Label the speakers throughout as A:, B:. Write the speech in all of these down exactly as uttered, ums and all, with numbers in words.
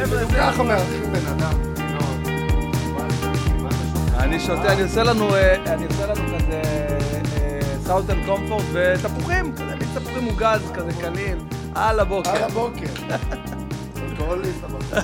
A: חבר'ה,
B: ככה מארחים בן אדם.
A: אני שותה, אני עושה לנו, אני עושה לנו כזה סאוטן קומפורט ותפוחים, כזה מיץ תפוחים מוגז, כזה קליל, על הבוקר.
B: על הבוקר. אלכוהוליסט הבוקר.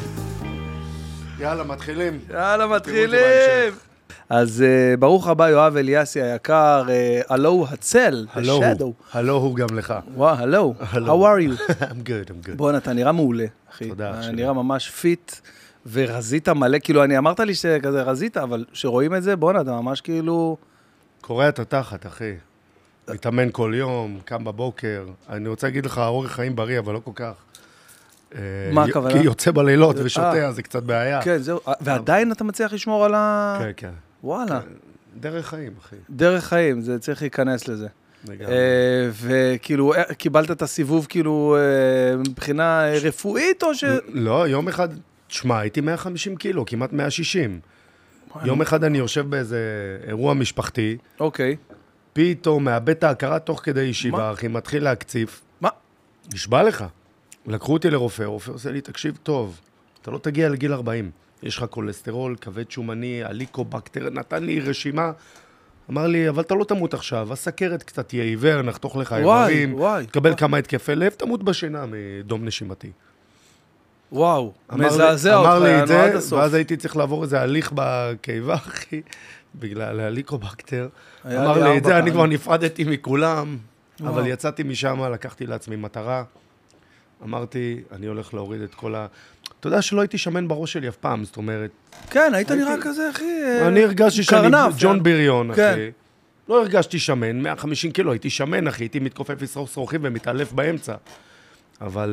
B: יאללה, מתחילים.
A: יאללה, מתחילים. אז ברוך הבא, יואב אליאסי היקר, הלו הצל, השדו.
B: הלו הוא גם לך.
A: וואו, הלו, how are you?
B: I'm good, I'm good.
A: בוא, אתה נראה מעולה, אחי.
B: תודה,
A: אתה נראה ממש פיט. ורזית מלא, כאילו, אני אמרת לי שכזה רזית, אבל שרואים את זה, בוא, אתה ממש כאילו...
B: קורא את התחת, אחי. מתאמן כל יום, קם בבוקר. אני רוצה להגיד לך, אורך חיים בריא, אבל לא כל כך.
A: מה הכוונה?
B: כי יוצא בלילות ושותה, אז זה קצת בעיה.
A: כן, זהו. ועדיין אתה מצליח לשמור על ה...
B: כן, כן.
A: וואלה.
B: דרך חיים, אחי.
A: דרך חיים, זה צריך להיכנס לזה.
B: לגמרי.
A: וכאילו, קיבלת את הסיבוב, כאילו, מבחינה רפואית, או ש...
B: לא, יום אחד... תשמע, הייתי מאה וחמישים קילו, כמעט מאה ושישים. יום אחד אני יושב באיזה אירוע משפחתי.
A: אוקיי.
B: פתאום מאבד את ההכרה תוך כדי ישיבה, אחי, מתחיל להקציף.
A: מה?
B: נשבע לך. לקחו אותי לרופא, רופא עושה לי, תקשיב טוב, אתה לא תגיע לגיל ארבעים. יש לך קולסטרול, כבד שומני, הליקובקטר, נתן לי רשימה. אמר לי, אבל אתה לא תמות עכשיו, הסכרת קצת יהיה עיוור, נחתוך לך איברים, תקבל כמה התקפי לב, תמות בשינה מדום נשימתי.
A: וואו, מזעזע אותך,
B: אמר לי את זה,
A: הסוף.
B: ואז הייתי צריך לעבור איזה הליך בקיבה, אחי, בגלל הליקובקטר. אמר לי את זה, אני כבר נפרדתי מכולם, אבל יצאתי משם, לקחתי לעצמי מטרה. אמרתי, אני הולך להוריד את כל ה... אתה יודע שלא הייתי שמן בראש שלי אף פעם, זאת אומרת...
A: כן, היית נראה כזה, אחי...
B: אני הרגשתי שאני ג'ון בריון, אחי. לא הרגשתי שמן, מאה וחמישים קילו, הייתי שמן, אחי, הייתי מתכופף לשרוך שרוכים ומתעלף באמצע. אבל...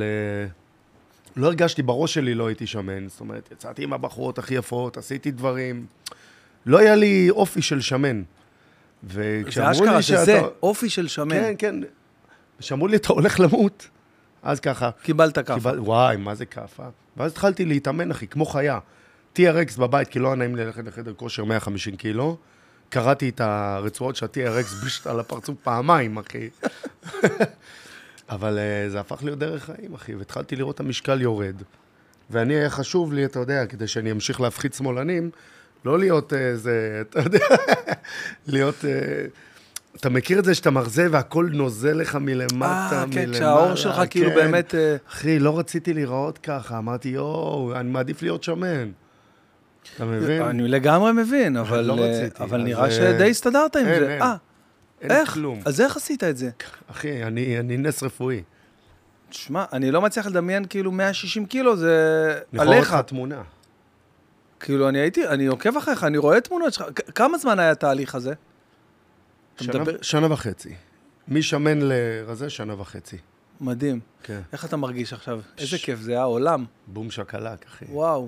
B: לא הרגשתי, בראש שלי לא הייתי שמן, זאת אומרת, יצאתי עם הבחורות הכי יפות, עשיתי דברים, לא היה לי אופי של שמן.
A: זה אשכרה, שזה אופי של שמן.
B: כן, כן. ושאמרו לי, אתה הולך למות. אז ככה.
A: קיבלת כפה.
B: וואי, מה זה כפה. ואז התחלתי להתאמן, אחי, כמו חיה. טי אר אקס בבית, כי לא היה נעים ללכת לחדר כושר מאה וחמישים קילו. קראתי את הרצועות של ה-טי אר אקס בשט על הפרצוף פעמיים, אחי. אבל uh, זה הפך להיות דרך חיים, אחי, והתחלתי לראות את המשקל יורד. ואני היה חשוב לי, אתה יודע, כדי שאני אמשיך להפחית שמאלנים, לא להיות איזה, uh, אתה יודע, להיות... Uh, אתה מכיר את זה שאתה מרזה והכל נוזל לך מלמטה,
A: אה, כן,
B: מלמעלה.
A: כשהאור שלך כן. כאילו באמת... Uh...
B: אחי, לא רציתי לראות ככה, אמרתי, יואו, אני מעדיף להיות שמן. אתה מבין?
A: אני לגמרי מבין, אבל,
B: לא רציתי,
A: אבל נראה שדי הסתדרת עם
B: אין,
A: זה.
B: אין.
A: אה,
B: אין
A: איך?
B: כלום.
A: אז איך עשית את זה?
B: אחי, אני, אני נס רפואי.
A: תשמע, אני לא מצליח לדמיין כאילו מאה ושישים קילו, זה
B: לכאורה
A: עליך.
B: לך תמונה.
A: כאילו, אני הייתי, אני עוקב אחריך, אני רואה תמונות שלך. כמה זמן היה התהליך הזה?
B: שנה, מדבר... שנה וחצי. מי שמן לרזה? שנה וחצי.
A: מדהים.
B: כן.
A: איך אתה מרגיש עכשיו? ש... איזה כיף, זה העולם.
B: בום שקלק, אחי.
A: וואו.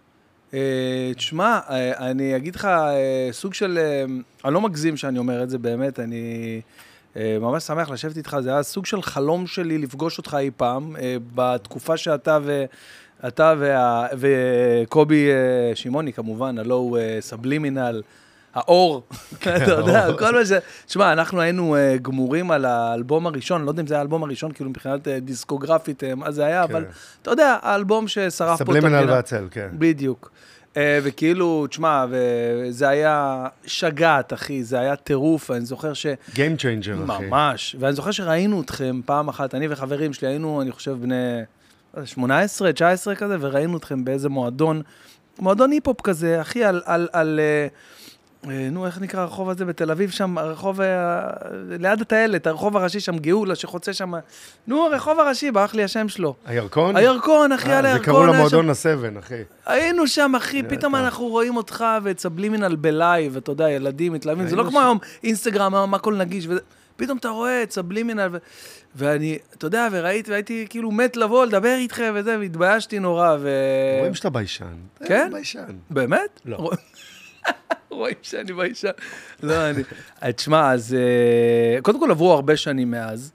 A: אה, תשמע, אה, אני אגיד לך, אה, סוג של, אה, אני לא מגזים שאני אומר את זה באמת, אני אה, ממש שמח לשבת איתך, זה היה סוג של חלום שלי לפגוש אותך אי פעם, אה, בתקופה שאתה ו... אתה וה... וקובי אה, שימוני כמובן, הלא הוא אה, סבלימינל, האור, אתה יודע, כל מה ש... תשמע, אנחנו היינו uh, גמורים על האלבום הראשון, לא יודע אם זה היה האלבום הראשון, כאילו מבחינת uh, דיסקוגרפית, uh, מה זה היה, אבל אתה יודע, האלבום ששרף פה את המדינה.
B: סבלימינל והצל, כן.
A: בדיוק. Uh, וכאילו, תשמע, וזה היה שגעת, אחי, זה היה טירוף, אני זוכר ש...
B: Game changer, אחי.
A: ממש, ואני זוכר שראינו אתכם פעם אחת, אני וחברים שלי, היינו, אני חושב, בני שמונה עשרה, תשע עשרה כזה, וראינו אתכם באיזה מועדון, מועדון היפ-הופ כזה, אחי, על... על, על נו, איך נקרא הרחוב הזה בתל אביב שם, הרחוב, ליד הטיילת, הרחוב הראשי שם, גאולה שחוצה שם, נו, הרחוב הראשי, ברח לי השם שלו.
B: הירקון?
A: הירקון, אחי, על הירקון.
B: זה קראו למועדון הסבן, אחי.
A: היינו שם, אחי, פתאום אנחנו רואים אותך ואת סבלימינל בלייב, אתה יודע, ילדים מתלהבים, זה לא כמו היום אינסטגרם, מה כל נגיש, פתאום אתה רואה את סבלימינל, ואני, אתה יודע, וראיתי, והייתי כאילו מת לבוא, לדבר איתכם וזה, והתביישתי נורא, ו...
B: רואים שאתה ביישן.
A: כן?
B: ביישן.
A: באמת?
B: לא.
A: רואים שאני באישה. לא, אני... תשמע, אז... קודם כל עברו הרבה שנים מאז.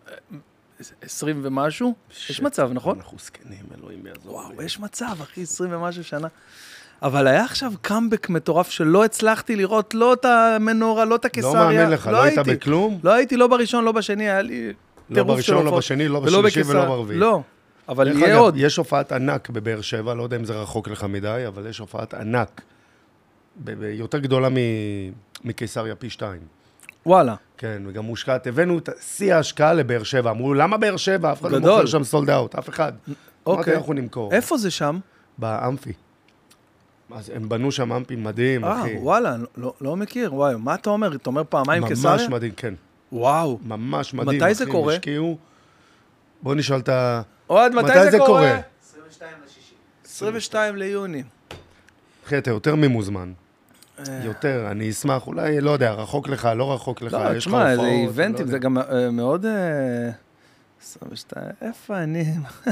A: עשרים ומשהו? יש מצב, נכון?
B: אנחנו סקנים, אלוהים יעזור.
A: וואו, יש מצב, אחי, עשרים ומשהו שנה. אבל היה עכשיו קאמבק מטורף שלא הצלחתי לראות לא את המנורה, לא את הקיסריה.
B: לא מאמין לך, לא היית בכלום?
A: לא הייתי, לא בראשון, לא בשני, היה לי
B: לא בראשון, לא בשני, לא בשלישי ולא ברביעי.
A: לא. אבל
B: דרך
A: יהיה
B: אגב,
A: עוד.
B: יש הופעת ענק בבאר שבע, לא יודע אם זה רחוק לך מדי, אבל יש הופעת ענק, ב- ב- יותר גדולה מ- מקיסריה פי שתיים.
A: וואלה.
B: כן, וגם מושקעת, הבאנו את שיא ההשקעה לבאר שבע, אמרו, למה באר שבע? אף אחד לא
A: גדול.
B: מוכר שם סולד אאוט, אף אחד. אמרתי,
A: אוקיי.
B: אנחנו נמכור.
A: איפה זה שם?
B: באמפי. אז הם בנו שם אמפי מדהים,
A: אה,
B: אחי.
A: וואלה, לא- לא מכיר. וואי, מה אתה אומר? אתה אומר פעמיים קיסריה?
B: ממש מדהים, כן.
A: וואו.
B: ממש מדהים.
A: מתי זה
B: אחי,
A: קורה?
B: השקיעו... בוא נשאל את ה...
A: אוהד, מתי
B: מתי
A: זה
B: זה
A: קורה?
B: קורה?
C: עשרים ושתיים לשישי.
A: עשרים ושתיים ליוני.
B: אחי, אתה יותר ממוזמן.
A: אה.
B: יותר, אני אשמח, אולי, לא יודע, רחוק לך, לא רחוק לך,
A: לא,
B: יש לך
A: תשמע,
B: הופעות.
A: זה
B: אני
A: איבנטים,
B: לא
A: זה
B: יודע.
A: גם אה, מאוד... אה, עשרים ושתיים, איפה אני?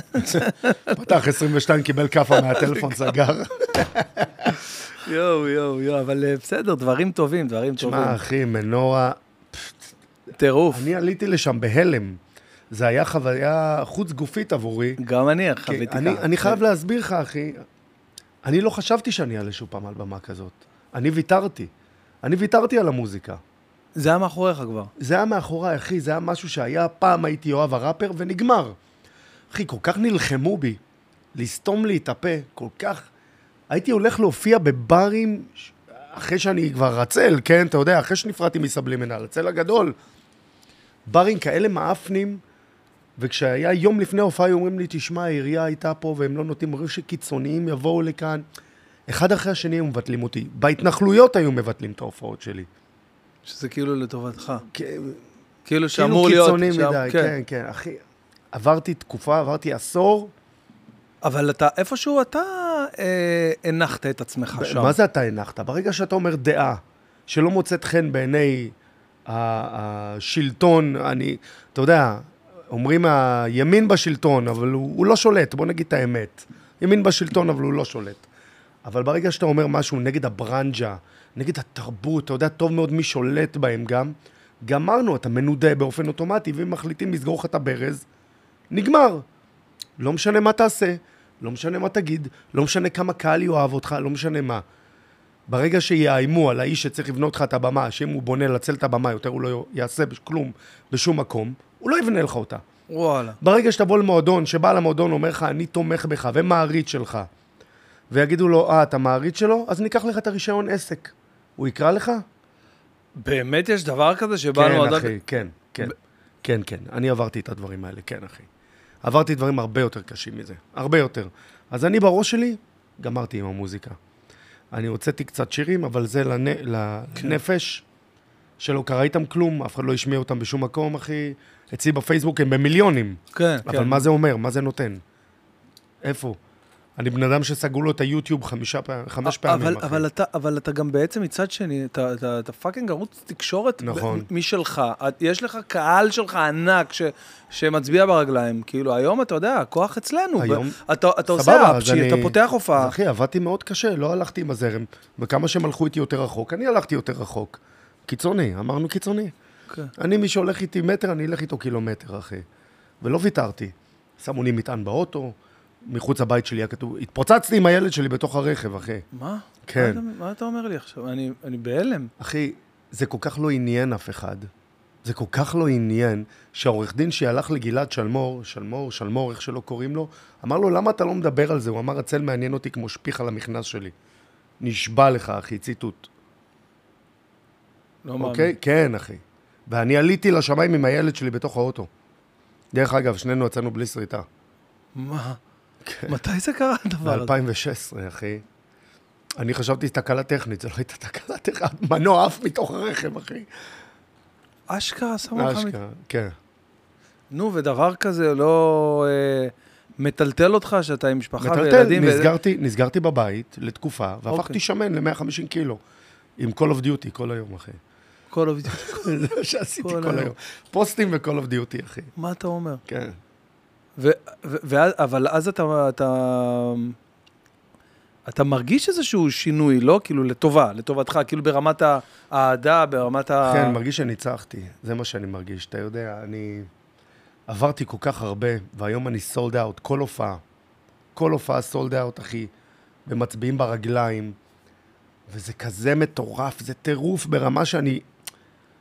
B: פתח עשרים ושתיים, קיבל כאפה מהטלפון, סגר.
A: יואו, יואו, יואו, אבל אה, בסדר, דברים טובים, דברים טובים.
B: תשמע, אחי, מנורה,
A: טירוף.
B: אני עליתי לשם בהלם. זה היה חוויה חוץ גופית עבורי.
A: גם אני
B: כי
A: חוויתי
B: אני,
A: ככה.
B: אני חייב להסביר לך, אחי, אני לא חשבתי שאני אעלה שוב פעם על במה כזאת. אני ויתרתי. אני ויתרתי על המוזיקה.
A: זה היה מאחוריך כבר.
B: זה היה מאחוריי, אחי, זה היה משהו שהיה, פעם הייתי אוהב הראפר ונגמר. אחי, כל כך נלחמו בי, לסתום לי את הפה, כל כך... הייתי הולך להופיע בברים, ש- אחרי שאני כבר רצל, כן, אתה יודע, אחרי שנפרדתי מסבלימינל, רצל הגדול. ברים כאלה מאפנים, וכשהיה יום לפני הופעה, אומרים לי, תשמע, העירייה הייתה פה, והם לא נותנים, אומרים שקיצוניים יבואו לכאן. אחד אחרי השני היו מבטלים אותי. בהתנחלויות היו מבטלים את ההופעות שלי.
A: שזה כאילו לטובתך.
B: כן,
A: כאילו
B: כאילו
A: שאמור להיות...
B: קיצוני
A: שאמ-
B: מדי, כן, כן, אחי. עברתי תקופה, עברתי עשור.
A: אבל אתה, איפשהו אתה אה, הנחת את עצמך שם.
B: מה זה אתה הנחת? ברגע שאתה אומר דעה שלא מוצאת חן בעיני ה- השלטון, אני, אתה יודע, אומרים הימין בשלטון, אבל הוא, הוא לא שולט, בוא נגיד את האמת. ימין בשלטון, אבל הוא לא שולט. אבל ברגע שאתה אומר משהו נגד הברנג'ה, נגד התרבות, אתה יודע טוב מאוד מי שולט בהם גם, גמרנו, אתה מנודה באופן אוטומטי, ואם מחליטים לסגור לך את הברז, נגמר. לא משנה מה תעשה, לא משנה מה תגיד, לא משנה כמה קהל יאהב אותך, לא משנה מה. ברגע שיאיימו על האיש שצריך לבנות לך את הבמה, שאם הוא בונה לצל את הבמה, יותר הוא לא יעשה כלום בשום מקום, הוא לא יבנה לך אותה.
A: וואלה.
B: ברגע שתבוא למועדון, שבא למועדון אומר לך, אני תומך בך ומעריץ שלך, ויגידו לו, אה, אתה מעריץ שלו? אז ניקח לך את הרישיון עסק. הוא יקרא לך?
A: באמת יש דבר כזה שבאנו...
B: כן,
A: עוד-
B: אחי, כן, כן. כן, כן. אני עברתי את הדברים האלה, כן, אחי. עברתי דברים הרבה יותר קשים מזה. הרבה יותר. אז אני בראש שלי, גמרתי עם המוזיקה. אני הוצאתי קצת שירים, אבל זה לנ... לנפש, שלא קרה איתם כלום, אף אחד לא השמיע אותם בשום מקום, אחי. אצלי בפייסבוק הם במיליונים.
A: כן,
B: אבל
A: כן.
B: מה זה אומר? מה זה נותן? איפה? אני בן אדם שסגרו לו את היוטיוב חמישה פעמים, חמש פעמים,
A: אבל,
B: אחי.
A: אבל, אתה, אבל אתה גם בעצם מצד שני, אתה, אתה, אתה פאקינג ערוץ תקשורת
B: נכון.
A: ב- משלך. את- יש לך קהל שלך ענק ש, שמצביע ברגליים. כאילו, היום אתה יודע, הכוח אצלנו.
B: היום-
A: ב- אתה, אתה עושה
B: סבבה, אז
A: אפצ'י,
B: אני-
A: אתה פותח הופעה.
B: אז אחי, עבדתי מאוד קשה, לא הלכתי עם הזרם. וכמה שהם הלכו איתי יותר רחוק, אני הלכתי יותר רחוק. קיצוני, אמרנו קיצוני.
A: כן.
B: אני, מי שהולך איתי מטר, אני אלך איתו קילומטר, אחי. ולא ויתרתי. שמו לי מטען באוטו, מחוץ הבית שלי היה כתוב, התפוצצתי עם הילד שלי בתוך הרכב, אחי.
A: מה?
B: כן.
A: מה אתה, מה אתה אומר לי עכשיו? אני, אני בהלם.
B: אחי, זה כל כך לא עניין אף אחד. זה כל כך לא עניין, שהעורך דין שהלך לגלעד שלמור, שלמור, שלמור, איך שלא קוראים לו, אמר לו, למה אתה לא מדבר על זה? הוא אמר, הצל מעניין אותי כמו שפיך על המכנס שלי. נשבע לך, אחי, ציטוט.
A: לא מאמין.
B: אוקיי? כן, אחי. ואני עליתי לשמיים עם הילד שלי בתוך האוטו. דרך אגב, שנינו יצאנו בלי שריטה.
A: מה? מתי זה קרה הדבר הזה?
B: ב-אלפיים ושש עשרה, אחי. אני חשבתי תקלה טכנית, זה לא הייתה תקלה טכנית, מנוע עף מתוך הרכב, אחי.
A: אשכרה, שמו לך... מת-
B: אשכרה, כן.
A: נו, ודבר כזה לא אה, מטלטל אותך שאתה עם משפחה
B: מטלטל,
A: וילדים? וזה-
B: נסגרתי, נסגרתי בבית לתקופה, והפכתי
A: אוקיי.
B: שמן ל-מאה וחמישים קילו. עם Call of Duty כל היום, אחי.
A: Call of Duty.
B: זה מה שעשיתי
A: כל
B: כל
A: היום.
B: היום. פוסטים ו-Call of Duty, אחי.
A: מה אתה אומר?
B: כן.
A: ו- ו- ואז- אבל אז אתה, אתה, אתה מרגיש איזשהו שינוי, לא? כאילו לטובה, לטובתך, כאילו ברמת האהדה, ברמת ה...
B: כן, מרגיש שניצחתי. זה מה שאני מרגיש. אתה יודע, אני עברתי כל כך הרבה, והיום אני סולד אאוט, כל הופעה. כל הופעה סולד אאוט, אחי. ומצביעים ברגליים. וזה כזה מטורף, זה טירוף ברמה שאני...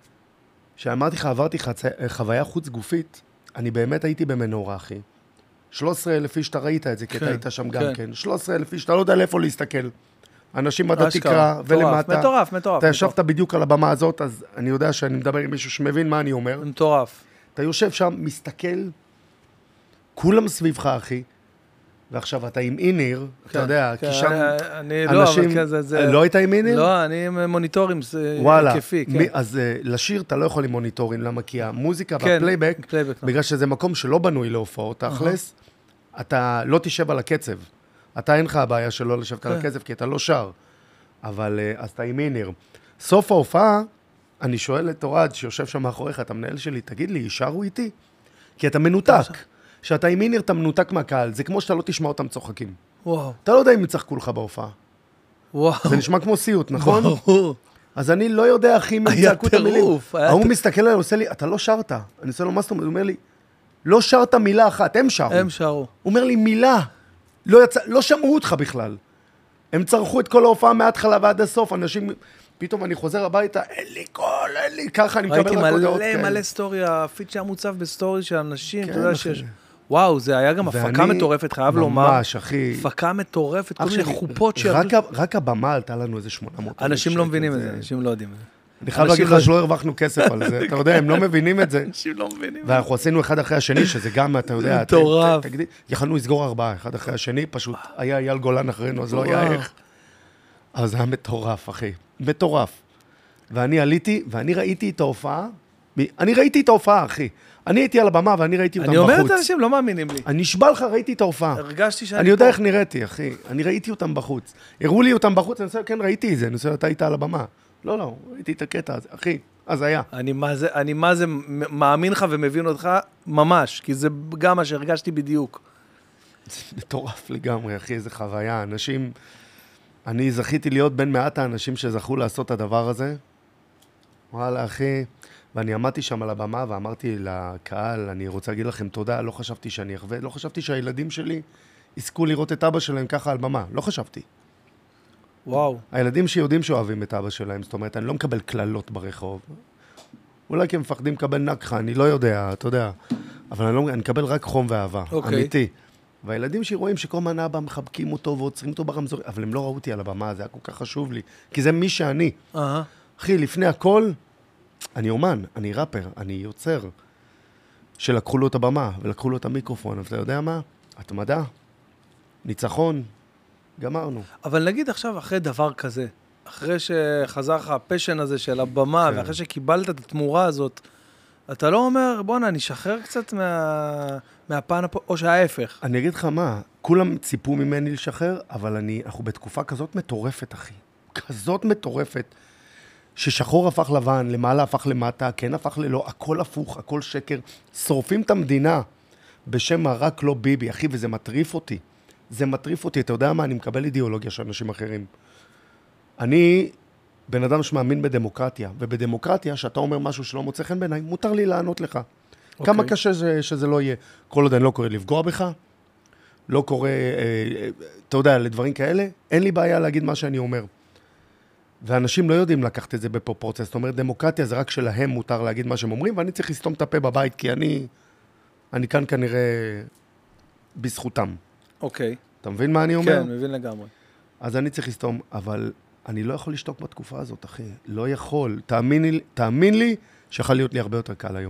B: שאמרתי לך, עברתי חצי, חוויה חוץ גופית, אני באמת הייתי במנורה, אחי. שלושה עשר אלף איש, אתה ראית את זה, כי אתה היית שם גם
A: כן.
B: כן. שלושה עשר אלף איש, אתה לא יודע לאיפה להסתכל. אנשים עד התקרה ולמטה.
A: מטורף, מטורף.
B: אתה ישבת בדיוק על הבמה הזאת, אז אני יודע שאני מדבר עם מישהו שמבין מה אני אומר.
A: מטורף.
B: אתה יושב שם, מסתכל, כולם סביבך, אחי, ועכשיו אתה עם איניר, אתה יודע, כי שם אנשים... לא היית עם איניר?
A: לא, אני עם מוניטורים היקפי, כן.
B: אז לשיר אתה לא יכול עם מוניטורים, למה? כי המוזיקה והפלייבק, בגלל שזה מקום שלא בנוי להופעות, תכלס, אתה לא תשב על הקצב. אתה אין לך הבעיה שלא לשבת על הקצב, כי אתה לא שר. אבל אז אתה עם איניר. סוף ההופעה, אני שואל את אורד, שיושב שם מאחוריך, את המנהל שלי, תגיד לי, ישרו איתי? כי אתה מנותק. כשאתה עם איניר, אתה מנותק מהקהל. זה כמו שאתה לא תשמע אותם צוחקים.
A: וואו.
B: אתה לא יודע אם יצחקו לך בהופעה.
A: וואו.
B: זה נשמע כמו סיוט, נכון?
A: ברור.
B: אז אני לא יודע, אחי, אם יצעקו את המילים.
A: היה
B: הוא מסתכל עליי, עושה לי, אתה לא שרת. אני עושה לו, מה זאת אומרת? הוא אומר לי, לא שרת מילה אחת, הם שרו.
A: הם שרו.
B: הוא אומר לי, מילה. לא יצא, לא שמעו אותך בכלל. הם צרכו את כל ההופעה מההתחלה ועד הסוף. אנשים, פתאום אני חוזר הביתה, אין לי קול, אין לי, ככה אני מקבל רק הודעות כאלה.
A: ראיתי מלא מלא סטורי, הפיד שהיה מוצב בסטורי של אנשים, אתה יודע שיש... וואו, זה היה גם הפקה מטורפת, חייב לומר.
B: ממש, אחי.
A: הפקה מטורפת, כל מיני חופות ש...
B: רק הבמה עלתה לנו איזה שמונה מאות.
A: אנשים לא מבינים את זה, אנשים לא יודעים את זה.
B: אני חייב להגיד לך שלא הרווחנו כסף על זה, אתה יודע, הם לא מבינים את זה.
A: אנשים לא מבינים.
B: ואנחנו עשינו אחד אחרי השני, שזה גם, אתה יודע,
A: מטורף.
B: יכלנו לסגור ארבעה, אחד אחרי השני, פשוט היה אייל גולן אחרינו, אז לא היה איך. אז זה היה מטורף, אחי, מטורף. ואני עליתי, ואני ראיתי את ההופעה, אני ראיתי את ההופעה, אחי. אני הייתי על הבמה, ואני ראיתי אותם בחוץ.
A: אני אומר את האנשים, לא מאמינים לי.
B: אני נשבע לך, ראיתי את ההופעה.
A: הרגשתי שאני פה.
B: אני יודע איך נראיתי, אחי. אני ראיתי אותם בחוץ. הראו לי אותם בחוץ, אני חושב, כן, ראיתי את זה. אני חושב, אתה היית על הבמה. לא, לא, ראיתי את הקטע הזה, אחי. אז היה.
A: אני מה זה, אני מה זה מאמין לך ומבין אותך ממש, כי זה גם מה שהרגשתי בדיוק.
B: זה מטורף לגמרי, אחי, איזה חוויה. אנשים, אני זכיתי להיות בין מעט האנשים שזכו לעשות את הדבר הזה. וואלה, אחי. ואני עמדתי שם על הבמה ואמרתי לקהל, אני רוצה להגיד לכם תודה, לא חשבתי שאני אחווה, לא חשבתי שהילדים שלי יזכו לראות את אבא שלהם ככה על במה, לא חשבתי.
A: וואו.
B: הילדים שיודעים שאוהבים את אבא שלהם, זאת אומרת, אני לא מקבל כללות ברחוב. אולי כי הם מפחדים לקבל נקחה, אני לא יודע, אתה יודע. אבל אני, לא, אני מקבל רק חום ואהבה,
A: okay.
B: אמיתי. והילדים שרואים שכל מנה אבא מחבקים אותו ועוצרים אותו ברמזור, אבל הם לא ראו אותי על הבמה, זה היה כל כך חשוב לי, כי זה מי שאני.
A: Uh-huh.
B: אחי, לפני הכל, אני אומן, אני ראפר, אני יוצר, שלקחו לו את הבמה ולקחו לו את המיקרופון, אבל אתה יודע מה? התמדה, ניצחון, גמרנו.
A: אבל נגיד עכשיו, אחרי דבר כזה, אחרי שחזר לך הפשן הזה של הבמה,
B: כן.
A: ואחרי שקיבלת את התמורה הזאת, אתה לא אומר, בוא'נה, אני אשחרר קצת מה... מהפן, או שההפך.
B: אני אגיד לך מה, כולם ציפו ממני לשחרר, אבל אני, אנחנו בתקופה כזאת מטורפת, אחי. כזאת מטורפת, ששחור הפך לבן, למעלה הפך למטה, כן הפך ללא, הכל הפוך, הכל שקר. שורפים את המדינה בשם רק לא ביבי, אחי, וזה מטריף אותי. זה מטריף אותי, אתה יודע מה? אני מקבל אידיאולוגיה של אנשים אחרים. אני בן אדם שמאמין בדמוקרטיה, ובדמוקרטיה, שאתה אומר משהו שלא מוצא חן בעיניי, מותר לי לענות לך. Okay. כמה קשה שזה, שזה לא יהיה. כל עוד אני לא קורא לפגוע בך, לא קורא, אה, אתה יודע, לדברים כאלה, אין לי בעיה להגיד מה שאני אומר. ואנשים לא יודעים לקחת את זה בפרופורציה. זאת אומרת, דמוקרטיה זה רק שלהם מותר להגיד מה שהם אומרים, ואני צריך לסתום את הפה בבית, כי אני, אני כאן כנראה בזכותם.
A: אוקיי. Okay.
B: אתה מבין מה אני אומר?
A: כן, מבין לגמרי.
B: אז אני צריך לסתום, אבל אני לא יכול לשתוק בתקופה הזאת, אחי. לא יכול. תאמין לי, תאמין לי שיכול להיות לי הרבה יותר קל היום.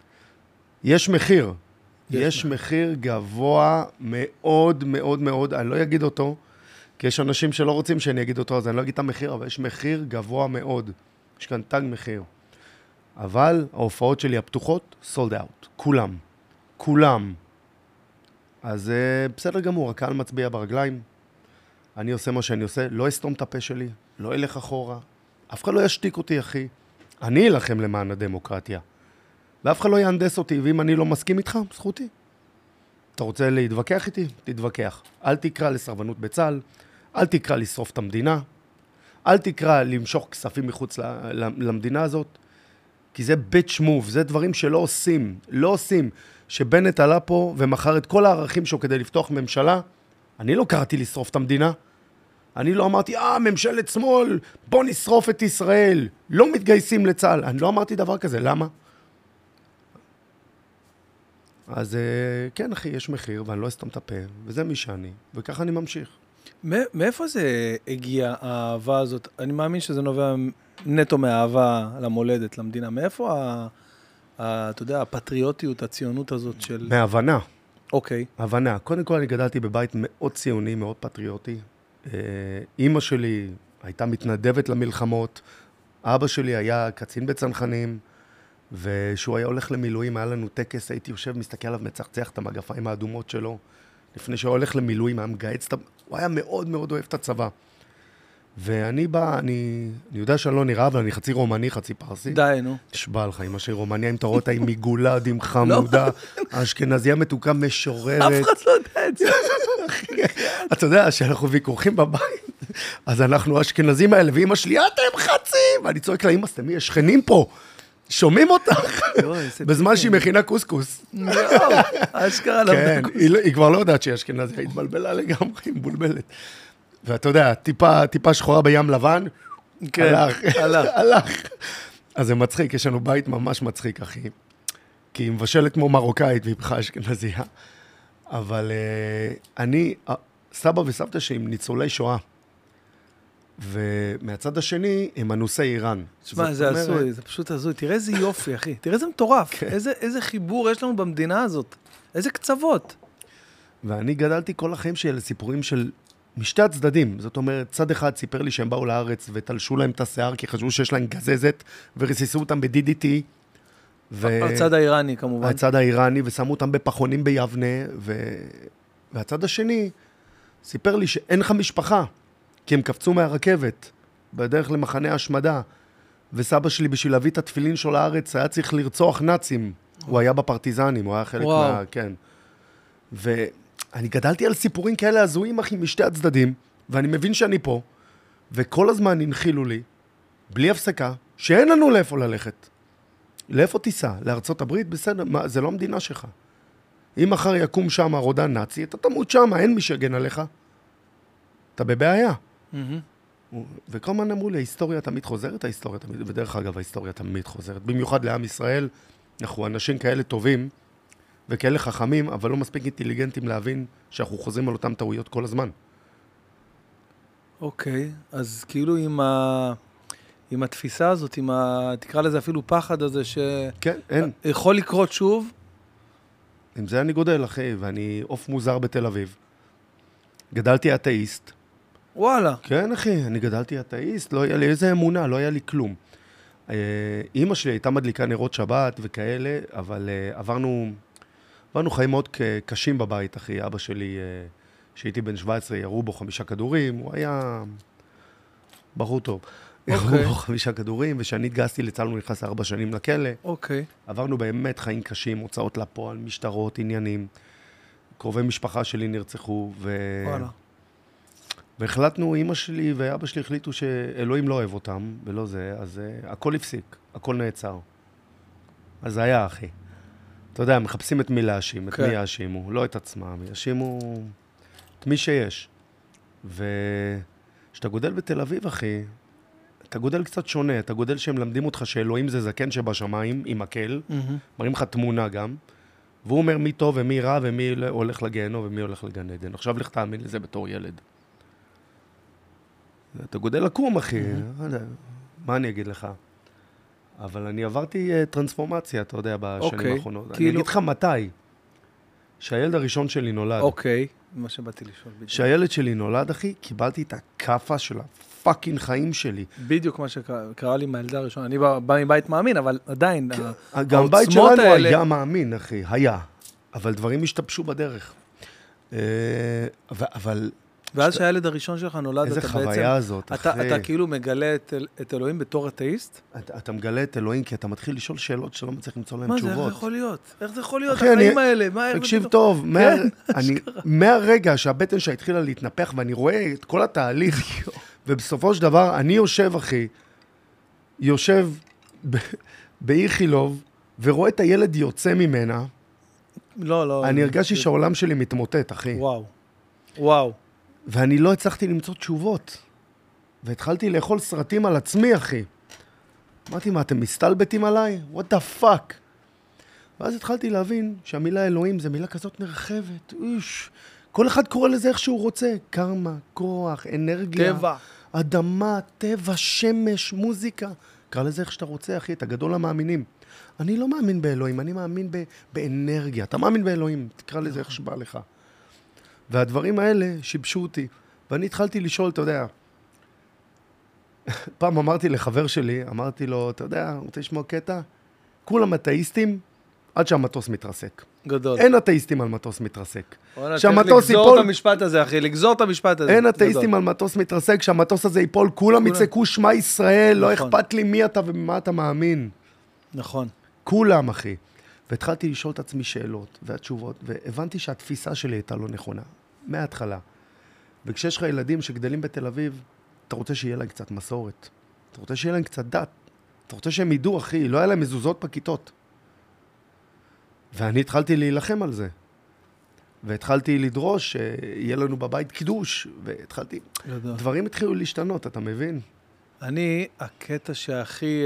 B: יש מחיר. יש, יש מחיר גבוה מאוד מאוד מאוד, אני לא אגיד אותו, כי יש אנשים שלא רוצים שאני אגיד אותו, אז אני לא אגיד את המחיר, אבל יש מחיר גבוה מאוד. יש כאן תג מחיר. אבל ההופעות שלי הפתוחות, sold out. כולם. כולם. אז בסדר גמור, הקהל מצביע ברגליים. אני עושה מה שאני עושה, לא אסתום את הפה שלי, לא אלך אחורה. אף אחד לא ישתיק אותי, אחי. אני אלחם למען הדמוקרטיה. ואף אחד לא יהנדס אותי, ואם אני לא מסכים איתך, זכותי. אתה רוצה להתווכח איתי? תתווכח. אל תקרא לסרבנות בצה"ל, אל תקרא לשרוף את המדינה, אל תקרא למשוך כספים מחוץ למדינה הזאת, כי זה ביץ' מוב, זה דברים שלא עושים, לא עושים. שבנט עלה פה ומחר את כל הערכים שלו כדי לפתוח ממשלה, אני לא קראתי לשרוף את המדינה. אני לא אמרתי, אה, ממשלת שמאל, בוא נשרוף את ישראל, לא מתגייסים לצה"ל. אני לא אמרתי דבר כזה, למה? אז כן, אחי, יש מחיר, ואני לא אסתום את הפה, וזה מי שאני, וככה אני ממשיך.
A: מאיפה זה הגיע, האהבה הזאת? אני מאמין שזה נובע נטו מהאהבה למולדת, למדינה. מאיפה, ה, ה, אתה יודע, הפטריוטיות, הציונות הזאת של...
B: מהבנה.
A: אוקיי.
B: הבנה. קודם כל, אני גדלתי בבית מאוד ציוני, מאוד פטריוטי. אמא שלי הייתה מתנדבת למלחמות, אבא שלי היה קצין בצנחנים, ושהוא היה הולך למילואים, היה לנו טקס, הייתי יושב, מסתכל עליו, מצחצח את המגפיים האדומות שלו, לפני שהוא הולך למילואים, היה מגייץ, הוא היה מאוד מאוד אוהב את הצבא. ואני בא, אני, אני יודע שאני לא נראה, אבל אני חצי רומני, חצי פרסי.
A: די, נו.
B: נשבע לך, אמא שלי רומניה, אם אתה רואה אותה עם מגולד, עם חמודה, האשכנזיה מתוקה משוררת.
A: אף אחד לא יודע את זה.
B: אתה יודע שאנחנו ויכוחים בבית, אז אנחנו האשכנזים האלה, ואמא שלי, אתם חצים! ואני צועק לה, אמא, סתמי, יש שכנים פה. שומעים אותך? בזמן שהיא מכינה קוסקוס.
A: יואו, אשכרה למדה
B: כן, היא כבר לא יודעת שהיא אשכנזיה, היא התבלבלה לגמרי, היא מבולבלת. ואתה יודע, טיפה, טיפה שחורה בים לבן, הלך, הלך. אז זה מצחיק, יש לנו בית ממש מצחיק, אחי. כי היא מבשלת כמו מרוקאית, והיא בכלל אשכנזיה. אבל אני, סבא וסבתא שלי הם ניצולי שואה. ומהצד השני, הם אנוסי איראן.
A: תשמע, זה עשוי, זה פשוט עשוי. תראה איזה יופי, אחי. תראה איזה מטורף. איזה חיבור יש לנו במדינה הזאת. איזה קצוות.
B: ואני גדלתי כל החיים שלי לסיפורים של משתי הצדדים. זאת אומרת, צד אחד סיפר לי שהם באו לארץ ותלשו להם את השיער, כי חשבו שיש להם גזזת, ורסיסו אותם ב-די די טי.
A: הצד האיראני, כמובן.
B: הצד האיראני, ושמו אותם בפחונים ביבנה. והצד השני סיפר לי שאין לך משפחה. כי הם קפצו מהרכבת, בדרך למחנה השמדה, וסבא שלי בשביל להביא את התפילין שלו לארץ, היה צריך לרצוח נאצים. הוא היה בפרטיזנים, הוא היה חלק
A: וואו.
B: מה... כן. ואני גדלתי על סיפורים כאלה הזויים, אחי, משתי הצדדים, ואני מבין שאני פה, וכל הזמן הנחילו לי, בלי הפסקה, שאין לנו לאיפה ללכת. לאיפה תיסע? לארצות הברית? בסדר, מה, זה לא המדינה שלך. אם מחר יקום שם רודן נאצי, אתה תמות שם, אין מי שיגן עליך. אתה בבעיה. וכל הזמן אמרו לי, ההיסטוריה תמיד חוזרת, ההיסטוריה תמיד, ודרך אגב, ההיסטוריה תמיד חוזרת. במיוחד לעם ישראל, אנחנו אנשים כאלה טובים, וכאלה חכמים, אבל לא מספיק אינטליגנטים להבין שאנחנו חוזרים על אותם טעויות כל הזמן.
A: אוקיי, אז כאילו עם, ה... עם התפיסה הזאת, עם ה... תקרא לזה אפילו פחד הזה, ש...
B: כן, אין.
A: יכול לקרות שוב.
B: עם זה אני גודל, אחי, ואני אוף מוזר בתל אביב. גדלתי אתאיסט.
A: וואלה.
B: כן, אחי, אני גדלתי אתאיסט, לא היה לי איזה אמונה, לא היה לי כלום. אמא שלי הייתה מדליקה נרות שבת וכאלה, אבל עברנו, עברנו חיים מאוד קשים בבית, אחי. אבא שלי, שהייתי בן שבע עשרה, ירו בו חמישה כדורים, הוא היה בחור טוב. ירו בו חמישה כדורים, ושאני התגייסתי לצה"ל, הוא נכנס ארבע שנים לכלא.
A: אוקיי.
B: עברנו באמת חיים קשים, הוצאות לפועל, משטרות, עניינים. קרובי משפחה שלי נרצחו, ו...
A: וואלה.
B: והחלטנו, אמא שלי ואבא שלי החליטו שאלוהים לא אוהב אותם, ולא זה, אז uh, הכל הפסיק, הכל נעצר. אז זה היה, אחי. אתה יודע, מחפשים את מי להאשים, את מי יאשימו, לא את עצמם, יאשימו את מי שיש. וכשאתה גודל בתל אביב, אחי, אתה גודל קצת שונה, אתה גודל שהם למדים אותך שאלוהים זה זקן שבשמיים, עם מקל, mm-hmm. מראים לך תמונה גם, והוא אומר מי טוב ומי רע ומי הולך לגיהנום ומי הולך לגן עדן. עכשיו לך תאמין לזה בתור ילד. אתה גודל לקום, אחי. מה אני אגיד לך? אבל אני עברתי טרנספורמציה, אתה יודע, בשנים האחרונות. אני אגיד לך מתי. שהילד הראשון שלי נולד.
A: אוקיי, מה שבאתי לשאול.
B: שהילד שלי נולד, אחי, קיבלתי את הקפה של הפאקינג חיים שלי.
A: בדיוק מה שקרה לי מהילדה הראשונה. אני בא מבית מאמין, אבל עדיין,
B: גם בית שלנו היה מאמין, אחי, היה. אבל דברים השתבשו בדרך. אבל...
A: ואז שהילד הראשון שלך נולד,
B: איזה חוויה הזאת,
A: אחי. אתה כאילו מגלה את אלוהים בתור אתאיסט?
B: אתה מגלה את אלוהים, כי אתה מתחיל לשאול שאלות שלא מצליח למצוא להם תשובות.
A: מה זה, איך זה יכול להיות? איך זה יכול להיות, החיים האלה?
B: תקשיב טוב, מהרגע שהבטן שלה התחילה להתנפח, ואני רואה את כל התהליך, ובסופו של דבר, אני יושב, אחי, יושב באיכילוב, ורואה את הילד יוצא ממנה,
A: לא, לא.
B: אני הרגשתי שהעולם שלי מתמוטט, אחי.
A: וואו. וואו.
B: ואני לא הצלחתי למצוא תשובות. והתחלתי לאכול סרטים על עצמי, אחי. אמרתי, מה, אתם מסתלבטים עליי? What the fuck? ואז התחלתי להבין שהמילה אלוהים זה מילה כזאת נרחבת. איש, כל אחד קורא לזה איך שהוא רוצה. קרמה, כוח, אנרגיה.
A: טבע.
B: אדמה, טבע, שמש, מוזיקה. קרא לזה איך שאתה רוצה, אחי, אתה גדול המאמינים. אני לא מאמין באלוהים, אני מאמין ב- באנרגיה. אתה מאמין באלוהים, תקרא לזה איך שבא לך. והדברים האלה שיבשו אותי. ואני התחלתי לשאול, אתה יודע, פעם אמרתי לחבר שלי, אמרתי לו, אתה יודע, רוצה לשמוע קטע? כולם אתאיסטים עד שהמטוס מתרסק.
A: גדול.
B: אין אתאיסטים על מטוס מתרסק.
A: שהמטוס ייפול... לגזור את המשפט הזה, אחי, לגזור את המשפט הזה.
B: אין אתאיסטים על מטוס מתרסק, שהמטוס הזה ייפול, כולם יצעקו שמע ישראל, לא אכפת לי מי אתה ובמה אתה מאמין.
A: נכון.
B: כולם, אחי. והתחלתי לשאול את עצמי שאלות והתשובות, והבנתי שהתפיסה שלי הייתה לא נכונה, מההתחלה. וכשיש לך ילדים שגדלים בתל אביב, אתה רוצה שיהיה להם קצת מסורת. אתה רוצה שיהיה להם קצת דת. אתה רוצה שהם ידעו, אחי, לא היה להם מזוזות בכיתות. ואני התחלתי להילחם על זה. והתחלתי לדרוש שיהיה לנו בבית קידוש. והתחלתי... גדול. דברים התחילו להשתנות, אתה מבין?
A: אני, הקטע שהכי...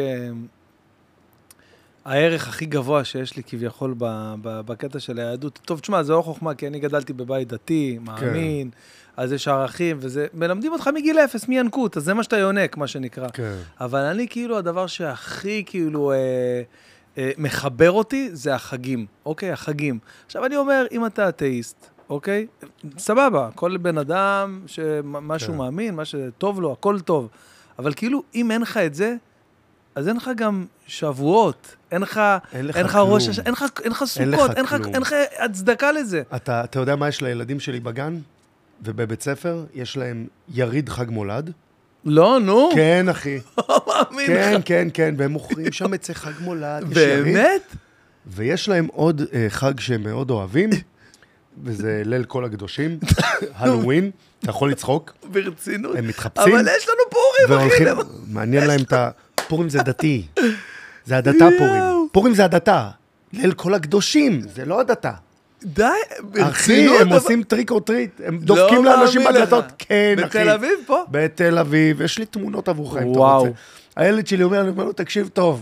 A: הערך הכי גבוה שיש לי כביכול בקטע של היהדות. טוב, תשמע, זה לא חוכמה, כי אני גדלתי בבית דתי, מאמין, אז יש ערכים, וזה, מלמדים אותך מגיל אפס, מינקות, אז זה מה שאתה יונק, מה שנקרא. אבל אני כאילו, הדבר שהכי כאילו מחבר אותי, זה החגים, אוקיי? החגים. עכשיו אני אומר, אם אתה אתאיסט, אוקיי? סבבה, כל בן אדם שמשהו מאמין, מה שטוב לו, הכל טוב. אבל כאילו, אם אין לך את זה, אז אין לך גם שבועות, אין לך, אין לך ראש, אין לך, אין לך סוכות, אין לך, אין לך הצדקה לזה.
B: אתה, אתה יודע מה יש לילדים שלי בגן? ובבית ספר יש להם יריד חג מולד.
A: לא, נו.
B: כן, אחי.
A: לא מאמין לך.
B: כן, כן, כן, והם מוכרים שם אצל חג מולד.
A: באמת?
B: ויש להם עוד חג שהם מאוד אוהבים, וזה ליל כל הקדושים, הלווין, אתה יכול לצחוק.
A: ברצינות.
B: הם מתחפשים.
A: אבל יש לנו פורים, אחי.
B: מעניין להם את ה... פורים זה דתי. זה הדתה פורים. פורים זה הדתה. ליל כל הקדושים, זה לא הדתה.
A: די, ברצינות.
B: אחי, הם עושים טריק או טריט. הם דופקים לאנשים בדלתות. כן, אחי.
A: בתל אביב פה?
B: בתל אביב. יש לי תמונות עבורך, אם אתה רוצה. הילד שלי אומר, אני אומר לו, תקשיב טוב.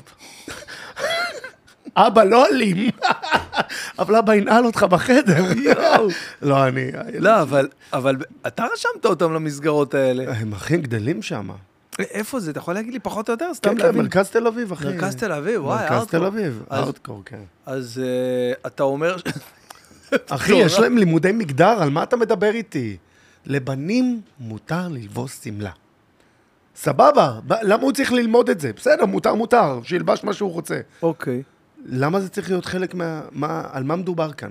B: אבא לא אלים. אבל אבא ינעל אותך בחדר. לא, אני...
A: לא, אבל אתה רשמת אותם למסגרות האלה.
B: הם הכי גדלים שם.
A: איפה זה? אתה יכול להגיד לי פחות או יותר? סתם
B: כן,
A: להבין.
B: מרכז תל אביב, אחי.
A: מרכז תל אביב, וואי, ארדקור.
B: מרכז תל אביב, ארדקור, כן.
A: אז אתה אומר...
B: אחי, יש להם לימודי מגדר, על מה אתה מדבר איתי? לבנים מותר ללבוש סמלה. סבבה, למה הוא צריך ללמוד את זה? בסדר, מותר, מותר, שילבש מה שהוא רוצה.
A: אוקיי.
B: למה זה צריך להיות חלק מה... על מה מדובר כאן?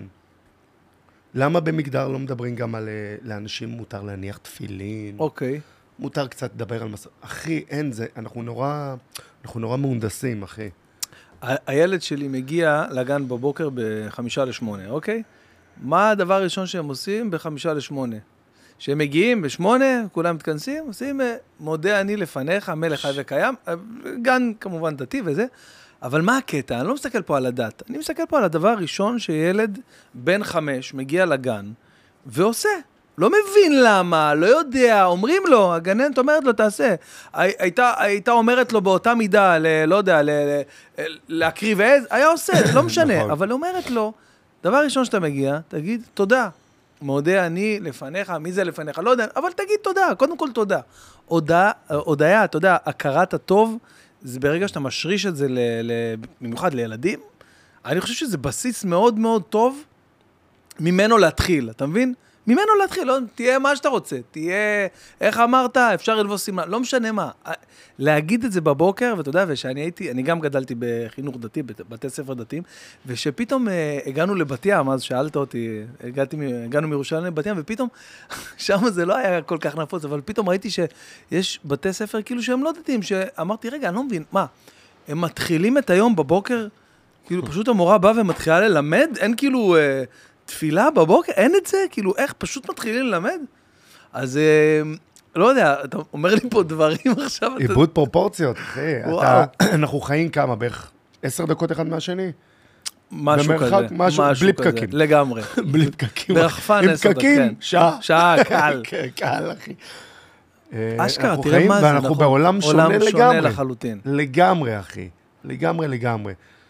B: למה במגדר לא מדברים גם על לאנשים מותר להניח תפילין?
A: אוקיי.
B: מותר קצת לדבר על מסע. אחי, אין זה, אנחנו נורא, אנחנו נורא מהונדסים, אחי.
A: ה- הילד שלי מגיע לגן בבוקר בחמישה לשמונה, אוקיי? מה הדבר הראשון שהם עושים בחמישה לשמונה? שהם מגיעים בשמונה, כולם מתכנסים, עושים מודה אני לפניך, מלך חי וקיים, גן כמובן דתי וזה, אבל מה הקטע? אני לא מסתכל פה על הדת, אני מסתכל פה על הדבר הראשון שילד בן חמש מגיע לגן ועושה. לא מבין למה, לא יודע, אומרים לו, הגננת אומרת לו, תעשה. הייתה, הייתה אומרת לו באותה מידה, ל, לא יודע, ל, ל, להקריב עז, היה עושה, לא משנה, אבל אומרת לו, דבר ראשון שאתה מגיע, תגיד תודה. מודה אני לפניך, מי זה לפניך, לא יודע, אבל תגיד תודה, קודם כל תודה. הודעה, הודעה, אתה יודע, הכרת הטוב, זה ברגע שאתה משריש את זה, ל, ל, במיוחד לילדים, אני חושב שזה בסיס מאוד מאוד טוב, ממנו להתחיל, אתה מבין? ממנו להתחיל, לא, תהיה מה שאתה רוצה, תהיה, איך אמרת, אפשר ללבוש סימן, לא משנה מה. להגיד את זה בבוקר, ואתה יודע, ושאני הייתי, אני גם גדלתי בחינוך דתי, בבתי ספר דתיים, ושפתאום אה, הגענו לבת ים, אז שאלת אותי, הגעתי, הגענו מירושלים לבת ים, ופתאום, שם זה לא היה כל כך נפוץ, אבל פתאום ראיתי שיש בתי ספר כאילו שהם לא דתיים, שאמרתי, רגע, אני לא מבין, מה, הם מתחילים את היום בבוקר, כאילו פשוט המורה באה ומתחילה ללמד, אין כאילו... אה, תפילה בבוקר, אין את זה? כאילו, איך פשוט מתחילים ללמד? אז, לא יודע, אתה אומר לי פה דברים עכשיו.
B: איבוד פרופורציות, אחי. אנחנו חיים כמה, בערך עשר דקות אחד מהשני?
A: משהו כזה.
B: בלי פקקים.
A: לגמרי.
B: בלי פקקים.
A: ברחפן עשר דקות, כן.
B: שעה.
A: שעה, קל.
B: קל, אחי.
A: אשכרה, תראה מה זה.
B: ואנחנו בעולם שונה לגמרי.
A: עולם שונה לחלוטין.
B: לגמרי, אחי. לגמרי, לגמרי.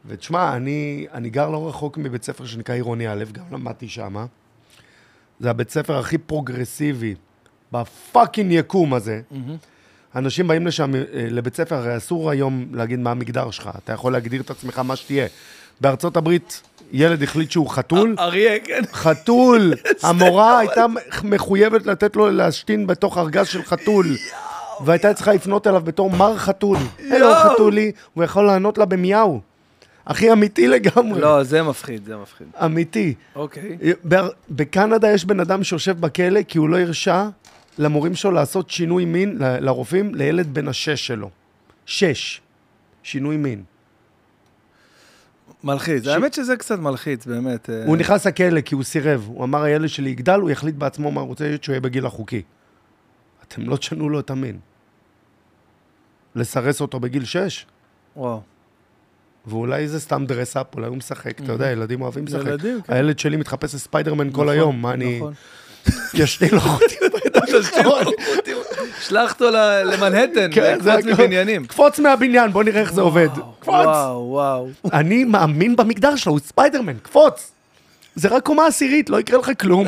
B: ותשמע, אני, אני גר לא רחוק מבית ספר שנקרא עירוני א', גם למדתי שמה. זה הבית ספר הכי פרוגרסיבי בפאקינג יקום הזה. אנשים באים לשם, לבית ספר, הרי אסור היום להגיד מה המגדר שלך. אתה יכול להגדיר את עצמך מה שתהיה. בארצות הברית, ילד החליט שהוא חתול.
A: אריה, כן.
B: חתול. המורה הייתה מחויבת לתת לו להשתין בתוך ארגז של חתול. והייתה צריכה לפנות אליו בתור מר חתול. אלו חתולי, הוא יכול לענות לה במיהו. הכי אמיתי לגמרי.
A: לא, זה מפחיד, זה מפחיד.
B: אמיתי.
A: אוקיי.
B: בקנדה יש בן אדם שיושב בכלא, כי הוא לא הרשה למורים שלו לעשות שינוי מין, לרופאים, לילד בן השש שלו. שש. שינוי מין.
A: מלחיץ. האמת שזה קצת מלחיץ, באמת.
B: הוא נכנס לכלא כי הוא סירב. הוא אמר, הילד שלי יגדל, הוא יחליט בעצמו מה הוא רוצה להיות שהוא יהיה בגיל החוקי. אתם לא תשנו לו את המין. לסרס אותו בגיל שש?
A: וואו.
B: ואולי זה סתם דרס-אפ, אולי הוא משחק, אתה יודע, ילדים אוהבים לשחק.
A: ילדים, כן.
B: הילד שלי מתחפש לספיידרמן כל היום, מה אני...
A: נכון.
B: ישתין לו חוטיות בידיים.
A: שלח אותו למנהטן, קפוץ מבניינים.
B: קפוץ מהבניין, בוא נראה איך זה עובד. קפוץ.
A: וואו, וואו.
B: אני מאמין במגדר שלו, הוא ספיידרמן, קפוץ. זה רק קומה עשירית, לא יקרה לך כלום.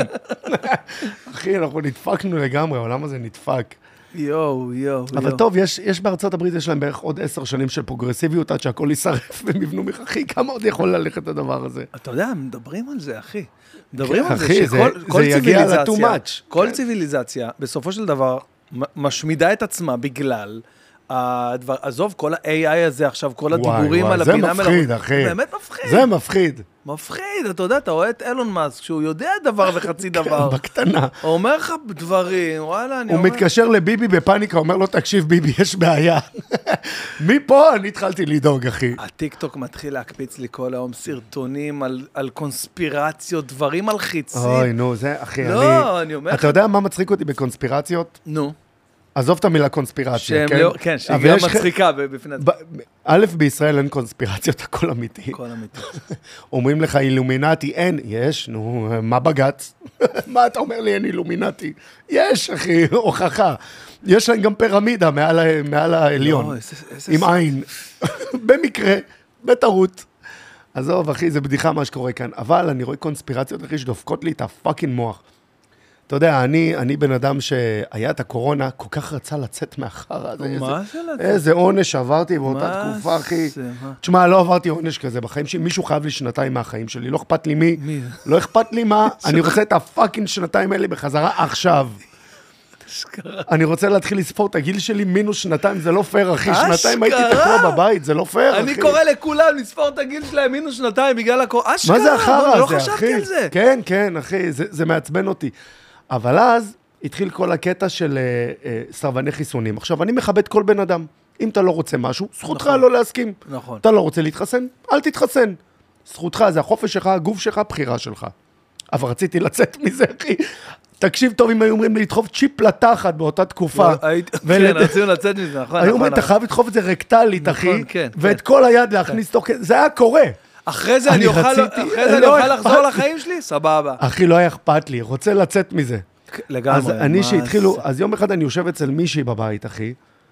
B: אחי, אנחנו נדפקנו לגמרי, העולם הזה נדפק.
A: יואו, יואו.
B: אבל טוב, יש, יש בארצות הברית, יש להם בערך עוד עשר שנים של פרוגרסיביות, עד שהכל יישרף והם יבנו מחכי, כמה עוד יכול ללכת הדבר הזה?
A: אתה יודע, מדברים על זה, אחי. מדברים
B: כן,
A: על זה,
B: אחי,
A: שכל
B: זה,
A: כל
B: זה יגיע ל-too
A: ציוויליזציה,
B: much.
A: כל
B: כן.
A: ציוויליזציה, בסופו של דבר, משמידה את עצמה בגלל הדבר, עזוב, כל ה-איי איי הזה עכשיו, כל הדיבורים
B: וואי,
A: על
B: זה
A: הבינה
B: מפחיד,
A: מלאכותית.
B: אחי.
A: באמת מפחיד.
B: זה מפחיד.
A: מפחיד, אתה יודע, אתה רואה את אילון מאסק, שהוא יודע דבר וחצי דבר.
B: בקטנה.
A: הוא אומר לך דברים, וואלה, אני
B: הוא
A: אומר...
B: מתקשר לביבי בפאניקה, אומר לו, תקשיב ביבי, יש בעיה. מפה אני התחלתי לדאוג, אחי.
A: הטיקטוק מתחיל להקפיץ לי כל היום סרטונים על, על קונספירציות, דברים מלחיצים.
B: אוי, נו, זה, אחי,
A: לא,
B: אני...
A: אני אומר לך...
B: אתה יודע מה מצחיק אותי בקונספירציות?
A: נו.
B: עזוב את המילה קונספירציה, כן?
A: לא, כן, שהיא גם מצחיקה בפני...
B: א', בישראל אין קונספירציות, הכל אמיתי.
A: הכל אמיתי.
B: אומרים לך אילומינטי, אין, יש, נו, מה בגץ? מה אתה אומר לי, אין אילומינטי? יש, אחי, הוכחה. יש להם גם פירמידה מעל, מעל העליון,
A: לא, איזה, איזה
B: עם
A: סרט.
B: עין. במקרה, בטעות. עזוב, אחי, זה בדיחה מה שקורה כאן. אבל אני רואה קונספירציות, אחי, שדופקות לי את הפאקינג מוח. אתה יודע, אני, אני בן אדם שהיה את הקורונה, כל כך רצה לצאת מאחר הזה.
A: מה
B: איזה,
A: זה לצאת?
B: איזה עונש עברתי באותה
A: מה
B: תקופה, אחי.
A: זה, מה?
B: תשמע, לא עברתי עונש כזה בחיים שלי, מישהו חייב לי שנתיים מהחיים שלי, לא אכפת לי מי,
A: מי?
B: לא אכפת לי מה, אני רוצה את הפאקינג שנתיים האלה בחזרה עכשיו.
A: אשכרה.
B: אני רוצה להתחיל לספור את הגיל שלי, מינוס שנתיים, זה לא פייר, אחי,
A: אשכרה?
B: שנתיים הייתי תקוע בבית, זה לא פייר, אחי.
A: אני קורא לכולם לספור את הגיל שלהם מינוס שנתיים בגלל הקורונה. אשכרה,
B: מה זה החרא
A: לא
B: הזה,
A: חשבתי על זה.
B: כן, כן, אחי, זה, זה מעצבן אותי. אבל אז התחיל כל הקטע של uh, uh, סרבני חיסונים. עכשיו, אני מכבד כל בן אדם. אם אתה לא רוצה משהו, זכותך
A: נכון.
B: לא להסכים.
A: נכון.
B: אתה לא רוצה להתחסן, אל תתחסן. זכותך, זה החופש שלך, הגוף שלך, בחירה שלך. אבל רציתי לצאת מזה, אחי. תקשיב טוב, אם היו אומרים לי לדחוף צ'יפ לתחת באותה תקופה.
A: כן, רצינו לצאת מזה, נכון.
B: היו אומרים, אתה חייב לדחוף את זה רקטלית, אחי.
A: כן,
B: ואת כל היד להכניס תוך... זה היה קורה.
A: אחרי זה אני אוכל לחזור לחיים שלי? סבבה.
B: אחי, לא היה אכפת לי, רוצה לצאת מזה.
A: לגמרי.
B: אז אני שהתחילו, אז יום אחד אני יושב אצל מישהי בבית, אחי.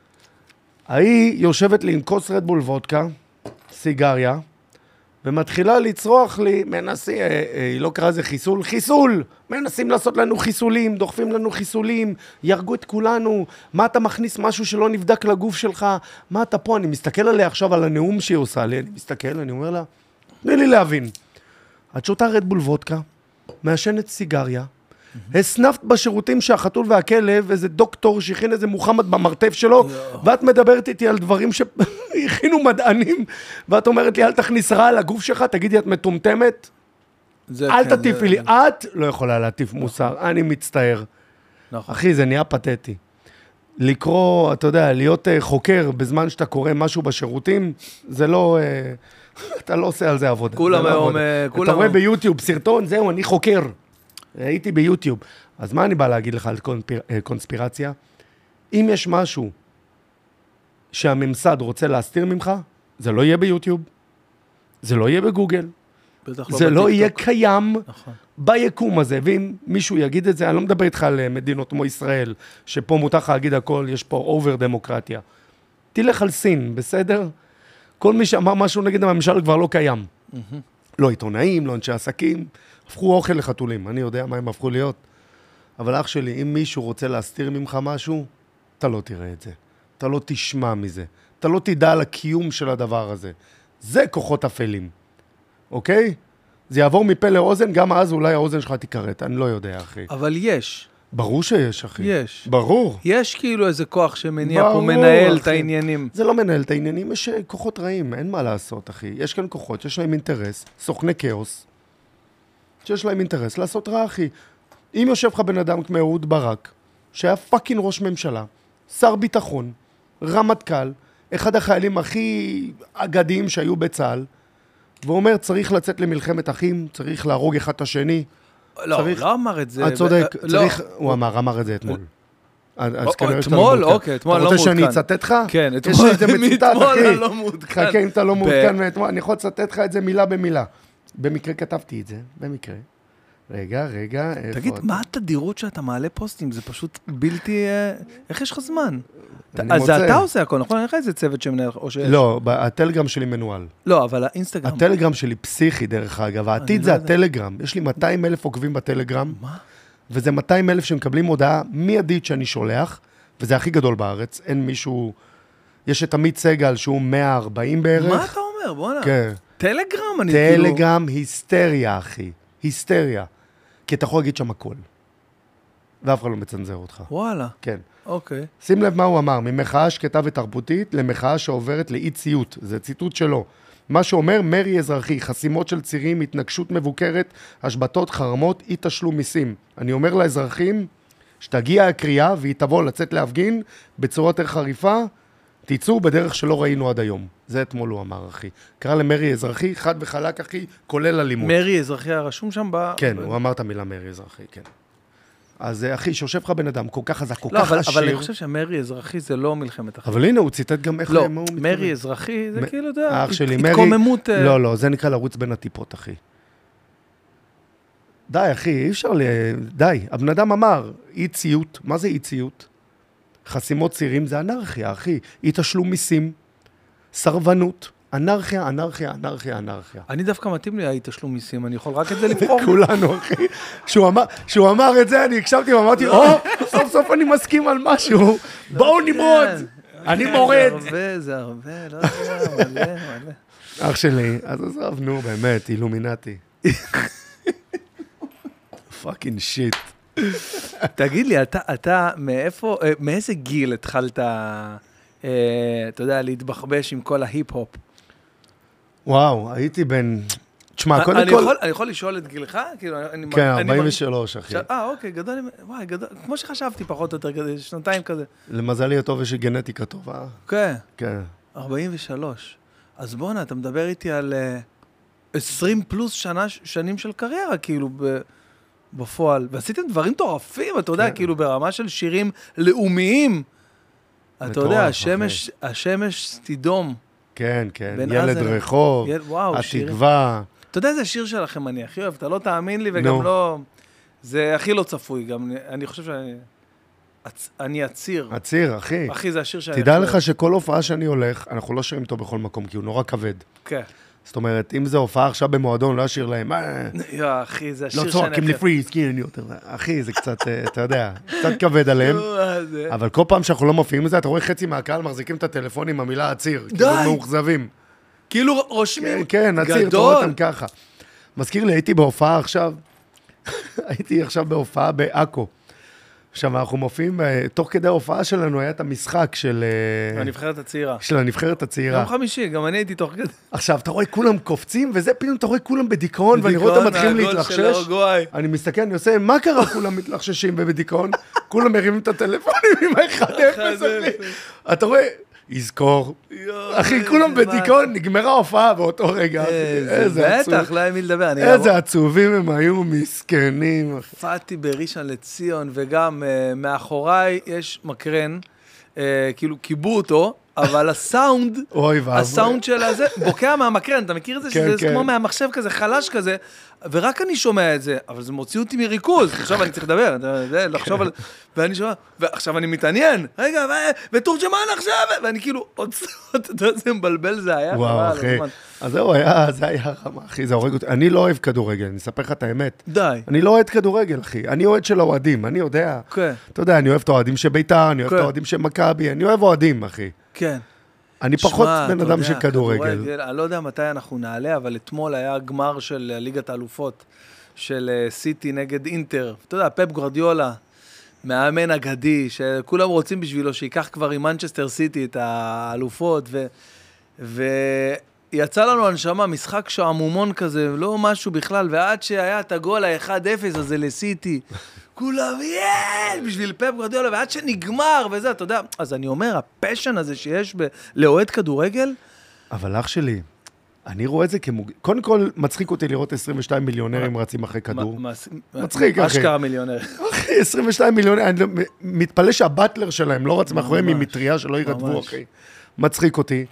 B: היא יושבת לי עם כוס רדבול וודקה, סיגריה, ומתחילה לצרוח לי, מנסים, היא לא קראה לזה חיסול, חיסול! מנסים לעשות לנו חיסולים, דוחפים לנו חיסולים, ירגו את כולנו, מה אתה מכניס משהו שלא נבדק לגוף שלך, מה אתה פה? אני מסתכל עליה עכשיו על הנאום שהיא עושה לי, אני מסתכל, אני אומר לה, תני לי להבין. את שותה רדבול וודקה, מעשנת סיגריה, הסנפת בשירותים שהחתול והכלב, איזה דוקטור שהכין איזה מוחמד במרתף שלו, ואת מדברת איתי על דברים שהכינו מדענים, ואת אומרת לי, אל תכניס רע על הגוף שלך, תגידי, את מטומטמת? אל תטיפי לי, את לא יכולה להטיף מוסר, אני מצטער. אחי, זה נהיה פתטי. לקרוא, אתה יודע, להיות חוקר בזמן שאתה קורא משהו בשירותים, זה לא... אתה לא עושה על זה עבודה.
A: כולם היום...
B: אתה רואה ביוטיוב סרטון, זהו, אני חוקר. הייתי ביוטיוב. אז מה אני בא להגיד לך על קונספירציה? אם יש משהו שהממסד רוצה להסתיר ממך, זה לא יהיה ביוטיוב, זה לא יהיה בגוגל, זה לא יהיה קיים ביקום הזה. ואם מישהו יגיד את זה, אני לא מדבר איתך על מדינות כמו ישראל, שפה מותר לך להגיד הכל, יש פה אובר דמוקרטיה. תלך על סין, בסדר? כל מי שאמר משהו נגד הממשל כבר לא קיים. לא עיתונאים, לא אנשי עסקים, הפכו אוכל לחתולים, אני יודע מה הם הפכו להיות. אבל אח שלי, אם מישהו רוצה להסתיר ממך משהו, אתה לא תראה את זה. אתה לא תשמע מזה. אתה לא תדע על הקיום של הדבר הזה. זה כוחות אפלים, אוקיי? זה יעבור מפה לאוזן, גם אז אולי האוזן שלך תיקראת, אני לא יודע, אחי.
A: אבל יש.
B: ברור שיש, אחי.
A: יש.
B: ברור.
A: יש כאילו איזה כוח שמניע פה, מנהל את העניינים.
B: זה לא מנהל את העניינים, יש כוחות רעים, אין מה לעשות, אחי. יש כאן כוחות, יש להם אינטרס, סוכני כאוס, שיש להם אינטרס לעשות רע, אחי. אם יושב לך בן אדם כמו אהוד ברק, שהיה פאקינג ראש ממשלה, שר ביטחון, רמטכ"ל, אחד החיילים הכי אגדיים שהיו בצה"ל, והוא אומר, צריך לצאת למלחמת אחים, צריך להרוג אחד את השני.
A: לא, הוא לא אמר את זה.
B: את צודק, צריך, הוא אמר, אמר את זה אתמול.
A: אתמול, אוקיי, אתמול לא מעודכן.
B: אתה רוצה שאני אצטט לך?
A: כן,
B: יש לי את זה מצוטט, אחי.
A: אני לא מעודכן.
B: חכה אם אתה לא מעודכן מאתמול, אני יכול לצטט לך את זה מילה במילה. במקרה כתבתי את זה, במקרה. רגע, רגע, איפה...
A: תגיד, מה התדירות שאתה מעלה פוסטים? זה פשוט בלתי... איך יש לך זמן? אז זה אתה עושה הכל, נכון? אין לך איזה צוות שמנהל...
B: לא, הטלגרם שלי מנוהל.
A: לא, אבל האינסטגרם...
B: הטלגרם שלי פסיכי, דרך אגב. העתיד זה הטלגרם. יש לי מאתיים אלף עוקבים בטלגרם.
A: מה?
B: וזה מאתיים אלף שמקבלים הודעה מיידית שאני שולח, וזה הכי גדול בארץ. אין מישהו... יש את עמית סגל שהוא מאה וארבעים בערך.
A: מה אתה אומר? בוא נע.
B: כן.
A: טלגרם? אני כאילו...
B: טלגרם היסטריה, אחי. היסטריה. כי אתה יכול להגיד שם הכל. ואף אחד לא מצנזר אותך.
A: וואלה.
B: כן.
A: אוקיי.
B: שים לב מה הוא אמר, ממחאה שקטה ותרבותית למחאה שעוברת לאי ציות. זה ציטוט שלו. מה שאומר, מרי אזרחי, חסימות של צירים, התנגשות מבוקרת, השבתות, חרמות, אי תשלום מיסים. אני אומר לאזרחים, שתגיע הקריאה והיא תבוא לצאת להפגין בצורה יותר חריפה, תיצאו בדרך שלא ראינו עד היום. זה אתמול הוא אמר, אחי. קרא למרי אזרחי, חד וחלק, אחי, כולל אלימות.
A: מרי אזרחי הרשום שם ב...
B: כן, הוא אמר את המילה מרי אזרחי, כן. אז אחי, שיושב לך בן אדם כל כך חזק, כל
A: לא,
B: כך
A: אבל,
B: עשיר.
A: אבל אני חושב שמרי אזרחי זה לא מלחמת אחים.
B: אבל הנה, הוא ציטט גם איך...
A: לא, מרי אזרחי זה
B: מ...
A: כאילו, אתה יודע,
B: אח שלי,
A: התקוממות...
B: מרי... לא, לא, זה נקרא לרוץ בין הטיפות, אחי. די, אחי, אי אפשר ל... די, הבן אדם אמר, אי ציות, מה זה אי ציות? חסימות צירים זה אנרכיה, אחי. אי תשלום מיסים, סרבנות, אנרכיה, אנרכיה, אנרכיה, אנרכיה.
A: אני דווקא מתאים לי, היית תשלום מיסים, אני יכול רק את זה לבחור.
B: כולנו, אחי. שהוא אמר, שהוא אמר את זה, אני הקשבתי ואמרתי, או, סוף סוף אני מסכים על משהו, בואו נמרוד. אני מורד.
A: זה הרבה, זה הרבה, לא יודע, מלא, מלא.
B: אח שלי, אז עזוב, נו, באמת, אילומינטי. פאקינג שיט.
A: תגיד לי, אתה, אתה, מאיפה, מאיזה גיל התחלת, אתה יודע, להתבחבש עם כל ההיפ-הופ?
B: וואו, הייתי בן... תשמע, קודם
A: אני
B: כל...
A: יכול, אני יכול לשאול את גילך? כאילו, אני,
B: כן,
A: אני,
B: ארבעים ושלוש, אחי.
A: אה, אוקיי, גדול, וואי, גדול, כמו שחשבתי פחות או יותר, כזה, שנתיים כזה.
B: למזלי הטוב יש לי גנטיקה טובה.
A: כן.
B: כן.
A: ארבעים ושלוש. אז בוא'נה, אתה מדבר איתי על עשרים פלוס שנה, שנים של קריירה, כאילו, בפועל. ועשיתם דברים טורפים, אתה יודע, כאילו, ברמה של שירים לאומיים. אתה יודע, השמש, השמש תידום.
B: כן, כן, ילד רחוב, התקווה.
A: אתה יודע איזה שיר שלכם אני הכי אוהב, אתה לא תאמין לי וגם לא... זה הכי לא צפוי, גם אני חושב שאני... אני עציר.
B: עציר, אחי.
A: אחי, זה השיר שאני...
B: תדע לך שכל הופעה שאני הולך, אנחנו לא שרים אותו בכל מקום, כי הוא נורא כבד.
A: כן.
B: זאת אומרת, אם זו הופעה עכשיו במועדון, לא אשיר להם,
A: יא, אחי, זה השיר
B: שאני... לא צועקים לי פריז, כי אני יותר... אחי, זה קצת, אתה יודע, קצת כבד עליהם. אבל כל פעם שאנחנו לא מופיעים לזה, אתה רואה חצי מהקהל מחזיקים את הטלפון עם המילה עציר.
A: די!
B: כאילו מאוכזבים.
A: כאילו רושמים.
B: כן, עציר, אתה רואה אותם ככה. מזכיר לי, הייתי בהופעה עכשיו, הייתי עכשיו בהופעה בעכו. עכשיו, אנחנו מופיעים, תוך כדי ההופעה שלנו היה את המשחק של...
A: הנבחרת הצעירה.
B: של הנבחרת הצעירה.
A: יום חמישי, גם אני הייתי תוך כדי.
B: עכשיו, אתה רואה כולם קופצים, וזה פתאום אתה רואה כולם בדיכאון, ואני רואה אותם מתחילים להתלחשש. אני מסתכל, אני עושה, מה קרה כולם מתלחששים ובדיכאון? כולם מרימים את הטלפונים עם ה-אחד אפס, אחי. אתה רואה... יזכור. אחי, כולם בדיכאון, נגמרה הופעה באותו רגע.
A: איזה עצוב. בטח, לא היה מי לדבר.
B: איזה עצובים הם היו, מסכנים.
A: הופעתי בראשון לציון, וגם מאחוריי יש מקרן, כאילו קיבו אותו, אבל הסאונד,
B: אוי ואבוי.
A: הסאונד של הזה, בוקע מהמקרן, אתה מכיר את זה?
B: כן,
A: שזה
B: כן.
A: כמו מהמחשב כזה, חלש כזה, ורק אני שומע את זה, אבל זה מוציא אותי מריכוז, עכשיו אני צריך לדבר, אתה יודע, לחשוב על... ואני שומע, ועכשיו אני מתעניין, רגע, ו- ותורג'מן עכשיו, ואני כאילו, עוד אתה יודע, זה מבלבל זה היה.
B: וואו,
A: חבל,
B: אחי.
A: הזמן.
B: אז זהו, היה, זה היה רמה, אחי, זה הורג אותי. אני לא אוהב כדורגל, אני אספר לך את האמת.
A: די.
B: אני לא אוהד כדורגל, אחי. אני אוהד של האוהדים, אני יודע.
A: כן.
B: אתה יודע, אני אוהב את האוהדים של בית"ר, אני אוהב את
A: כן.
B: האוהדים של מכבי, אני אוהב אוהדים, אחי.
A: כן.
B: אני פחות
A: שמע,
B: בן
A: אתה
B: אדם
A: יודע,
B: של כדורגל.
A: אני לא יודע מתי אנחנו נעלה, אבל אתמול היה גמר של ליגת האלופות, של אה, סיטי נגד אינטר. אתה יודע, פפ גוארדיולה, מאמן אגדי, שכולם רוצים בשבילו שיקח כבר עם מנצ'סטר סיטי את האלופות, ו... ויצא לנו הנשמה, משחק שעמומון כזה, לא משהו בכלל, ועד שהיה את הגול ה-אחד אפס הזה לסיטי, כולם, יאי, בשביל פפ גוארדיולה, ועד שנגמר וזה, אתה יודע, אז אני אומר, הפשן הזה שיש ב... לאוהד כדורגל,
B: אבל אח שלי, אני רואה את זה כמוג... קודם כל, מצחיק אותי לראות עשרים ושתיים מיליונרים רצים אחרי כדור. מצחיק, אחי.
A: אשכרה מיליונר.
B: אחי, עשרים ושתיים מיליונרים, אני מתפלא שהבטלר שלהם לא רץ מאחוריהם ממטריה שלא ירדבו, אחי. מצחיק אותי.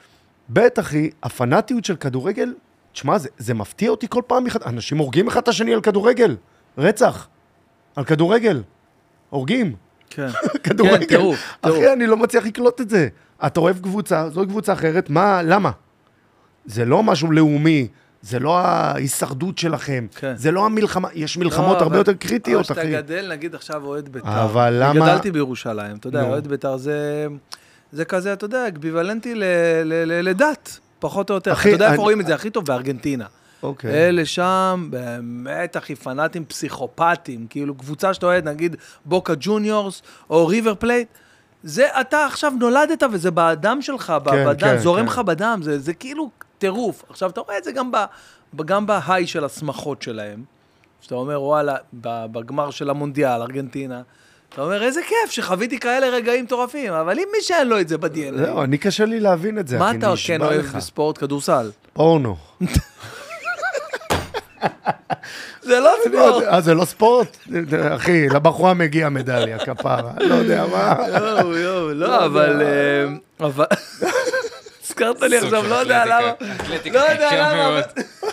B: בית, אחי, הפנאטיות של כדורגל, תשמע, זה, זה מפתיע אותי כל פעם. אנשים הורגים אחד את השני על כדורגל. רצח. על כדורגל. הורגים.
A: כן.
B: כדורגל.
A: כן, טירוף, טירוף.
B: אחי, אני לא מצליח לקלוט את זה. אתה אוהב קבוצה, זו קבוצה אחרת, מה, למה? זה לא משהו לאומי, זה לא ההישרדות שלכם,
A: כן.
B: זה לא המלחמה, יש מלחמות
A: לא,
B: הרבה
A: אבל-
B: יותר קריטיות,
A: אבל
B: אחי.
A: שאתה גדל, נגיד עכשיו אוהד בית"ר.
B: אבל
A: אני
B: למה-
A: גדלתי בירושלים, אתה יודע,
B: נו.
A: אוהד בית"ר זה... זה כזה, אתה יודע, אקביוולנטי ל- ל- ל- לדת, פחות או יותר.
B: אחי,
A: אתה יודע איפה
B: אני-
A: רואים את זה הכי טוב? בארגנטינה.
B: אוקיי.
A: אלה שם, באמת, הכי פנאטים פסיכופטים, כאילו קבוצה שאתה אוהד, נגיד בוקה ג'וניורס, או ריבר פלייט, זה אתה עכשיו נולדת, וזה בדם שלך,
B: כן,
A: בדם,
B: כן,
A: זורם
B: כן.
A: לך בדם, זה, זה כאילו טירוף. עכשיו, אתה רואה את זה גם, ב, גם בהיי של השמחות שלהם, שאתה אומר, וואלה, ב- בגמר של המונדיאל, ארגנטינה, אתה אומר, איזה כיף שחוויתי כאלה רגעים מטורפים, אבל אם מי שאין לו את זה ב-די אן איי,
B: זהו, אני קשה לי להבין את זה,
A: מה
B: אחי,
A: אתה
B: נשבע
A: כן אוהב
B: לך.
A: בספורט כדורסל?
B: פורנו.
A: זה לא ספורט.
B: אה, זה לא ספורט? אחי, לבחורה מגיע מדליה, כפרה, לא יודע מה.
A: יואו, יואו, לא, אבל... אה, אבל... הזכרת לי עכשיו, לא יודע למה.
C: אתלטיקה
A: לא יודע
C: קשה
A: למה.
C: מאוד.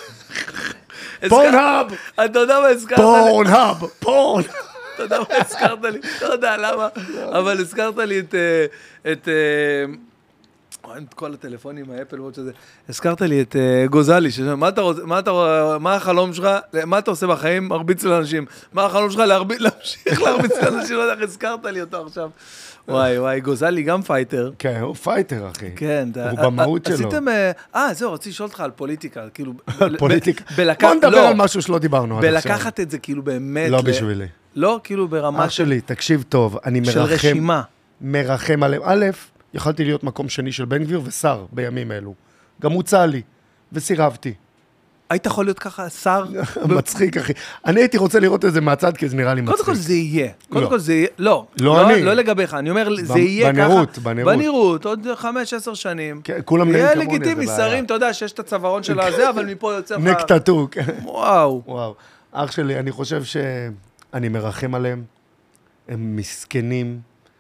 B: פורנהאב,
A: אתה יודע מה הזכרת לי?
B: פורנהאב, פורן.
A: אתה יודע מה הזכרת לי? לא יודע למה, אבל הזכרת לי את... אה, את... אה, את כל הטלפונים, האפל וואץ' הזה. הזכרת לי את אה, גוזלי, ששם, מה אתה רוצה, מה אתה, מה החלום שלך, מה אתה עושה בחיים? מרביץ לאנשים. מה החלום שלך? להרביץ, להמשיך להרביץ לאנשים, לא יודע איך הזכרת לי אותו עכשיו. וואי, וואי, גוזלי גם פייטר.
B: כן, הוא פייטר, אחי.
A: כן, אתה...
B: הוא במהות שלו.
A: עשיתם... אה, זהו, רציתי לשאול אותך על פוליטיקה, כאילו...
B: על פוליטיקה.
A: בלקח-
B: בוא נדבר
A: לא,
B: על משהו שלא דיברנו עד עכשיו.
A: בלקחת את זה כאילו באמת...
B: לא
A: ל-
B: בשבילי.
A: לא, כאילו ברמה
B: אח שלי, תקשיב טוב, אני
A: של
B: מרחם,
A: רשימה.
B: מרחם עליהם. א', יכלתי להיות מקום שני של בן גביר ושר בימים אלו. גם הוצע לי, וסירבתי.
A: היית יכול להיות ככה שר?
B: מצחיק, אחי. אני הייתי רוצה לראות את זה מהצד, כי זה נראה לי מצחיק.
A: קודם כל זה יהיה. קודם
B: לא.
A: כל זה יהיה. לא.
B: לא אני.
A: לא לגביך. אני אומר, זה יהיה ככה.
B: בנראות, בנראות.
A: בנראות, עוד חמש, עשר שנים.
B: כן, כולם נראים
A: יהיה
B: כמוני, זה
A: לגיטימי,
B: בעיה.
A: שרים, אתה יודע שיש את הצווארון של הזה, אבל מפה יוצא לך...
B: נקטטו, כן.
A: וואו.
B: וואו. אח שלי, אני חושב שאני מרחם עליהם. הם מסכנים.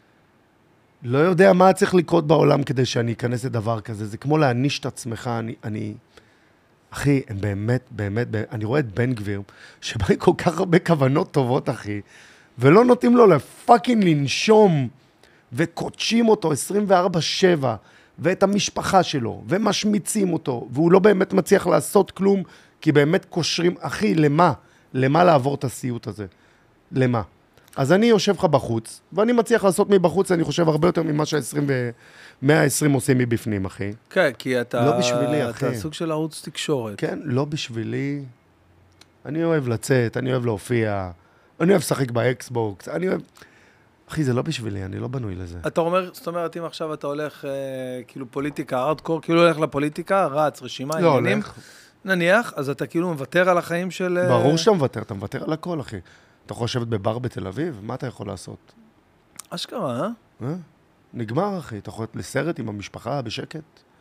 B: לא יודע מה צריך לקרות בעולם כדי שאני אכנס לדבר כזה. זה כמו להעניש את עצמך. אני, אני... אחי, הם באמת, באמת, באמת, אני רואה את בן גביר, שבא עם כל כך הרבה כוונות טובות, אחי, ולא נותנים לו לפאקינג לנשום, וקודשים אותו עשרים וארבע שבע, ואת המשפחה שלו, ומשמיצים אותו, והוא לא באמת מצליח לעשות כלום, כי באמת קושרים, אחי, למה? למה לעבור את הסיוט הזה? למה? אז אני יושב לך בחוץ, ואני מצליח לעשות מבחוץ, אני חושב, הרבה יותר ממה שה-עשרים ו-מאה ועשרים עושים מבפנים, אחי.
A: כן, כי אתה...
B: לא בשבילי, אחי.
A: אתה סוג של ערוץ תקשורת.
B: כן, לא בשבילי. אני אוהב לצאת, אני אוהב להופיע, אני אוהב לשחק באקסבוקס, אני אוהב... אחי, זה לא בשבילי, אני לא בנוי לזה.
A: אתה אומר, זאת אומרת, אם עכשיו אתה הולך, אה, כאילו פוליטיקה, ארדקור, כאילו הולך לפוליטיקה, רץ, רשימה,
B: לא
A: עניינים,
B: הולך.
A: נניח, אז אתה כאילו מוותר על החיים של... אה,
B: ברור שאתה מוותר, אתה מוותר על הכל, אחי. אתה יכול לשבת בבר בתל אביב? מה אתה יכול לעשות?
A: אשכרה, אה?
B: אה? נגמר, אחי. אתה יכול ללכת לסרט עם המשפחה בשקט?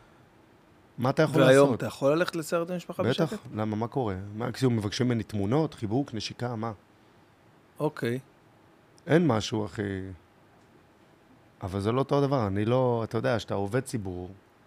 B: מה אתה יכול
A: והיום
B: לעשות?
A: אתה יכול ללכת לסרט עם משפחה
B: בטח.
A: בשקט?
B: למה, מה קורה? מה, כשהוא מבקשים ממני תמונות, חיבוק, נשיקה, מה?
A: אוקיי.
B: אין משהו, אחי. אבל זה לא אותו דבר, אני לא, אתה יודע, שאתה עובד ציבור,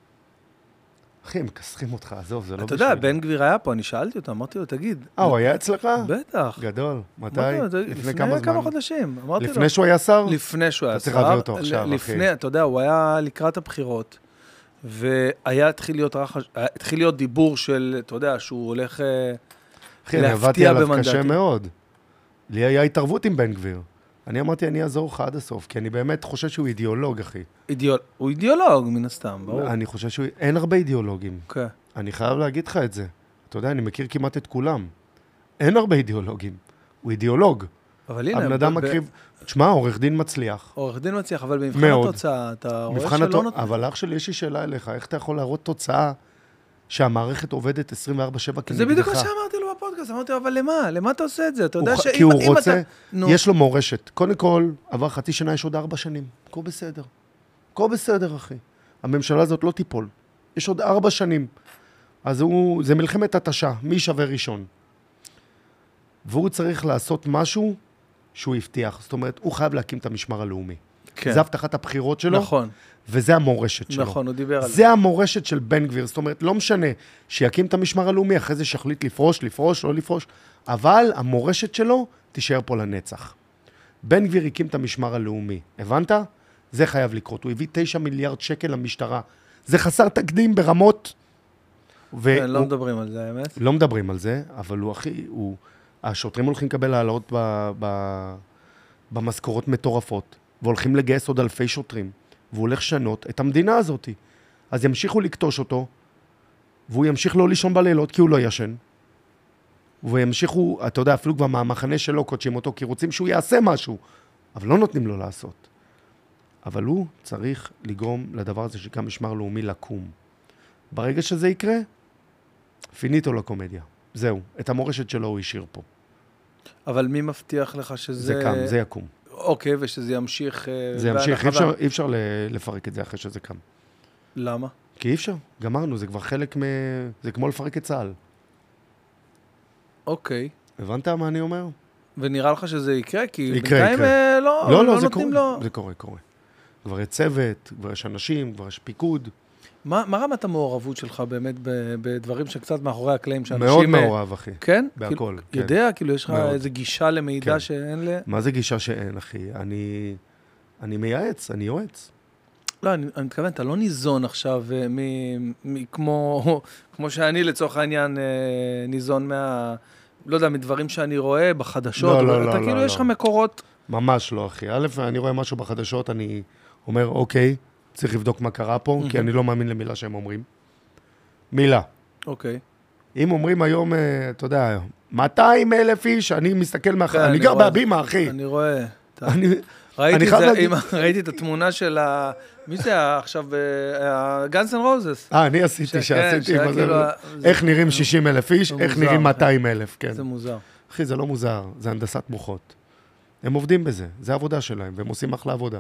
B: אחי, הם מכסחים אותך, עזוב, זה לא
A: אתה יודע, בן גביר היה פה, אני שאלתי אותו, אמרתי לו, תגיד.
B: אה, הוא היה אצלך?
A: בטח.
B: גדול. מתי?
A: לפני כמה זמן? לפני כמה חודשים.
B: לפני שהוא היה שר?
A: לפני שהוא היה שר.
B: אתה צריך להביא אותו עכשיו, אחי.
A: לפני, אתה יודע, הוא היה לקראת הבחירות, והיה, התחיל להיות, התחיל להיות דיבור של, אתה יודע, שהוא הולך
B: אחי, אני עבדתי עליו קשה מאוד. לי היה התערבות עם בן גביר. אני אמרתי, אני אעזור לך עד הסוף, כי אני באמת חושב שהוא אידיאולוג, אחי.
A: אידיאול... הוא אידיאולוג, מן הסתם, ברור.
B: אני חושב שהוא... אין הרבה אידיאולוגים.
A: כן.
B: אני חייב להגיד לך את זה. אתה יודע, אני מכיר כמעט את כולם. אין הרבה אידיאולוגים. הוא אידיאולוג.
A: אבל הנה...
B: הבן אדם ב... מקריב... תשמע, עורך דין מצליח.
A: עורך דין מצליח, אבל במבחן התוצאה, אתה רואה שלא
B: התו...
A: נותן...
B: אבל אח שלי, יש לי שאלה אליך, איך אתה יכול להראות תוצאה שהמערכת עובדת עשרים וארבע שבע כנגדך?
A: זה בדיוק מה שאמרתי לו בפודקאסט, אמרתי לו, אבל למה? למה אתה עושה את זה? אתה יודע שאם...
B: כי הוא רוצה, יש לו מורשת. קודם כל, עבר חצי שנה, יש עוד ארבע שנים. הכל בסדר. הכל בסדר, אחי. הממשלה הזאת לא תיפול. יש עוד ארבע שנים. אז הוא, זה מלחמת התשה, מי שווה ראשון. והוא צריך לעשות משהו שהוא הבטיח. זאת אומרת, הוא חייב להקים את המשמר הלאומי. כן. זה הבטחת הבחירות שלו.
A: נכון.
B: וזה המורשת שלו.
A: נכון, הוא דיבר על זה.
B: זה המורשת של בן גביר. זאת אומרת, לא משנה שיקים את המשמר הלאומי, אחרי זה שחליט לפרוש, לפרוש, לא לפרוש, אבל המורשת שלו תישאר פה לנצח. בן גביר הקים את המשמר הלאומי. הבנת? זה חייב לקרות. הוא הביא תשע מיליארד שקל למשטרה. זה חסר תקדים ברמות.
A: ו... לא הוא... מדברים על זה, האמת.
B: לא מדברים על זה, אבל הוא הכי... הוא... השוטרים הולכים לקבל העלאות ב... ב... במשכורות מטורפות, והולכים לגייס עוד אלפי שוטרים. והוא הולך שנות את המדינה הזאת. אז ימשיכו לקטוש אותו, והוא ימשיך לא לישון בלילות, כי הוא לא ישן. וימשיכו, אתה יודע, אפילו כבר מהמחנה שלו קודשים אותו, כי רוצים שהוא יעשה משהו, אבל לא נותנים לו לעשות. אבל הוא צריך לגרום לדבר הזה שקם משמר לאומי לקום. ברגע שזה יקרה, פיניטו לקומדיה. זהו, את המורשת שלו הוא השאיר פה.
A: אבל מי מבטיח לך שזה...
B: זה קם, זה יקום.
A: אוקיי, ושזה ימשיך...
B: זה ימשיך, אי אפשר, אי אפשר לפרק את זה אחרי שזה קם.
A: למה? כי
B: אי אפשר, גמרנו, זה כבר חלק מ... זה כמו לפרק את צה"ל.
A: אוקיי.
B: הבנת מה אני אומר?
A: ונראה לך שזה יקרה? כי
B: יקרה,
A: בינתיים
B: יקרה.
A: לא,
B: לא,
A: לא,
B: לא,
A: לא נותנים
B: קורה,
A: לו...
B: זה קורה, קורה. כבר יש צוות, כבר יש אנשים, כבר יש פיקוד.
A: מה, מה רמת המעורבות שלך באמת בדברים שקצת מאחורי הקלעים שאנשים...
B: מאוד מעורב, אחי.
A: כן?
B: בהכל,
A: כאילו,
B: כן.
A: יודע, כאילו יש לך
B: מאוד.
A: איזו גישה למידע
B: כן.
A: שאין ל...
B: מה זה גישה שאין, אחי? אני, אני מייעץ, אני יועץ.
A: לא, אני, אני מתכוון, אתה לא ניזון עכשיו מ, מ, כמו, כמו שאני לצורך העניין ניזון מה... לא יודע, מדברים שאני רואה בחדשות.
B: לא, לא, לא.
A: אתה
B: לא,
A: כאילו
B: לא,
A: יש לך
B: לא.
A: מקורות...
B: ממש לא, אחי. א', אני רואה משהו בחדשות, אני אומר, אוקיי, צריך לבדוק מה קרה פה, כי אני לא מאמין למילה שהם אומרים. מילה.
A: אוקיי.
B: אם אומרים היום, אתה יודע, מאתיים אלף איש, אני מסתכל מאחר, אני גר בהבימה, אחי.
A: אני רואה.
B: אני...
A: ראיתי, זה, להגיד... ראיתי את התמונה של ה... מי זה עכשיו? גאנס אנד רוזס.
B: אה, אני עשיתי, שעשיתי. איך נראים שישים אלף איש, איך נראים מאתיים אלף, כן.
A: זה מוזר.
B: אחי, זה לא מוזר, זה הנדסת מוחות. הם עובדים בזה, זה העבודה שלהם, והם עושים אחלה עבודה.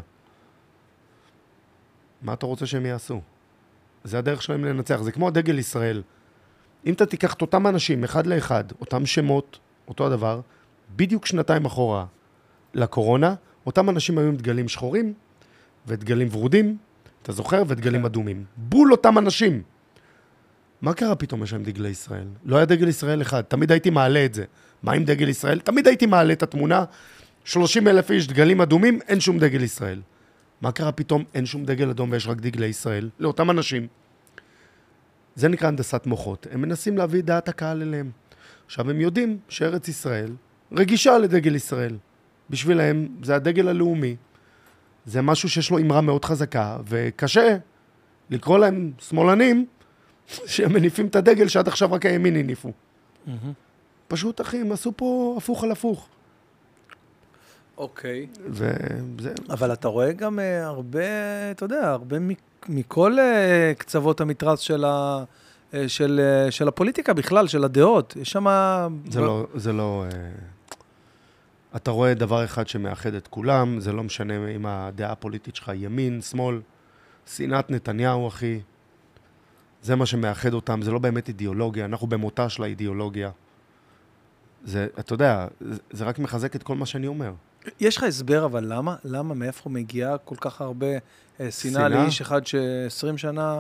B: מה אתה רוצה שהם יעשו? זה הדרך שלהם לנצח, זה כמו דגל ישראל. אם אתה תיקח את אותם אנשים, אחד לאחד, אותם שמות, אותו הדבר, בדיוק שנתיים אחורה לקורונה, אותם אנשים היו עם דגלים שחורים, ודגלים ורודים, אתה זוכר? ודגלים אדומים. בול אותם אנשים. מה קרה פתאום יש להם דגלי ישראל? לא היה דגל ישראל אחד, תמיד הייתי מעלה את זה. מה עם דגל ישראל? תמיד הייתי מעלה את התמונה, שלושים אלף איש דגלים אדומים, אין שום דגל ישראל. מה קרה פתאום? אין שום דגל אדום ויש רק דגלי ישראל. לאותם אנשים. זה נקרא הנדסת מוחות. הם מנסים להביא דעת הקהל אליהם. עכשיו הם יודעים שארץ ישראל רגישה לדגל ישראל. בשבילהם זה הדגל הלאומי. זה משהו שיש לו אמרה מאוד חזקה, וקשה לקרוא להם שמאלנים שהם מניפים את הדגל שעד עכשיו רק הימין הניפו. Mm-hmm. פשוט, אחי, הם עשו פה הפוך על הפוך.
A: אוקיי.
B: וזה...
A: אבל אתה רואה גם uh, הרבה, אתה יודע, הרבה מכל uh, קצוות המתרס של, ה, uh, של, uh, של הפוליטיקה בכלל, של הדעות. יש שם...
B: זה ב... לא... זה לא uh... אתה רואה דבר אחד שמאחד את כולם, זה לא משנה אם הדעה הפוליטית שלך ימין, שמאל, שנאת נתניהו, אחי. זה מה שמאחד אותם, זה לא באמת אידיאולוגיה, אנחנו במותה של האידיאולוגיה. זה, אתה יודע, זה, זה רק מחזק את כל מה שאני אומר.
A: יש לך הסבר, אבל למה? למה? מאיפה מגיעה כל כך הרבה שנאה לאיש אחד ש-עשרים שנה...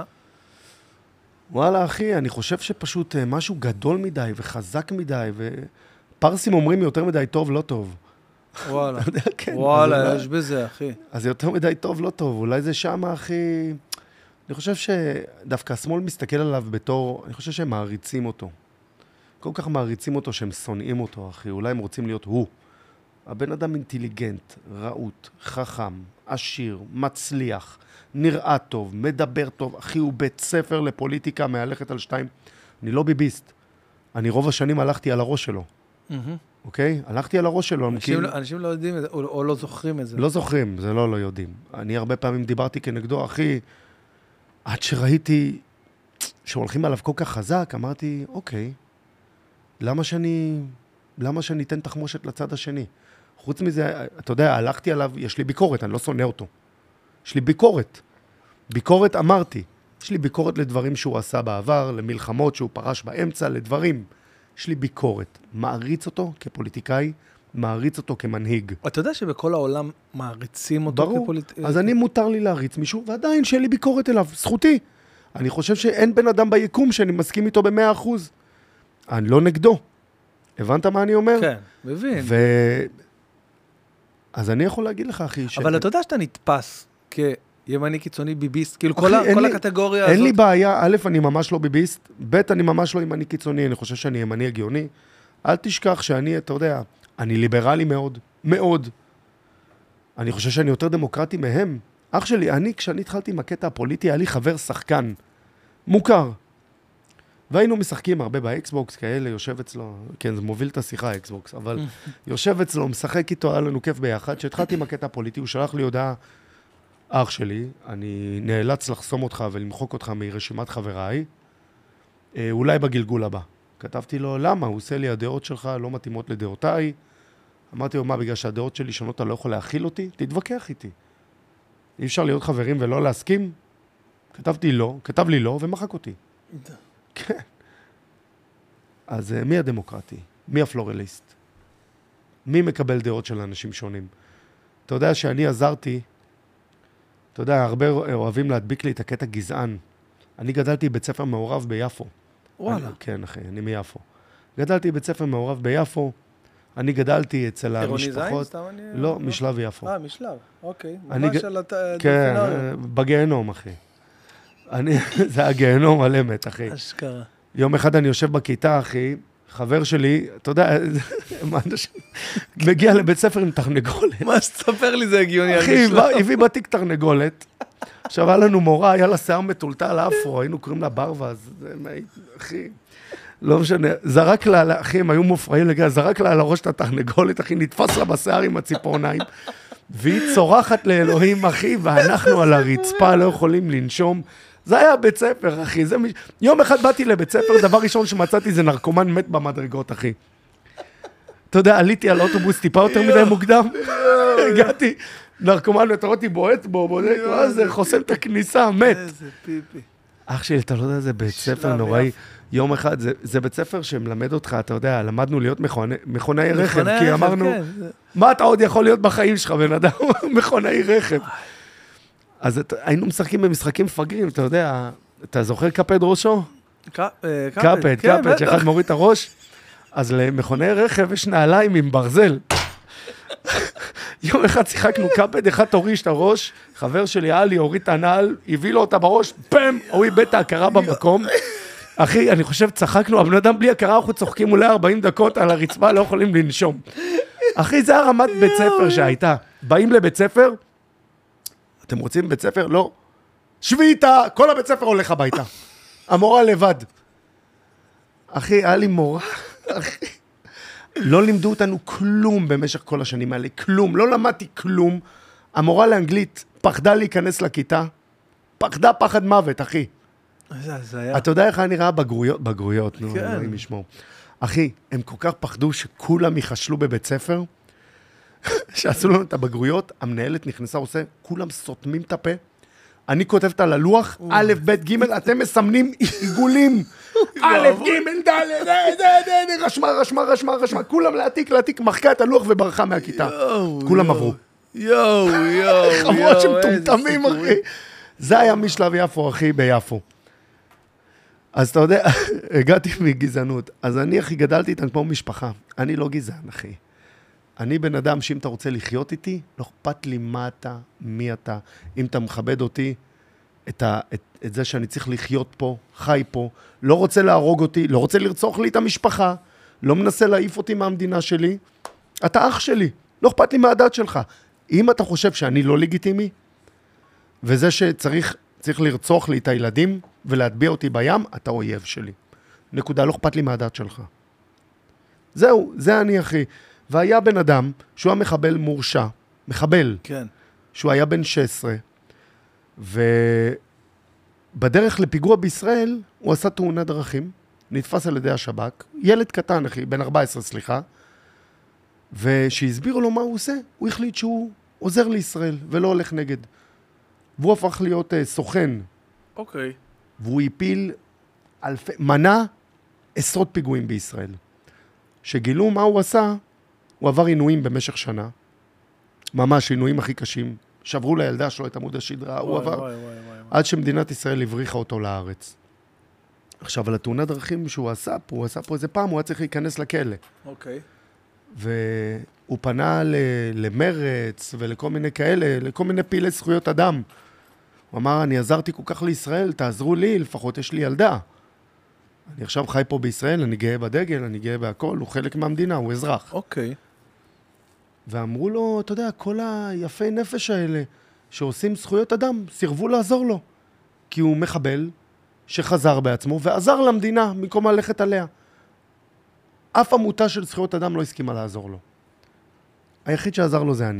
B: וואלה, אחי, אני חושב שפשוט משהו גדול מדי וחזק מדי, ופרסים אומרים יותר מדי טוב, לא טוב.
A: וואלה,
B: כן,
A: וואלה, יש בזה, אחי.
B: אז זה יותר מדי טוב, לא טוב. אולי זה שמה, אחי... אני חושב שדווקא השמאל מסתכל עליו בתור... אני חושב שהם מעריצים אותו. כל כך מעריצים אותו שהם שונאים אותו, אחי. אולי הם רוצים להיות הוא. הבן אדם אינטליגנט, רעות, חכם, עשיר, מצליח, נראה טוב, מדבר טוב. אחי, הוא בית ספר לפוליטיקה מהלכת על שתיים. אני לא ביביסט. אני רוב השנים הלכתי על הראש שלו. אוקיי? הלכתי על הראש שלו.
A: אנשים, לא, אנשים לא יודעים את זה, או, או לא זוכרים את זה.
B: לא זוכרים, זה לא לא יודעים. אני הרבה פעמים דיברתי כנגדו, אחי, עד שראיתי שהולכים עליו כל כך חזק, אמרתי, אוקיי, למה שאני, למה שאני אתן תחמושת לצד השני? חוץ מזה, אתה יודע, הלכתי עליו, יש לי ביקורת, אני לא שונא אותו. יש לי ביקורת. ביקורת אמרתי. יש לי ביקורת לדברים שהוא עשה בעבר, למלחמות שהוא פרש באמצע, לדברים. יש לי ביקורת. מעריץ אותו כפוליטיקאי, מעריץ אותו כמנהיג.
A: אתה יודע שבכל העולם מעריצים אותו
B: ברור.
A: כפוליטיקאי?
B: אז אני מותר לי להריץ מישהו, ועדיין שאין לי ביקורת אליו, זכותי. אני חושב שאין בן אדם ביקום שאני מסכים איתו במאה אחוז. אני לא נגדו. הבנת מה אני אומר?
A: כן, מבין.
B: ו... אז אני יכול להגיד לך, אחי, ש...
A: אבל אתה יודע שאתה נתפס כימני קיצוני ביביסט, כאילו כל, ה... כל לי... הקטגוריה
B: אין
A: הזאת...
B: אין לי בעיה, א', אני ממש לא ביביסט, ב', אני ממש לא ימני קיצוני, אני חושב שאני ימני הגיוני. אל תשכח שאני, אתה יודע, אני ליברלי מאוד, מאוד. אני חושב שאני יותר דמוקרטי מהם. אח שלי, אני, כשאני התחלתי עם הקטע הפוליטי, היה לי חבר שחקן, מוכר. והיינו משחקים הרבה באקסבוקס כאלה, יושב אצלו, כן, זה מוביל את השיחה האקסבוקס, אבל יושב אצלו, משחק איתו, היה לנו כיף ביחד. כשהתחלתי עם הקטע הפוליטי, הוא שלח לי הודעה, אח שלי, אני נאלץ לחסום אותך ולמחוק אותך מרשימת חבריי, אולי בגלגול הבא. כתבתי לו, למה? הוא עושה לי, הדעות שלך לא מתאימות לדעותיי. אמרתי לו, מה, בגלל שהדעות שלי שונות, אתה לא יכול להכיל אותי? תתווכח איתי. אי אפשר להיות חברים ולא להסכים? כתבתי לא, כתב לי לא, ומחק אותי. כן. אז מי הדמוקרטי? מי הפלורליסט? מי מקבל דעות של אנשים שונים? אתה יודע שאני עזרתי, אתה יודע, הרבה אוהבים להדביק לי את הקטע גזען. אני גדלתי בבית ספר מעורב ביפו.
A: וואלה.
B: אני, כן, אחי, אני מיפו. גדלתי בבית ספר מעורב ביפו, אני גדלתי אצל המשפחות...
A: אירוני זין? סתם אני...
B: לא, משלב יפו.
A: אה, משלב, אוקיי.
B: אני
A: ממש
B: ג...
A: על
B: כן,
A: הדלפינריום.
B: בגיהנום, אחי. אני... זה הגיהנום על אמת, אחי.
A: אשכרה.
B: יום אחד אני יושב בכיתה, אחי, חבר שלי, אתה יודע, מגיע לבית ספר עם תרנגולת.
A: מה שתספר לי זה הגיוני.
B: אחי, הביא בתיק תרנגולת. עכשיו, היה לנו מורה, היה לה שיער מטולטל אפרו, היינו קוראים לה ברווז. אחי, לא משנה, זרק לה, אחי, הם היו מופרעים לגמרי, זרק לה על הראש את התרנגולת, אחי, נתפס לה בשיער עם הציפורניים, והיא צורחת לאלוהים, אחי, ואנחנו על הרצפה לא יכולים לנשום. זה היה בית ספר, אחי. זה... יום אחד באתי לבית ספר, דבר ראשון שמצאתי זה נרקומן מת במדרגות, אחי. אתה יודע, עליתי על אוטובוס טיפה יותר מדי מוקדם, הגעתי, נרקומן מת, אותי בועט בו, בודק, מה זה, חוסם את הכניסה, מת.
A: איזה פיפי.
B: אח שלי, אתה לא יודע, זה בית ספר נוראי. יום אחד, זה, זה בית ספר שמלמד אותך, אתה יודע, למדנו להיות מכוני, מכונאי רכב, כי אמרנו,
A: כן.
B: מה אתה עוד יכול להיות בחיים שלך, בן אדם, מכונאי רכב. אז את, היינו משחקים במשחקים מפגרים, אתה יודע, אתה זוכר קפד ראשו?
A: קפד,
B: קפד, קפד, שאחד מוריד את הראש. אז למכוני רכב יש נעליים עם ברזל. יום אחד שיחקנו קפד, אחד תוריש את הראש, חבר שלי עלי הוריד את הנעל, הביא לו אותה בראש, פם, הוא איבד את ההכרה במקום. אחי, אני חושב, צחקנו, הבן אדם בלי הכרה, אנחנו צוחקים אולי ארבעים דקות על הרצפה, לא יכולים לנשום. אחי, זה הרמת בית ספר שהייתה. באים לבית ספר, אתם רוצים בית ספר? לא. שבי איתה, כל הבית ספר הולך הביתה. המורה לבד. אחי, היה לי מורה, אחי. לא לימדו אותנו כלום במשך כל השנים האלה, כלום. לא למדתי כלום. המורה לאנגלית פחדה להיכנס לכיתה. פחדה פחד מוות, אחי.
A: זה היה.
B: אתה יודע איך היה נראה בגרויות? בגרויות, נו,
A: כן.
B: אני משמור. אחי, הם כל כך פחדו שכולם יחשלו בבית ספר, שעשו לנו את הבגרויות, המנהלת נכנסה, עושה, כולם סותמים את הפה, אני כותבת על הלוח, א', ב', ג', אתם מסמנים עיגולים. א', ג', ד', ד', רשמה, רשמה, רשמה, רשמה, כולם להעתיק, להעתיק, מחקה את הלוח וברחה מהכיתה. כולם עברו.
A: יואו, יואו,
B: חבורת שמטומטמים, אחי. זה היה משלב יפו, אחי, ביפו. אז אתה יודע, הגעתי מגזענות. אז אני, אחי, גדלתי איתם כמו משפחה. אני לא גזען, אחי. אני בן אדם שאם אתה רוצה לחיות איתי, לא אכפת לי מה אתה, מי אתה. אם אתה מכבד אותי, את, ה, את, את זה שאני צריך לחיות פה, חי פה, לא רוצה להרוג אותי, לא רוצה לרצוח לי את המשפחה, לא מנסה להעיף אותי מהמדינה שלי, אתה אח שלי, לא אכפת לי מהדת שלך. אם אתה חושב שאני לא לגיטימי, וזה שצריך צריך לרצוח לי את הילדים ולהטביע אותי בים, אתה אויב שלי. נקודה, לא אכפת לי מהדת שלך. זהו, זה אני, אחי. והיה בן אדם שהוא המחבל מורשע, מחבל,
A: כן.
B: שהוא היה בן שש עשרה, ובדרך לפיגוע בישראל הוא עשה תאונת דרכים, נתפס על ידי השב"כ, ילד קטן, אחי, בן ארבע עשרה, סליחה, ושהסבירו לו מה הוא עושה, הוא החליט שהוא עוזר לישראל ולא הולך נגד. והוא הפך להיות uh, סוכן.
A: אוקיי.
B: והוא הפיל אלפי, מנע עשרות פיגועים בישראל. שגילו מה הוא עשה, הוא עבר עינויים במשך שנה, ממש עינויים הכי קשים, שברו לילדה שלו את עמוד השדרה, הוא עבר,
A: וואי, וואי, וואי, וואי.
B: עד שמדינת ישראל הבריחה אותו לארץ. עכשיו, על התאונת דרכים שהוא עשה פה, הוא עשה פה איזה פעם, הוא היה צריך להיכנס לכלא.
A: אוקיי.
B: והוא פנה ל- למרץ ולכל מיני כאלה, לכל מיני פעילי זכויות אדם. הוא אמר, אני עזרתי כל כך לישראל, תעזרו לי, לפחות יש לי ילדה. אני עכשיו חי פה בישראל, אני גאה בדגל, אני גאה בהכל, הוא חלק מהמדינה, הוא אזרח.
A: אוקיי.
B: ואמרו לו, אתה יודע, כל היפי נפש האלה שעושים זכויות אדם, סירבו לעזור לו. כי הוא מחבל שחזר בעצמו ועזר למדינה במקום ללכת עליה. אף עמותה של זכויות אדם לא הסכימה לעזור לו. היחיד שעזר לו זה אני.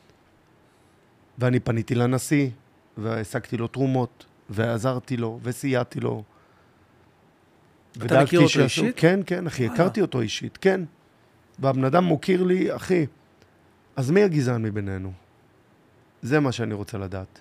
B: ואני פניתי לנשיא, והעסקתי לו תרומות, ועזרתי לו, וסייעתי לו.
A: אתה מכיר אותו אישית?
B: כן, כן, אחי, הכרתי אותו אישית, כן. והבן אדם מוכיר לי, אחי, אז מי הגזען מבינינו? זה מה שאני רוצה לדעת.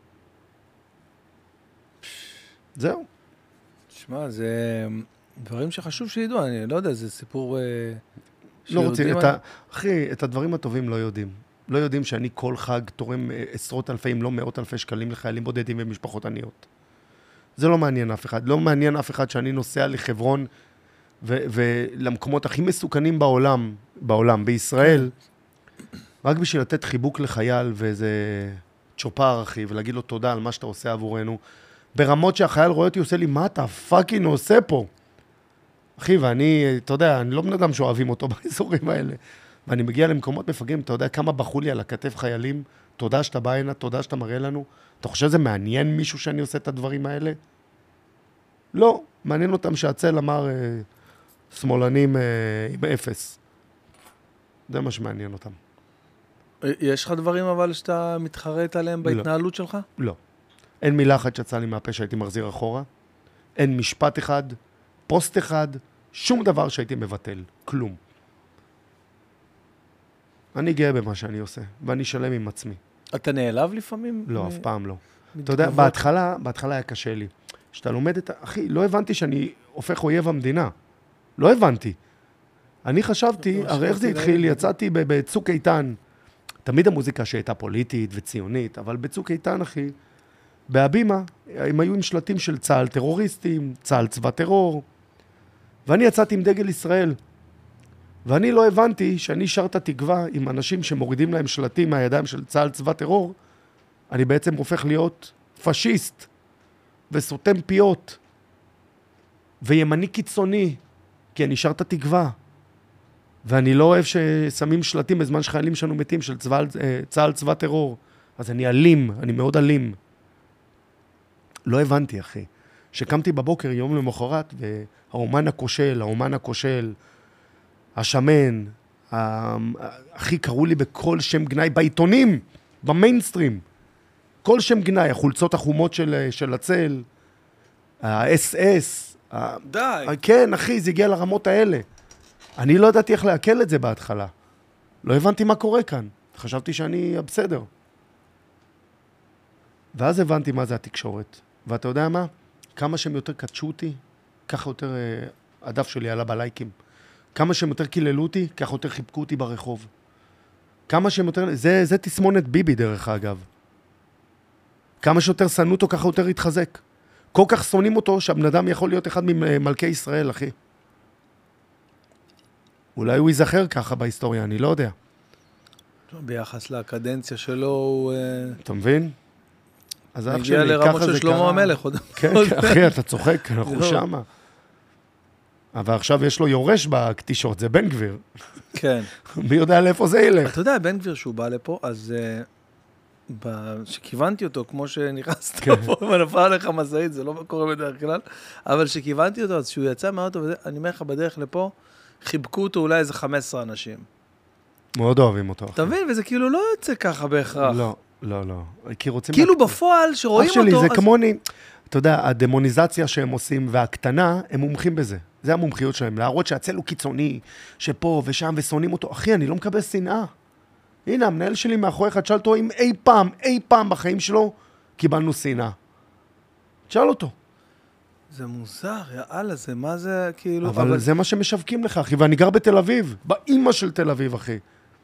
B: זהו.
A: תשמע, זה דברים שחשוב שידעו, אני לא יודע, זה סיפור...
B: לא רוצים, את ה... אחי, את הדברים הטובים לא יודעים. לא יודעים שאני כל חג תורם עשרות אלפי, אם לא מאות אלפי שקלים לחיילים בודדים ומשפחות עניות. זה לא מעניין אף אחד. לא מעניין אף אחד שאני נוסע לחברון ו- ולמקומות הכי מסוכנים בעולם, בעולם, בישראל, רק בשביל לתת חיבוק לחייל ואיזה צ'ופר, אחי, ולהגיד לו תודה על מה שאתה עושה עבורנו. ברמות שהחייל רואה אותי, עושה לי, מה אתה פאקינג עושה פה? אחי, ואני, אתה יודע, אני לא בן אדם שאוהבים אותו באזורים האלה. ואני מגיע למקומות מפגעים, אתה יודע כמה בחו לי על הכתף חיילים, תודה שאתה בא הנה, תודה שאתה מראה לנו. אתה חושב שזה מעניין מישהו שאני עושה את הדברים האלה? לא, מעניין אותם שהצל אמר אה, שמאלנים אה, עם אפס. זה מה שמעניין אותם.
A: יש לך דברים אבל שאתה מתחרט עליהם בהתנהלות שלך?
B: לא. אין מילה אחת שיצאה לי מהפה שהייתי מחזיר אחורה. אין משפט אחד, פוסט אחד, שום דבר שהייתי מבטל. כלום. אני גאה במה שאני עושה, ואני שלם עם עצמי.
A: אתה נעלב לפעמים?
B: לא, אף פעם לא. אתה יודע, בהתחלה, בהתחלה היה קשה לי. כשאתה לומד את... אחי, לא הבנתי שאני הופך אויב המדינה. לא הבנתי. אני חשבתי, הרי איך זה התחיל? יצאתי בצוק איתן. תמיד המוזיקה שהייתה פוליטית וציונית, אבל בצוק איתן, אחי, בהבימה, הם היו עם שלטים של צהל טרוריסטים, צהל צבא טרור, ואני יצאתי עם דגל ישראל. ואני לא הבנתי שאני שר את התקווה עם אנשים שמורידים להם שלטים מהידיים של צהל צבא טרור, אני בעצם הופך להיות פשיסט וסותם פיות וימני קיצוני, כי אני שר את התקווה. ואני לא אוהב ששמים שלטים בזמן שחיילים שלנו מתים של צבא, צהל צבא טרור. אז אני אלים, אני מאוד אלים. לא הבנתי, אחי. שקמתי בבוקר יום למחרת, והאומן הכושל, האומן הכושל, השמן, הכי קראו לי בכל שם גנאי, בעיתונים, במיינסטרים. כל שם גנאי, החולצות החומות של, של הצל, ה-אס אס.
A: די.
B: כן, אחי, זה הגיע לרמות האלה. אני לא ידעתי איך להקל את זה בהתחלה. לא הבנתי מה קורה כאן. חשבתי שאני בסדר. ואז הבנתי מה זה התקשורת. ואתה יודע מה? כמה שהם יותר קדשו אותי, ככה יותר אה, הדף שלי עלה בלייקים. כמה שהם יותר קיללו אותי, ככה יותר חיבקו אותי ברחוב. כמה שהם יותר... זה, זה תסמונת ביבי דרך אגב. כמה שיותר שנאו אותו, ככה יותר התחזק. כל כך שונאים אותו, שהבן אדם יכול להיות אחד ממלכי ישראל, אחי. אולי הוא ייזכר ככה בהיסטוריה, אני לא יודע.
A: ביחס לקדנציה שלו הוא...
B: אתה מבין? אז אח
A: הגיע
B: שלי,
A: לרמות
B: ככה
A: של
B: זה
A: שלמה
B: קרה.
A: המלך.
B: כן, אחי, אתה צוחק, אנחנו שמה. אבל עכשיו יש לו יורש בקטישות, זה בן גביר.
A: כן.
B: מי יודע לאיפה זה ילך?
A: אתה יודע, בן גביר שהוא בא לפה, אז שכיוונתי אותו, כמו שנכנסת פה, ונפל עליך מזעית, זה לא קורה בדרך כלל, אבל שכיוונתי אותו, אז שהוא יצא מהאוטו, אני אומר לך בדרך לפה, חיבקו אותו אולי איזה חמישה עשר אנשים.
B: מאוד אוהבים אותו.
A: אתה מבין? וזה כאילו לא יוצא ככה בהכרח.
B: לא, לא, לא. כי רוצים...
A: כאילו בפועל, שרואים אותו...
B: אח שלי, זה כמוני, אתה יודע, הדמוניזציה שהם עושים, והקטנה, הם מומחים בזה. זה המומחיות שלהם, להראות שהצל הוא קיצוני, שפה ושם ושונאים אותו. אחי, אני לא מקבל שנאה. הנה, המנהל שלי מאחוריך, תשאל אותו אם אי פעם, אי פעם בחיים שלו, קיבלנו שנאה. תשאל אותו.
A: זה מוזר, יאללה, זה מה זה, כאילו...
B: אבל, אבל זה מה שמשווקים לך, אחי, ואני גר בתל אביב, באמא של תל אביב, אחי.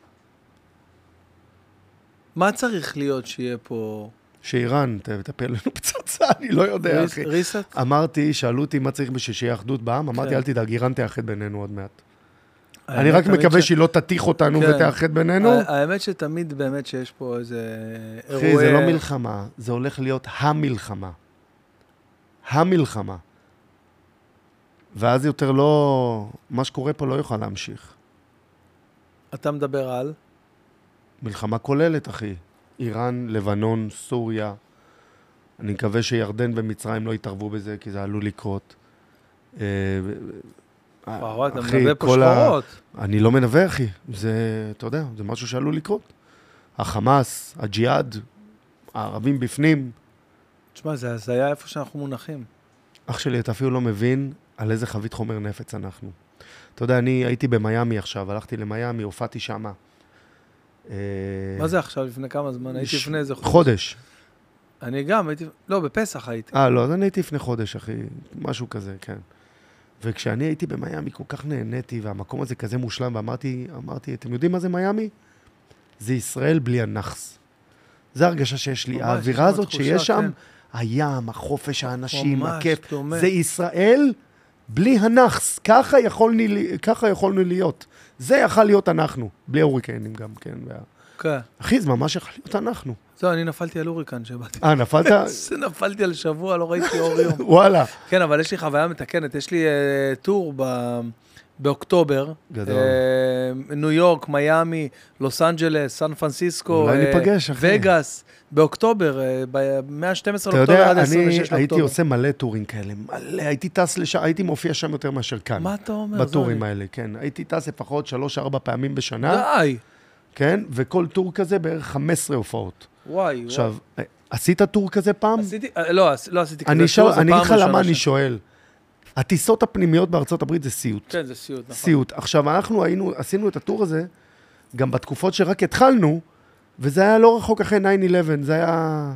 A: מה צריך להיות שיהיה פה...
B: שאיראן תטפל לנו פצצה, אני לא יודע, אחי.
A: ריסט?
B: אמרתי, שאלו אותי מה צריך בשביל שיהיה אחדות בעם, אמרתי, אל תדאג, איראן תאחד בינינו עוד מעט. אני רק מקווה שהיא לא תתיך אותנו ותאחד בינינו.
A: האמת שתמיד באמת שיש פה איזה אירועי...
B: אחי, זה לא מלחמה, זה הולך להיות המלחמה. המלחמה. ואז יותר לא... מה שקורה פה לא יוכל להמשיך.
A: אתה מדבר על?
B: מלחמה כוללת, אחי. איראן, לבנון, סוריה. אני מקווה שירדן ומצרים לא יתערבו בזה, כי זה עלול לקרות.
A: וואו, אתה מנווה פה שחורות.
B: אני לא מנווה, אחי. זה, אתה יודע, זה משהו שעלול לקרות. החמאס, הג'יהאד, הערבים בפנים.
A: תשמע, זה היה איפה שאנחנו מונחים.
B: אח שלי, אתה אפילו לא מבין על איזה חבית חומר נפץ אנחנו. אתה יודע, אני הייתי במיימי עכשיו, הלכתי למיימי, הופעתי שמה.
A: מה זה עכשיו? לפני כמה זמן? הייתי לפני איזה חודש.
B: חודש.
A: אני גם הייתי... לא, בפסח הייתי.
B: אה, לא, אז אני הייתי לפני חודש, אחי. משהו כזה, כן. וכשאני הייתי במיימי, כל כך נהניתי, והמקום הזה כזה מושלם, ואמרתי, אמרתי, אתם יודעים מה זה מיימי? זה ישראל בלי הנחס. זה הרגשה שיש לי. האווירה הזאת שיש שם, הים, החופש, האנשים, הכיף, זה ישראל בלי הנחס. ככה יכולנו להיות. זה יכול להיות אנחנו. בלי הוריקנים גם, כן.
A: כן.
B: אחי, זה ממש יכול להיות אנחנו.
A: זהו, אני נפלתי על הוריקן שבאתי.
B: אה, נפלת?
A: נפלתי על שבוע, לא ראיתי אור יום.
B: וואלה.
A: כן, אבל יש לי חוויה מתקנת. יש לי טור באוקטובר.
B: גדול.
A: ניו יורק, מיימי, לוס אנג'לס, סן פרנסיסקו.
B: אולי ניפגש, אחי.
A: וגאס, באוקטובר, ב-מאה ה-שתים עשרה
B: לאוקטובר
A: עד עשרים ושש
B: לאוקטובר.
A: לאוקטובר.
B: הייתי עושה מלא טורים כאלה, מלא. הייתי טס לשם, הייתי מופיע שם יותר מאשר כאן.
A: מה אתה אומר?
B: בטורים האלה, כן. הייתי טס לפחות שלוש, ארבע פעמים בשנה.
A: די.
B: כן, וכל טור כזה בערך חמש עשרה הופעות.
A: וואי,
B: עכשיו, עשית טור כזה פעם?
A: עשיתי, לא, לא עשיתי כזה
B: טור, זה פעם ראשונה. אני אגיד לך למה אני
A: ש...
B: שואל. הטיסות הפנימיות בארצות הברית זה סיוט.
A: כן, זה סיוט, נכון.
B: סיוט. עכשיו, אנחנו היינו, עשינו את הטור הזה, גם בתקופות שרק התחלנו, וזה היה לא רחוק אחרי תשע אחת עשרה, זה היה...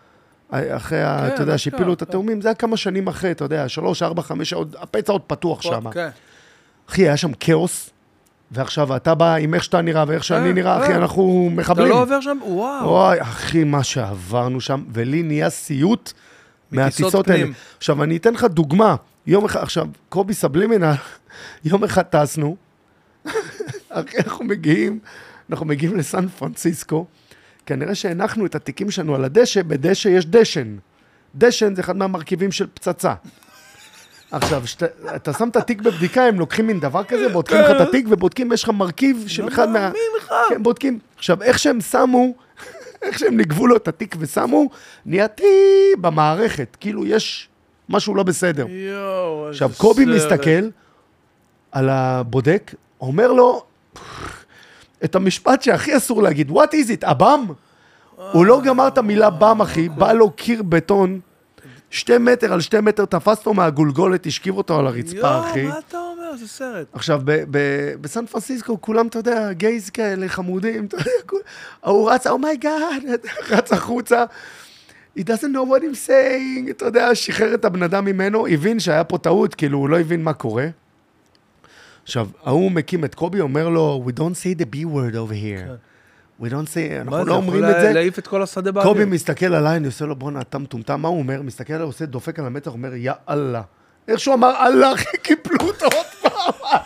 B: אחרי, כן, אתה יודע, שהפילו את התאומים, זה היה כמה שנים אחרי, אתה יודע, שלוש, ארבע, חמש, עוד, הפצע עוד פתוח שם.
A: כן.
B: אחי, היה שם כאוס, ועכשיו אתה בא עם איך שאתה נראה ואיך שאני נראה, אחי, אנחנו מחבלים.
A: אתה לא עובר שם? וואו.
B: וואי, אחי, מה שעברנו שם, ולי נהיה סיוט מהטיסות האלה. עכשיו, אני אתן לך דוגמה. יום אחד, עכשיו, קובי סבלימינל, יום אחד טסנו, אחי, אנחנו מגיעים, אנחנו מגיעים לסן פרנסיסקו, כנראה שהנחנו את התיקים שלנו על הדשא, בדשא יש דשן. דשן זה אחד מהמרכיבים של פצצה. עכשיו, שת, אתה שם את התיק בבדיקה, הם לוקחים מין דבר כזה, בודקים לך את התיק ובודקים, יש לך מרכיב של אחד מה... כן, בודקים. עכשיו, איך שהם שמו, איך שהם נגבו לו את התיק ושמו, נהייתי במערכת, כאילו יש משהו לא בסדר.
A: יואו,
B: עכשיו, קובי מסתכל על הבודק, אומר לו, את המשפט שהכי אסור להגיד, what is it, אבם? הוא לא גמר את המילה בם, אחי, בא לו קיר בטון, שתי מטר על שתי מטר, תפס אותו מהגולגולת, השכיב אותו על הרצפה, אחי.
A: יואו, מה אתה אומר? זה סרט.
B: עכשיו, בסן פרנסיסקו, כולם, אתה יודע, גייז כאלה, חמודים, אתה יודע, הוא רץ, אומייגאד, רץ החוצה, he doesn't know what I'm saying, אתה יודע, שחרר את הבן אדם ממנו, הבין שהיה פה טעות, כאילו הוא לא הבין מה קורה. עכשיו, ההוא מקים את קובי, אומר לו, we don't say the B word over here. We don't say, אנחנו לא אומרים את זה.
A: להעיף את כל השדה באוויר.
B: קובי מסתכל עליי, אני עושה לו, בוא נעתה מטומטם, מה הוא אומר? מסתכל עליי, עושה דופק על המצח, אומר, יא אללה. איך שהוא אמר, אללה, אחי, קיפלו אותו עוד פעם.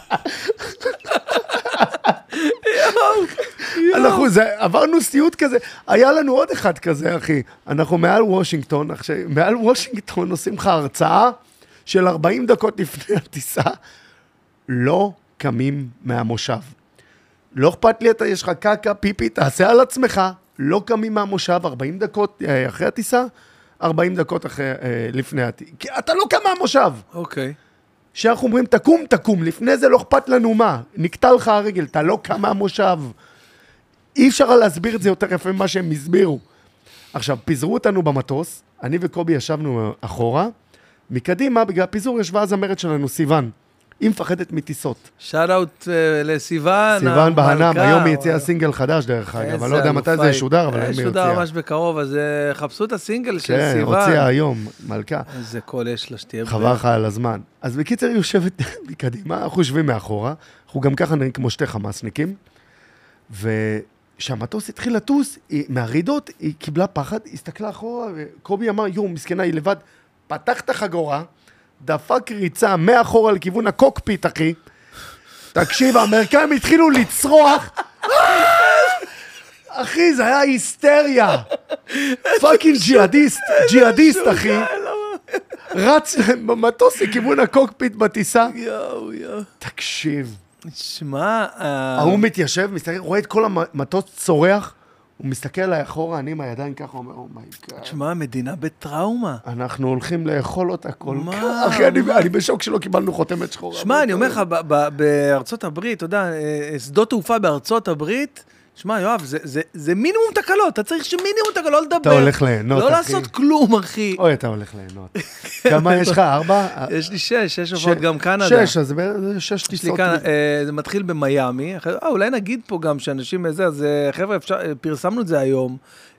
B: אנחנו, זה, עברנו סיוט כזה, היה לנו עוד אחד כזה, אחי. אנחנו מעל וושינגטון, מעל וושינגטון עושים לך הרצאה של ארבעים דקות לפני הטיסה, לא קמים מהמושב. לא אכפת לי, אתה יש לך קקה, פיפי, תעשה על עצמך, לא קמים מהמושב, ארבעים דקות אחרי הטיסה, ארבעים דקות אחרי, לפני הטיסה. כי אתה לא קם מהמושב.
A: אוקיי.
B: שאנחנו אומרים, תקום, תקום, לפני זה לא אכפת לנו מה, נקטע לך הרגל, אתה לא קם מהמושב. אי אפשר להסביר את זה יותר יפה ממה שהם הסבירו. עכשיו, פיזרו אותנו במטוס, אני וקובי ישבנו אחורה, מקדימה, בגלל פיזור ישבה הזמרת שלנו, סיוון. היא מפחדת מטיסות.
A: שאט אאוט לסיוון.
B: סיוון בהנם, היום היא הציעה סינגל חדש דרך אגב, אני לא יודע מתי זה ישודר, אבל היום היא הוציאה.
A: ישודר ממש בקרוב, אז חפשו את הסינגל של סיוון.
B: כן, הוציאה היום, מלכה.
A: איזה קול יש לה שתהיה.
B: חבל לך על הזמן. אז בקיצר היא יושבת מקדימה, אנחנו יושבים מאחורה, אנחנו גם ככה נראים כמו שתי חמאסניקים, ושהמטוס התחיל לטוס, מהרידות, היא קיבלה פחד, הסתכלה אחורה, וקובי אמר, יום, מסכנה, היא לבד, פתח את החגורה, דפק ריצה מאחורה לכיוון הקוקפיט, אחי. תקשיב, האמריקאים התחילו לצרוח. אחי, זה היה היסטריה. פאקינג ג'יהאדיסט, ג'יהאדיסט, אחי. רץ במטוס לכיוון הקוקפיט בטיסה.
A: יואו, יואו.
B: תקשיב.
A: שמע...
B: ההוא מתיישב, מסתכל, רואה את כל המטוס צורח, הוא מסתכל עליי אחורה, אני עם הידיים ככה, אומר, אומייגאד.
A: תשמע, המדינה בטראומה.
B: אנחנו הולכים לאכול אותה כל כך.
A: מה?
B: אחי, אני בשוק שלא קיבלנו חותמת שחורה.
A: שמע, אני אומר לך, בארצות הברית, אתה יודע, שדות תעופה בארצות הברית, שמע, יואב, זה מינימום תקלות, אתה צריך שמינימום תקלות, לא לדבר.
B: אתה הולך ליהנות,
A: לא לעשות כלום, אחי.
B: אוי, אתה הולך ליהנות. כמה יש לך? ארבע?
A: יש לי שש, שש עוברות גם קנדה.
B: שש, אז זה שש טיסות.
A: זה מתחיל במיימי, אולי נגיד פה גם שאנשים איזה, אז חבר'ה, פרסמנו את זה היום,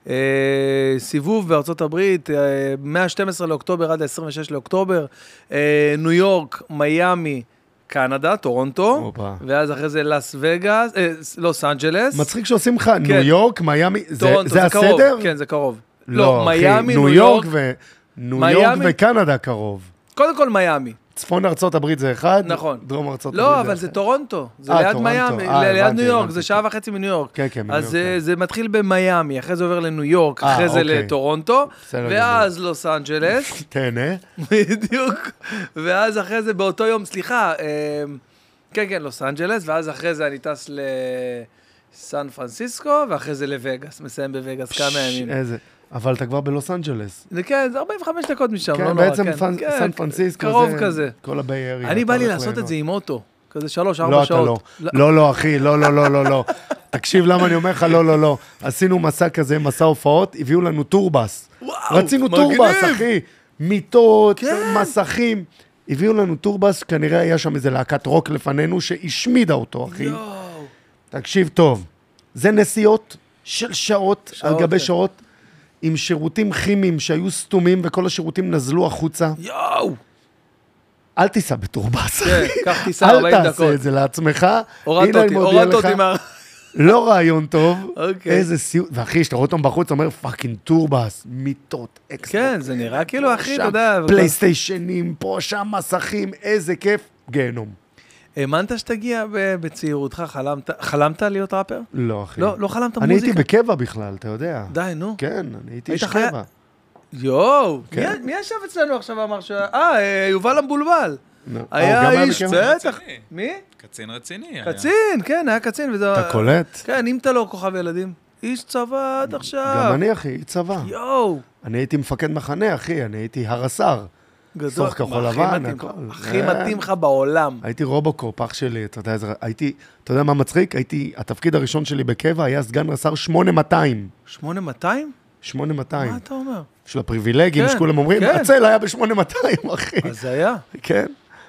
A: סיבוב בארצות הברית, מה-שנים עשר לאוקטובר עד ה-עשרים ושש לאוקטובר, ניו יורק, מיימי, קנדה, טורונטו, ואז אחרי זה לס וגאס, לוס אנג'לס.
B: מצחיק שעושים לך ניו יורק, מיימי, זה הסדר?
A: כן, זה קרוב.
B: לא, מיימי, ניו יורק ניו יורק וקנדה קרוב.
A: קודם כל מיימי.
B: צפון ארצות הברית זה אחד,
A: נכון.
B: דרום ארצות הברית
A: לא,
B: זה
A: אבל
B: אחד.
A: זה טורונטו, זה ליד מיימי, ליד ניו יורק, זה שעה וחצי מניו יורק.
B: כן, כן, מניו יורק.
A: אז זה מתחיל במיימי, אחרי זה עובר לניו יורק, אחרי זה לטורונטו, ואז לוס אנג'לס.
B: תהנה.
A: בדיוק. ואז אחרי זה באותו יום, סליחה, כן, כן, לוס אנג'לס, ואז אחרי זה אני טס לסן פרנסיסקו, ואחרי זה לווגאס, מסיים בווגאס כמה ימים.
B: איזה... אבל אתה כבר בלוס אנג'לס.
A: כן, זה ארבעים וחמש דקות משם,
B: כן,
A: לא נורא.
B: בעצם סן פרנסיסקו
A: קרוב כזה.
B: כל הביי אריה.
A: אני בא לי לעשות את זה עם אוטו, כזה שלוש, ארבע שעות.
B: לא, אתה לא. לא, לא, אחי, לא, לא, לא, לא, לא. תקשיב למה אני אומר לך, לא, לא, לא. עשינו מסע כזה, מסע הופעות, הביאו לנו טורבס. רצינו טורבס, אחי. מיטות, מסכים. הביאו לנו טורבס, כנראה היה שם איזה להקת רוק לפנינו, שהשמידה אותו, אחי. תקשיב טוב. זה נסיעות של שעות על גבי שעות. עם שירותים כימיים שהיו סתומים, וכל השירותים נזלו החוצה.
A: יואו!
B: אל תיסע בטורבס.
A: כן, קח תיסע ארבעים דקות.
B: אל תעשה את זה לעצמך.
A: הורדת אותי, הורדת אותי מה...
B: לא רעיון טוב.
A: אוקיי.
B: איזה סיוט. ואחי, שאתה רואה אותם בחוץ, אתה אומר, פאקינג טורבס, מיטות, אקסבוקס.
A: כן, זה נראה כאילו, אחי, אתה יודע...
B: פלייסטיישנים, פה, שם, מסכים, איזה כיף. גיהנום.
A: האמנת שתגיע בצעירותך, חלמת להיות ראפר?
B: לא, אחי.
A: לא חלמת מוזיקה?
B: אני הייתי בקבע בכלל, אתה יודע.
A: די, נו.
B: כן, אני הייתי איש קבע.
A: יואו, מי ישב אצלנו עכשיו ואמר ש... אה, יובל המבולבל. היה איש, בטח. מי?
C: קצין רציני.
A: קצין, כן, היה קצין.
B: אתה קולט?
A: כן, אם אתה לא כוכב ילדים. איש צבא עד עכשיו.
B: גם אני, אחי, איש צבא.
A: יואו.
B: אני הייתי מפקד מחנה, אחי, אני הייתי הרס"ר.
A: גדול.
B: סוף כחול לבן, הכל.
A: הכי מתאים לך בעולם.
B: הייתי רובוקופ, אח שלי, אתה יודע, הייתי, אתה יודע מה מצחיק? הייתי, התפקיד הראשון שלי בקבע היה סגן רס"ר שמונה מאתיים.
A: שמונה מאתיים?
B: שמונה מאתיים.
A: מה אתה אומר?
B: של הפריבילגים, שכולם אומרים, הצל היה ב-שמונה מאתיים, אחי.
A: אז זה היה.
B: כן.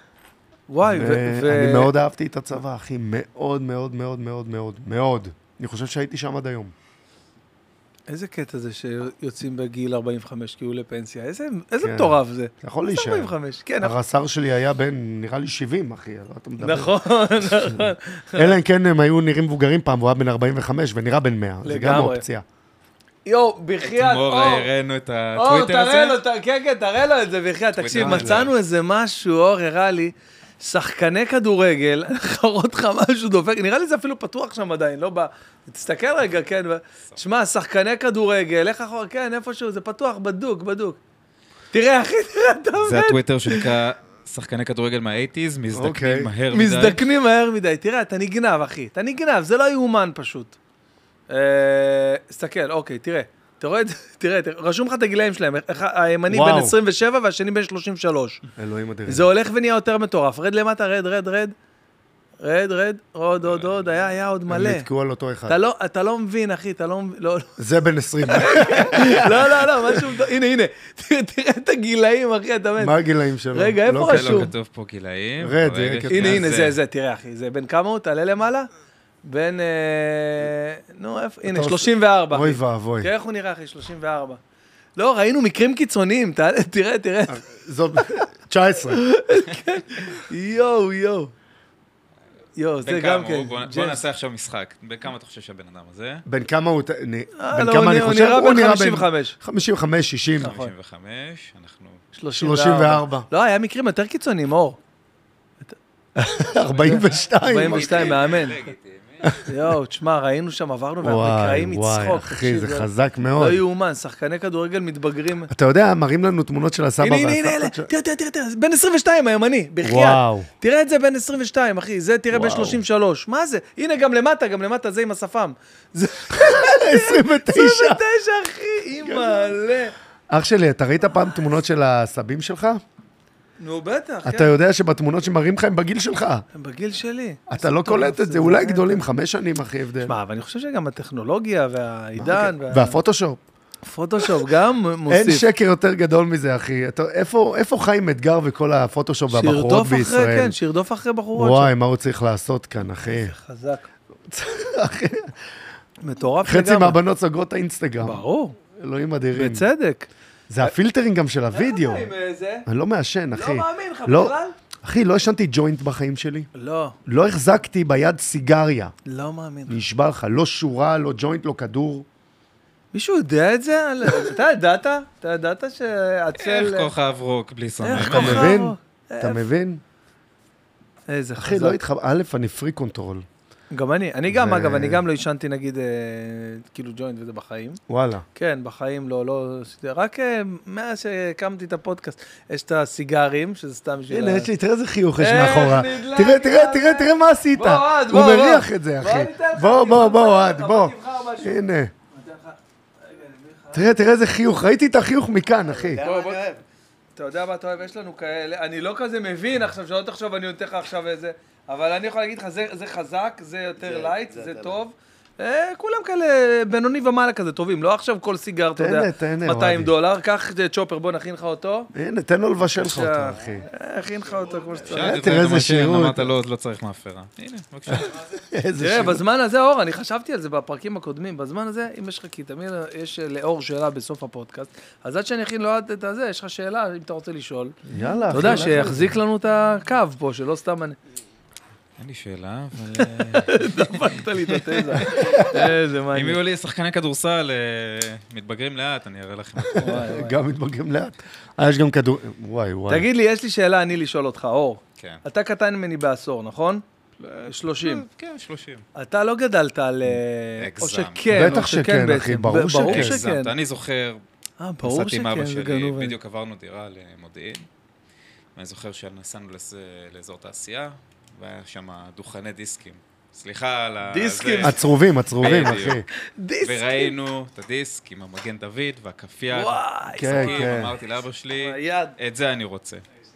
A: וואי,
B: ו... אני מאוד אהבתי את הצבא, אחי, מאוד, מאוד, מאוד, מאוד, מאוד, מאוד. אני חושב שהייתי שם עד היום.
A: איזה קטע זה שיוצאים בגיל ארבעים וחמש כאילו לפנסיה? איזה, איזה
B: כן.
A: מטורף זה.
B: אתה יכול להישאר.
A: ארבעים וחמש, כן.
B: הרס"ר שלי היה בן, נראה לי שבעים, אחי, לא אתה מדבר.
A: נכון, נכון.
B: אלא אם כן הם היו נראים מבוגרים פעם, הוא היה בן ארבעים וחמש ונראה בן מאה. זה גם
A: לגמרי.
B: אופציה.
A: יואו, בחייאת,
C: אתמול
A: אור.
C: הראינו את
A: אור,
C: הטוויטר
A: תראה
C: הזה.
A: לו, ת- כן, כן, תראה לו את זה, בחייאת. תקשיב,
C: טוויטר.
A: מצאנו איזה משהו, אור הראה לי, שחקני כדורגל, אני חרות לך משהו דופק, נראה לי זה אפילו פתוח שם עדיין, לא בא... תסתכל רגע, כן, ו- שמע, שחקני כדורגל, איך אחורה, כן, איפשהו, זה פתוח, בדוק, בדוק. תראה, אחי, תראה, אתה
C: זה
A: עובד.
C: הטוויטר שנקרא שחקני כדורגל מהאייטיז,
B: אוקיי.
C: מזדקנים מהר מדי.
A: מזדקנים מהר מדי, תראה, אתה נגנב, אחי, אתה נגנב, זה לא יאומן פשוט. אה, תסתכל, אוקיי, תראה, תראה, תראה, תראה, רשום לך את הגילאים שלהם, הימני בן
B: וואו.
A: עשרים ושבע והשני בן שלושים ושלוש.
B: אלוהים אדירים.
A: זה הולך ונהיה יותר מטורף, רד למטה, רד, רד, רד, רד, רד, עוד, עוד, עוד, היה, היה עוד מלא.
B: הם נתקעו על אותו אחד.
A: אתה לא, אתה לא מבין, אחי, אתה לא מבין, לא,
B: זה בן עשרים.
A: לא, לא, לא, משהו, הנה, הנה, תראה תראה את הגילאים, אחי, אתה מבין.
B: מה הגילאים שלו?
A: רגע, איפה
B: לא
A: רשום?
B: כאלה.
C: זה לא כתוב פה גילאים.
B: רד,
C: רגע,
B: זה-
C: שנייה,
A: הנה, הנה, זה, זה, תראה, אחי, זה בן כמה הוא? תעלה למעלה? בן, אה, נו, איפה, הנה,
B: אתה
A: שלושים וארבע.
B: אוי ואבוי.
A: תראה איך הוא נראה, אחי, שלושים וארבע. לא, ראינו מקרים קיצוניים, תעלה, תראה, תראה.
B: זאת תשע עשרה.
A: יואו, יואו. יואו, זה
C: בן
A: גם
C: כמה
A: כן.
C: הוא? בוא- בוא
A: ג'יימס.
C: נעשה עכשיו משחק. בן כמה אתה חושב שהבן אדם הזה?
B: בן כמה הוא... נ-
A: אה,
B: בן
A: לא,
B: כמה
A: הוא
B: אני
A: נראה-
B: חושב?
A: הוא נראה בן חמישים וחמש.
B: חמישים וחמש, שישים.
A: נכון.
C: חמישים וחמש, אנחנו...
B: שלושים וארבע.
A: לא, היה מקרים יותר קיצוניים, אור.
B: ארבעים ושתיים.
A: ארבעים ושתיים, מאמן.
C: לגיטימי.
A: יואו, תשמע, ראינו שם, עברנו
B: וואי,
A: והמקראים מצחוק.
B: וואי, אחי,
A: תקשיב,
B: זה חזק מאוד.
A: לא יאומן, שחקני כדורגל מתבגרים.
B: אתה יודע, מראים לנו תמונות של הסבא
A: הנה, הנה, הנה,
B: והסבתא. של-
A: תראה, תראה, תראה, תראה, בן עשרים ושתיים, הימני, בחייאת.
B: וואו.
A: תראה את זה בן עשרים ושתיים, אחי, זה תראה בן
B: וואו.
A: שלושים ושלוש. מה זה? הנה, גם למטה, גם למטה, זה עם השפם. זה
B: עשרים ותשע.
A: עשרים ותשע, אחי, אימא'לה.
B: אח שלי, אתה ראית פעם תמונות של הסבים שלך?
A: נו, בטח,
B: אתה
A: כן.
B: יודע שבתמונות שמראים לך הם בגיל שלך.
A: הם בגיל שלי.
B: אתה לא קולט את זה, אולי גדולים, חמש שנים, אחי, הבדל.
A: מה, אבל אני חושב שגם הטכנולוגיה והעידן,
B: והפוטושופ.
A: והפוטושופ גם
B: אין
A: מוסיף.
B: שקר יותר גדול מזה, אחי. אתה- איפה איפה חיים אתגר וכל הפוטושופ והבחורות
A: שירדוף אחרי,
B: בישראל?
A: כן, שירדוף אחרי בחורות.
B: וואי, מה הוא צריך לעשות כאן, אחי?
A: שם. חזק.
B: אחי,
A: מטורף
B: חצי
A: לגמרי.
B: מהבנות סוגרות את האינסטגרם.
A: ברור,
B: אלוהים אדירים.
A: בצדק.
B: זה הפילטרינג גם של הוידאו.
A: איך אתה עם זה?
B: אני לא מעשן, אחי.
A: לא מאמין לך
B: לא.
A: בכלל?
B: אחי, לא ישנתי ג'וינט בחיים שלי.
A: לא,
B: לא החזקתי ביד סיגריה.
A: לא מאמין.
B: נשבע לך, לא שורה, לא ג'וינט, לא כדור.
A: מישהו יודע את זה? אתה ידעת? אתה ידעת שעצל...
C: איך כוכב רוק בלי סונג?
A: איך
B: אתה
A: כוכב?
B: מבין?
A: איך?
B: אתה מבין?
A: איזה
B: אחי,
A: חזק.
B: לא התחב... א', אני פרי קונטרול.
A: גם אני, אני גם,
B: ו-
A: אגב, אני גם לא עישנתי נגיד, אה, כאילו ג'וינט וזה בחיים.
B: וואלה.
A: כן, בחיים לא, לא, רק אה, מאז שהקמתי את הפודקאסט, יש את הסיגרים, שזה סתם בשביל...
B: הנה,
A: ה-
B: יש לי, תראה איזה חיוך יש
A: איך
B: מאחורה.
A: נדלק
B: תראה, תראה,
A: על
B: תראה,
A: זה.
B: תראה מה עשית.
A: בוא, אוהד,
B: הוא
A: בוא,
B: מריח
A: בוא.
B: את זה,
A: בוא,
B: אחי.
A: אני אתן לך,
B: בוא,
A: אני
B: בוא,
A: אתן
B: בוא,
A: לך,
B: אוהד,
A: בוא,
B: בוא.
A: תבחר משהו.
B: הנה.
A: אני אתן לך- רגע, אני אביא לך.
B: תראה, תראה איזה חיוך. ראיתי את החיוך מכאן, אחי.
A: בוא, בוא. אתה יודע מה אתה אוהב? יש לנו כאלה, אני לא כזה מבין עכשיו, שלא תחשוב, אני נותן לך עכשיו איזה, אבל אני יכול להגיד לך, זה, זה חזק, זה יותר לייט, זה, זה טוב. אה, כולם כאלה בינוני ומעלה כזה טובים, לא עכשיו כל סיגר, אתה יודע,
B: תהנה, תהנה,
A: מאתיים
B: אוהדי.
A: דולר, קח את צ'ופר, בוא נכין לך אותו.
B: הנה, תן לו לבשל לך
A: בבקשה.
B: אותו, אחי.
A: אה, נכין לך אותו כמו שצריך.
C: שאלתי
B: תראה
C: אותך
B: איזה
C: גם השם,
B: שירות.
C: אמרת לא, לא צריך מאפרה. הנה, בבקשה.
B: איזה
A: תראה,
B: שיר.
A: בזמן הזה, אור, אני חשבתי על זה בפרקים הקודמים, בזמן הזה, אם יש לך, כי תמיד יש לאור שאלה בסוף הפודקאסט, אז עד שאני אכין לו עד את הזה, יש לך שאלה, אם אתה רוצה לשאול.
B: יאללה,
A: אתה יודע,
B: אחי,
A: שיחזיק לנו את הקו פה, שלא סתם אני...
C: אין לי שאלה, אבל... אה,
A: דפקת לי את התזה. איזה
C: אם
A: מעניין.
C: יהיו לי שחקני כדורסל אה, מתבגרים לאט, אני אראה לכם.
A: וואי, וואי.
B: גם מתבגרים לאט. אה, יש גם כדור... וואי, וואי.
A: תגיד לי, יש לי שאלה אני לשאול אותך, אור.
C: כן.
A: אתה קטן ממני בעשור, נכון? שלושים.
C: כן, שלושים.
A: אתה לא גדלת על... אה, או
C: הגזמת.
A: שכן, או
B: בטח
A: שכן
B: שכן,
A: בעצם.
B: אחי, ברור
A: ב-
B: שכן.
A: ברור
C: הגזמת.
A: שכן.
C: אני זוכר,
A: אה, ברור
C: נסעתי עם אבא
A: שכן, זה
C: שלי,
A: גנוב.
C: בדיוק עברנו דירה למודיעין, ואני זוכר שנסענו לס- לאזור תעשייה, והיה שם דוכני דיסקים. סליחה על ה...
A: דיסקים.
C: זה.
B: הצרובים, הצרובים,
C: בדיוק.
B: אחי.
A: דיסק.
C: וראינו את הדיסק עם המגן דוד והכף יד.
A: וואי,
B: כן,
C: משחקים,
B: כן.
C: אמרתי לאבא שלי,
A: היד.
C: את זה אני רוצה.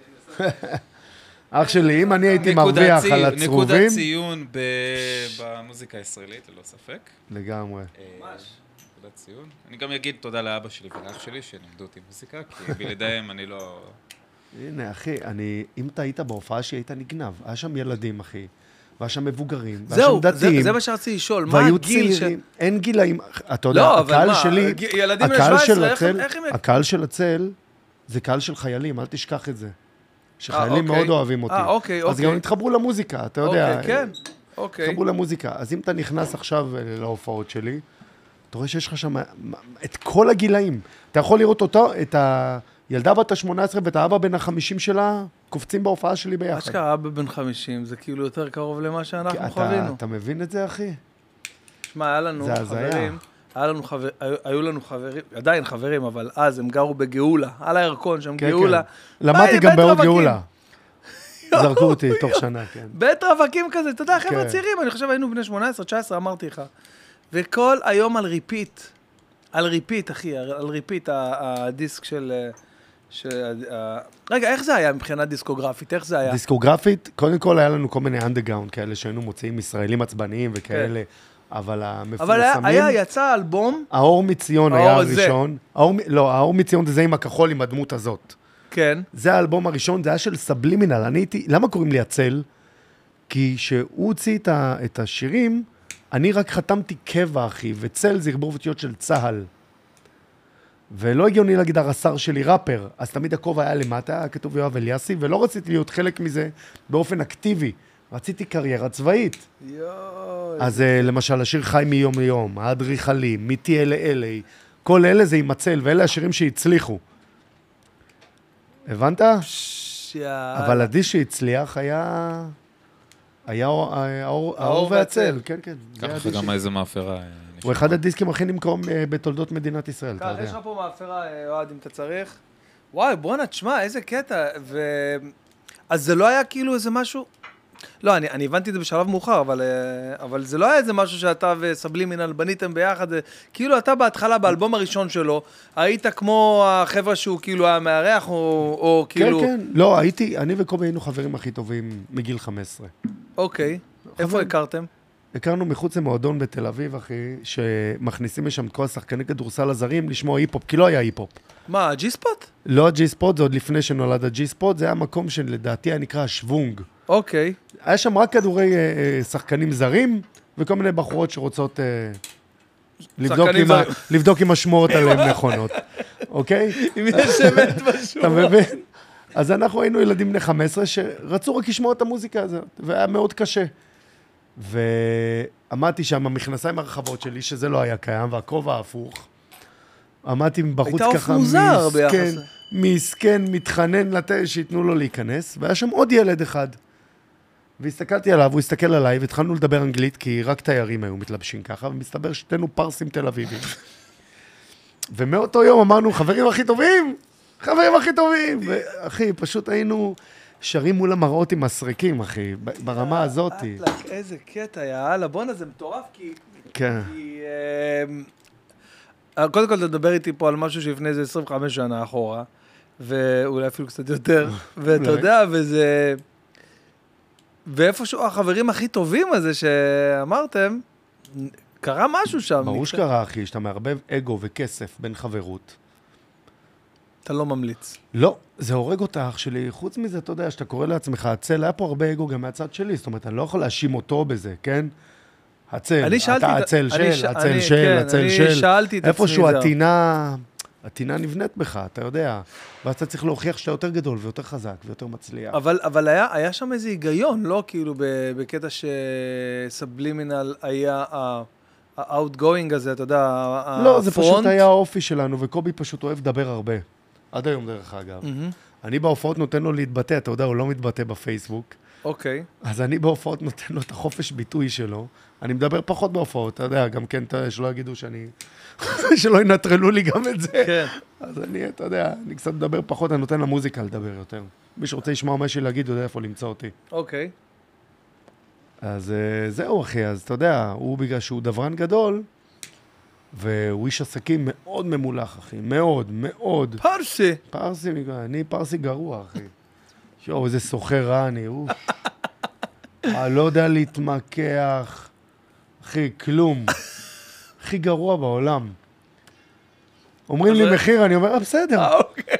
B: אח שלי, אם אני הייתי
C: נקודת
B: מרוויח
C: צי-
B: על
C: נקודת
B: הצרובים...
C: ציון ב- במוזיקה הישראלית, ללא ספק.
B: לגמרי.
C: אה, נקודת ציון. אני גם אגיד תודה לאבא שלי ולאח שלי שלימדו אותי מוזיקה, כי בלעדיהם אני לא...
B: הנה, אחי, אני... אם אתה היית בהופעה שהיית נגנב, היה שם ילדים, אחי. והיה שם מבוגרים, והיה
A: זהו,
B: שם דתיים.
A: זה, זה מה שרציתי לשאול, מה
B: והיו
A: הגיל ש...
B: צעירים, אין גילאים, אתה יודע,
A: לא, אבל
B: הקהל
A: מה,
B: שלי,
A: ילדים בני
B: הקהל
A: שבע
B: של
A: עשרה, איך הם-
B: הצל,
A: איך הם...
B: הקהל של הצל, זה קהל של חיילים, אל תשכח את זה.
A: אה,
B: שחיילים
A: אוקיי.
B: מאוד אוהבים אותי.
A: אה, אוקיי,
B: אז
A: אוקיי.
B: גם התחברו למוזיקה, אתה יודע.
A: אוקיי, כן, אוקיי.
B: התחברו למוזיקה. אז אם אתה נכנס עכשיו להופעות שלי, אתה רואה שיש לך שם את כל הגילאים. אתה יכול לראות אותו, את הילדה בת ה-שמונה עשרה ואת האבא בן ה-חמישים שלה, קופצים בהופעה שלי ביחד.
A: אשכרה אבא בן חמישים, זה כאילו יותר קרוב למה שאנחנו
B: אתה-
A: חווינו.
B: אתה מבין את זה, אחי?
A: שמע, היה לנו
B: זה הזיה.
A: חברים, היה לנו חבר, היו, היו לנו חברים, עדיין חברים, אבל אז הם גרו בגאולה, על הירקון שם,
B: כן,
A: גאולה.
B: כן. למדתי
A: בית-
B: גם
A: בית
B: בעוד
A: רווקים.
B: גאולה. זרקו אותי תוך שנה, כן.
A: בית רווקים כזה, אתה יודע, חבר'ה
B: כן.
A: צעירים, אני חושב היינו בני שמונה עשרה תשע עשרה, אמרתי לך. וכל היום על ריפיט, על ריפיט, אחי, על ריפיט, ה- הדיסק של... של ה- רגע, איך זה היה מבחינה דיסקוגרפית? איך זה היה?
B: דיסקוגרפית, קודם כל היה לנו כל מיני אנדרגאונד כאלה שהיינו מוציאים ישראלים עצבניים וכאלה, אבל
A: אבל היה,
B: המפורסמים...
A: היה, יצא אלבום,
B: האור מציון
A: האור
B: היה
A: הזה.
B: הראשון. האור, מ- לא, האור מציון זה עם הכחול, עם הדמות הזאת.
A: כן,
B: זה האלבום הראשון, זה היה של סבלימינל. אני הייתי, למה קוראים לי הצל? כי שהוא הוציא את, ה, את השירים, אני רק חתמתי קבע, אחי, וצל זה ערבוב אותיות של צהל. ולא הגיוני להגיד הרס"ר שלי ראפר, אז תמיד הכובע היה למטה, היה כתוב יואב אליאסי, ולא רציתי להיות חלק מזה באופן אקטיבי. רציתי קריירה צבאית.
A: יואי.
B: אז אה, למשל, השיר חי מיום ליום, האדריכלים, מתי אלה אלה, כל אלה זה עם הצל, ואלה השירים שהצליחו. הבנת?
A: שיאללה.
B: אבל הדיס שהצליח היה... היה האור- האור האור
A: והצל.
B: והצל, כן, כן. זה
C: קח לך
B: הדיס
C: גם
B: ש-
C: איזה מאפרה.
B: הוא אחד הדיסקים הכי נמכרים אה, בתולדות מדינת ישראל, אתה
A: קח,
B: יודע.
A: יש לך פה מאפרה, אה, אוהד, אם אתה צריך. וואי, בואנה, תשמע, איזה קטע. ו... אז זה לא היה כאילו איזה משהו... לא, אני, אני הבנתי את זה בשלב מאוחר, אבל, אה, אבל זה לא היה איזה משהו שאתה וסבלימינל בניתם ביחד. זה, כאילו אתה בהתחלה, באלבום הראשון שלו, היית כמו החבר'ה שהוא כאילו היה מארח, או, או כאילו...
B: כן, כן. לא, הייתי, אני וקובי היינו חברים הכי טובים מגיל חמש עשרה.
A: אוקיי. איפה
B: חברים.
A: הכרתם?
B: הכרנו מחוץ למועדון בתל אביב, אחי, שמכניסים לשם את כל השחקני כדורסל הזרים לשמוע היפ-הופ, כי לא היה היפ-הופ.
A: מה, הג'י ספוט? לא
B: הג'י ספוט, זה עוד לפני שנולד הג'י ספוט, זה היה מקום שלדעתי היה נקרא השוונג.
A: אוקיי.
B: היה שם רק כדורי אה, אה, שחקנים זרים, וכל מיני בחורות שרוצות אה, לבדוק,
A: שחקנים
B: עם ה,
A: זרים.
B: לבדוק אם השמועות עליהם נכונות, אוקיי?
A: אם יש אמת משהו.
B: אתה מבין? אז אנחנו היינו ילדים בני חמש עשרה שרצו רק לשמוע את המוזיקה הזאת, והיה מאוד קשה. ועמדתי שם, המכנסיים הרחבות שלי, שזה לא היה קיים, והכובע הפוך. עמדתי בחוץ
A: היית אוף
B: ככה
A: מוזר ביחס.
B: מסכן, מסכן, מתחנן לתת שיתנו לו להיכנס, והיה שם עוד ילד אחד. והסתכלתי עליו, הוא הסתכל עליי, והתחלנו לדבר אנגלית, כי רק תיירים היו מתלבשים ככה, ומסתבר שתינו פרסים תל אביבים. ומאותו יום אמרנו, חברים הכי טובים, חברים הכי טובים. ואחי, פשוט היינו שרים מול המראות עם מסריקים, אחי, ברמה הזאת.
A: אטלק, איזה קטע, יאללה, בואנה, זה מטורף, כי...
B: כן.
A: כי... אה, קודם כל, אתה מדבר איתי פה על משהו שלפני איזה עשרים וחמש שנה אחורה, ואולי אפילו קצת יותר, ואתה יודע, וזה... ואיפשהו החברים הכי טובים הזה שאמרתם, קרה משהו שם.
B: ברור שקרה, אחי, שאתה מערבב אגו וכסף בין חברות.
A: אתה לא ממליץ.
B: לא, זה הורג אותה, אח שלי. חוץ מזה, אתה יודע, שאתה קורא לעצמך הצל, היה פה הרבה אגו גם מהצד שלי, זאת אומרת, אני לא יכול להאשים אותו בזה, כן? הצל, אתה הצל של, הצל של, הצל של.
A: אני שאלתי את עצמי.
B: איפשהו הטינה, הטינה נבנית בך, אתה יודע. ואז אתה צריך להוכיח שאתה יותר גדול ויותר חזק ויותר מצליח.
A: אבל, אבל היה, היה שם איזה היגיון, לא כאילו בקטע שסבלימינל היה ה-outgoing הזה, אתה יודע, הפרונט.
B: לא, זה פשוט היה האופי שלנו, וקובי פשוט אוהב לדבר הרבה. עד היום דרך אגב. אני בהופעות נותן לו להתבטא, אתה יודע, הוא לא מתבטא בפייסבוק.
A: אוקיי.
B: אז אני בהופעות נותן לו את החופש ביטוי שלו. אני מדבר פחות בהופעות, אתה יודע, גם כן, שלא יגידו שאני... שלא ינטרלו לי גם את זה.
A: כן.
B: אז אני, אתה יודע, אני קצת מדבר פחות, אני נותן למוזיקה לדבר יותר. מי שרוצה לשמוע מה להגיד, יודע איפה למצוא אותי.
A: אוקיי.
B: אז זהו, אחי, אז אתה יודע, הוא בגלל שהוא דברן גדול, והוא איש עסקים מאוד ממולח, אחי, מאוד, מאוד.
A: פרסי.
B: פרסי, אני פרסי גרוע, אחי. שואו, איזה סוחר רע אני, אוף. אני לא יודע להתמקח. אחי, כלום. הכי גרוע בעולם. אומרים לי מחיר, אני אומר, אה, בסדר.
A: אוקיי.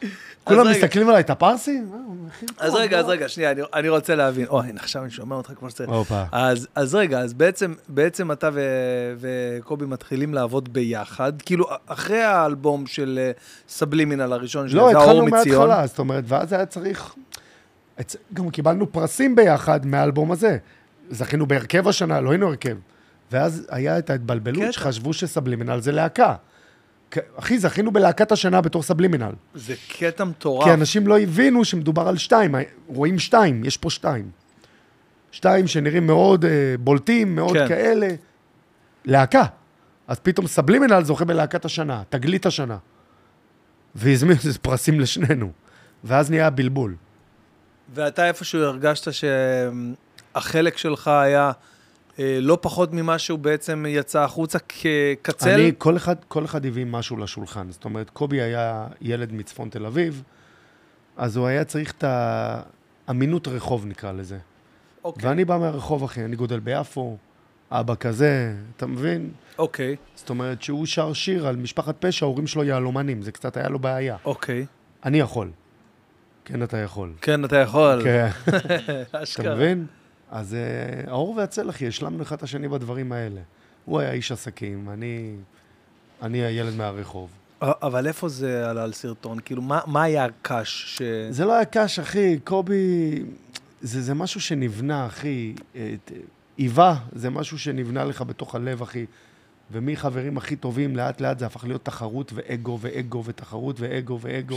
B: כולם מסתכלים עליי, אתה פרסי?
A: אז רגע, אז רגע, שנייה, אני, אני רוצה להבין. אוי, עכשיו אני שומע אותך כמו שצריך.
B: אופה.
A: אז, אז רגע, אז בעצם, בעצם אתה ו, וקובי מתחילים לעבוד ביחד, כאילו אחרי האלבום של סבלימינל הראשון,
B: לא,
A: שזה האור
B: התחלנו
A: מציון.
B: מההתחלה, זאת אומרת, ואז היה צריך... גם קיבלנו פרסים ביחד מהאלבום הזה. זכינו בהרכב השנה, לא היינו הרכב. ואז היה את ההתבלבלות שחשבו שסבלימינל זה להקה. אחי, זכינו בלהקת השנה בתור סבלימינל.
A: זה קטע מטורף.
B: כי אנשים לא הבינו שמדובר על שתיים. רואים שתיים, יש פה שתיים. שתיים שנראים מאוד uh, בולטים, מאוד כן. כאלה. להקה. אז פתאום סבלימינל זוכה בלהקת השנה, תגלית השנה. והזמינו איזה פרסים לשנינו. ואז נהיה בלבול.
A: ואתה איפשהו הרגשת שהחלק שלך היה לא פחות ממה שהוא בעצם יצא החוצה כקצל?
B: אני, כל אחד, כל אחד הביא משהו לשולחן. זאת אומרת, קובי היה ילד מצפון תל אביב, אז הוא היה צריך את האמינות רחוב, נקרא לזה. אוקיי. ואני בא מהרחוב, אחי, אני גודל ביפו, אבא כזה, אתה מבין?
A: אוקיי.
B: זאת אומרת, שהוא שר שיר על משפחת פשע, ההורים שלו יהלומנים, זה קצת היה לו בעיה.
A: אוקיי.
B: אני יכול. כן, אתה יכול.
A: כן, אתה יכול.
B: כן. אתה מבין? אז uh, האור והצל, אחי, השלמנו אחד השני בדברים האלה. הוא היה איש עסקים, אני, אני הילד מהרחוב.
A: אבל איפה זה עלה על סרטון? כאילו, מה, מה היה הקש ש...
B: זה לא היה קש, אחי. קובי, זה, זה משהו שנבנה, אחי. איבה, זה משהו שנבנה לך בתוך הלב, אחי. ומי חברים הכי טובים, לאט לאט זה הפך להיות תחרות ואגו ואגו ותחרות ואגו ואגו.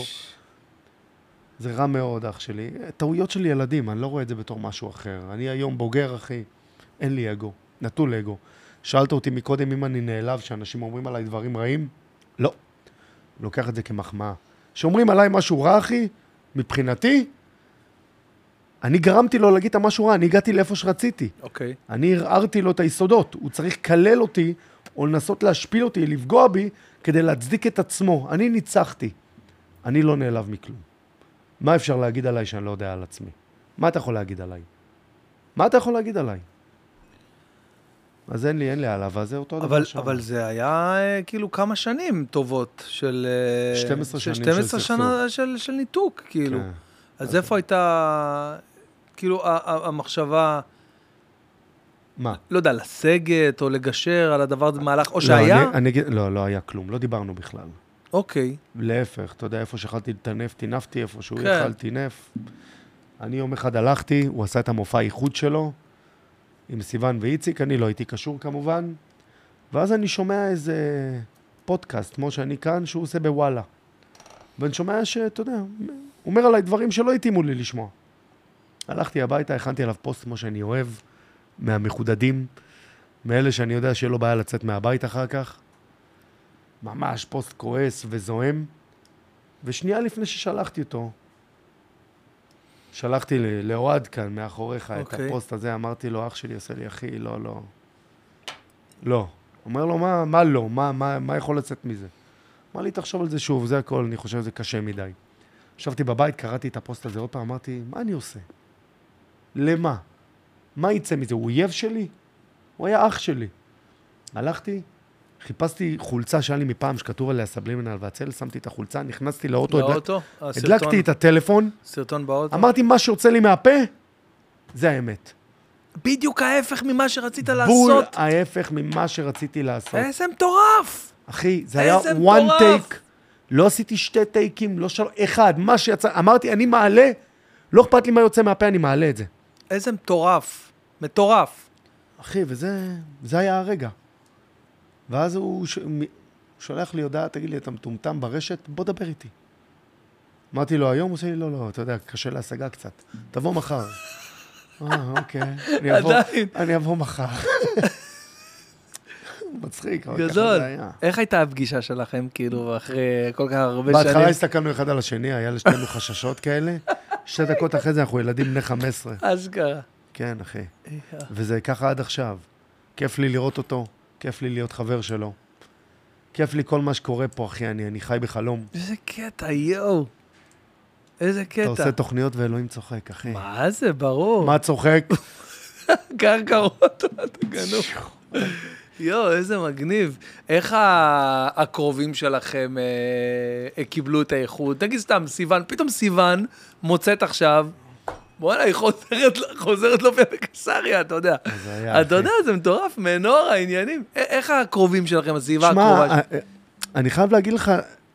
B: זה רע מאוד, אח שלי. טעויות של ילדים, אני לא רואה את זה בתור משהו אחר. אני היום בוגר, אחי. אין לי אגו. נטול אגו. שאלת אותי מקודם אם אני נעלב שאנשים אומרים עליי דברים רעים? לא. לוקח את זה כמחמאה. שאומרים עליי משהו רע, אחי, מבחינתי, אני גרמתי לו להגיד את המשהו רע, אני הגעתי לאיפה שרציתי.
A: אוקיי.
B: אני הרערתי לו את היסודות. הוא צריך לקלל אותי, או לנסות להשפיל אותי, לפגוע בי, כדי להצדיק את עצמו. אני ניצחתי. אני לא נעלב מכלום. מה אפשר להגיד עליי שאני לא יודע על עצמי? מה אתה יכול להגיד עליי? מה אתה יכול להגיד עליי? אז אין לי, אין לי עליו, אז זה אותו דבר
A: אבל,
B: שם.
A: אבל זה היה כאילו כמה שנים טובות של...
B: שתים עשרה שנים
A: שתים עשרה
B: של
A: שנה של, של ניתוק, כאילו.
B: כן.
A: אז איפה הייתה, כאילו, המחשבה...
B: מה?
A: לא יודע, לסגת או לגשר על הדבר הזה במהלך, או
B: לא,
A: שהיה?
B: אני, אני, לא, לא היה כלום, לא דיברנו בכלל.
A: אוקיי.
B: להפך, אתה יודע, איפה שחלתי לטנף, טינפתי, איפה שהוא
A: כן.
B: יחל טינף. אני יום אחד הלכתי, הוא עשה את המופע איחוד שלו, עם סיוון ואיציק, אני לא הייתי קשור כמובן, ואז אני שומע איזה פודקאסט, כמו שאני כאן, שהוא עושה בוואלה. ואני שומע שאתה יודע, הוא אומר עליי דברים שלא התאימו לי לשמוע. הלכתי הביתה, הכנתי עליו פוסט כמו שאני אוהב, מהמחודדים, מאלה שאני יודע שיהיה לו בעיה לצאת מהבית אחר כך. ממש פוסט כועס וזוהם. ושנייה לפני ששלחתי אותו, שלחתי לאוהד כאן מאחוריך okay. את הפוסט הזה, אמרתי לו, אח שלי עושה לי, אחי, לא, לא. לא. אומר לו, מה, מה לא? מה, מה, מה יכול לצאת מזה? אמר לי, תחשוב על זה שוב, זה הכל, אני חושב שזה קשה מדי. ישבתי בבית, קראתי את הפוסט הזה עוד פעם, אמרתי, מה אני עושה? למה? מה יצא מזה? הוא אויב שלי? הוא היה אח שלי. הלכתי, חיפשתי חולצה שהיה לי מפעם שכתוב עליה סבלימינל והצל, שמתי את החולצה, נכנסתי לאוטו,
A: לאוטו?
B: הדלק, הדלקתי את הטלפון,
A: סרטון באוטו?
B: אמרתי, מה שיוצא לי מהפה, זה האמת.
A: בדיוק ההפך ממה שרצית
B: בול
A: לעשות.
B: בול ההפך ממה שרציתי לעשות.
A: איזה מטורף!
B: אחי, זה היה one take, לא עשיתי שתי טייקים, לא שלוש, אחד, מה שיצא, אמרתי, אני מעלה, לא אכפת לי מה יוצא מהפה, אני מעלה את זה.
A: איזה מטורף, מטורף.
B: אחי, וזה זה היה הרגע. ואז הוא ש... שולח לי הודעה, תגיד לי, אתה מטומטם ברשת, בוא דבר איתי. אמרתי לו, היום הוא עושה לי, לא, לא, אתה יודע, קשה להשגה קצת. תבוא מחר. אה, אוקיי. אני אבוא, אני אבוא מחר. מצחיק, אבל ככה זה היה.
A: איך הייתה הפגישה שלכם, כאילו, אחרי כל כך הרבה שנים?
B: בהתחלה הסתכלנו אחד על השני, היה לשתינו חששות כאלה. שתי דקות אחרי זה אנחנו ילדים בני חמש עשרה.
A: אשכרה.
B: כן, אחי. וזה ככה עד עכשיו. כיף לי לראות אותו, כיף לי להיות חבר שלו. כיף לי כל מה שקורה פה, אחי, אני, אני חי בחלום.
A: איזה קטע, יואו. איזה קטע.
B: אתה עושה תוכניות ואלוהים צוחק, אחי.
A: מה זה, ברור.
B: מה צוחק?
A: קרקעות, אתה גנוב. יו, איזה מגניב. איך ה- הקרובים שלכם אה, קיבלו את האיחוד? תגיד סתם, סיוון, פתאום סיוון מוצאת עכשיו, בוא'נה, היא חוזרת, חוזרת להופיע בקיסריה, אתה יודע.
B: זה היה,
A: אתה יודע, זה מטורף, מנור העניינים. א- איך הקרובים שלכם, הסביבה הקרובה?
B: שמע, אני חייב להגיד לך,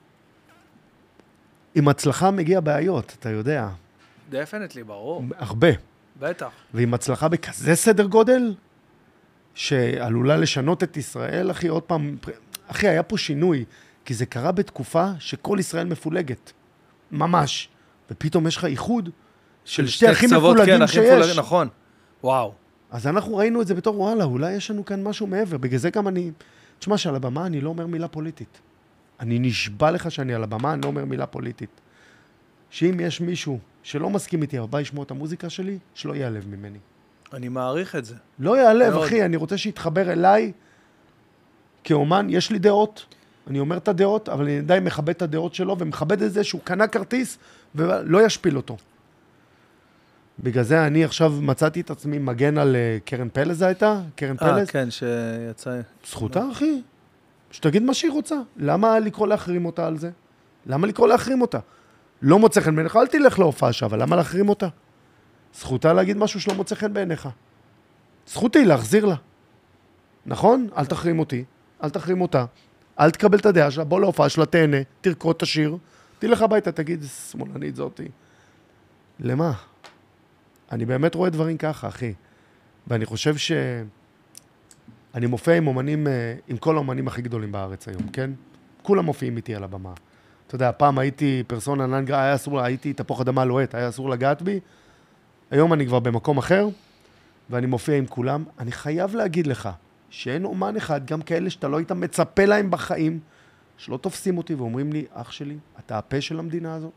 B: עם הצלחה מגיע בעיות, אתה יודע.
A: דפנטלי, ברור.
B: הרבה.
A: בטח.
B: ועם הצלחה בכזה סדר גודל, שעלולה לשנות את ישראל, אחי, עוד פעם, אחי, היה פה שינוי, כי זה קרה בתקופה שכל ישראל מפולגת. ממש. ופתאום יש לך איחוד של שתי הכי מפולגים שיש.
A: נכון. וואו.
B: אז אנחנו ראינו את זה בתור, וואלה, אולי יש לנו כאן משהו מעבר. בגלל זה גם אני, תשמע, שעל הבמה אני לא אומר מילה פוליטית. אני נשבע לך שאני על הבמה, אני לא אומר מילה פוליטית. שאם יש מישהו שלא מסכים איתי, אבל בא לשמוע את המוזיקה שלי, שלא ייעלב ממני.
A: אני מעריך את זה.
B: לא ייעלב,
A: מאוד.
B: אחי, אני רוצה שיתחבר אליי כאומן, יש לי דעות, אני אומר את הדעות, אבל אני די מכבד את הדעות שלו, ומכבד את זה שהוא קנה כרטיס, ולא ישפיל אותו. בגלל זה אני עכשיו מצאתי את עצמי מגן על uh, קרן פלז הייתה, קרן
A: אה,
B: פלז.
A: כן, שיצא...
B: זכותה, אחי. שתגיד מה שהיא רוצה. למה לקרוא להחרים אותה על זה? למה לקרוא להחרים אותה? לא מוצא חן בעיניך, אל תלך להופעה שעה, אבל למה להחרים אותה? זכותה להגיד משהו שלא מוצא חן בעיניך. זכותי להחזיר לה. נכון? אל תחרים אותי, אל תחרים אותה. אל תקבל את הדעה שלה, בוא להופעה שלה, תהנה, תרקוד את השיר, תלך הביתה, תגיד, שמאלנית זאתי. למה? אני באמת רואה דברים ככה, אחי. ואני חושב ש... אני מופיע עם אומנים, עם כל האומנים הכי גדולים בארץ היום, כן? כולם מופיעים איתי על הבמה. אתה יודע, פעם הייתי פרסונה ננגרה, היה אסור, הייתי תפוח אדמה לוהט, היה אסור לגעת בי. היום אני כבר במקום אחר, ואני מופיע עם כולם. אני חייב להגיד לך, שאין אומן אחד, גם כאלה שאתה לא היית מצפה להם בחיים, שלא תופסים אותי ואומרים לי, אח שלי, אתה הפה של המדינה הזו.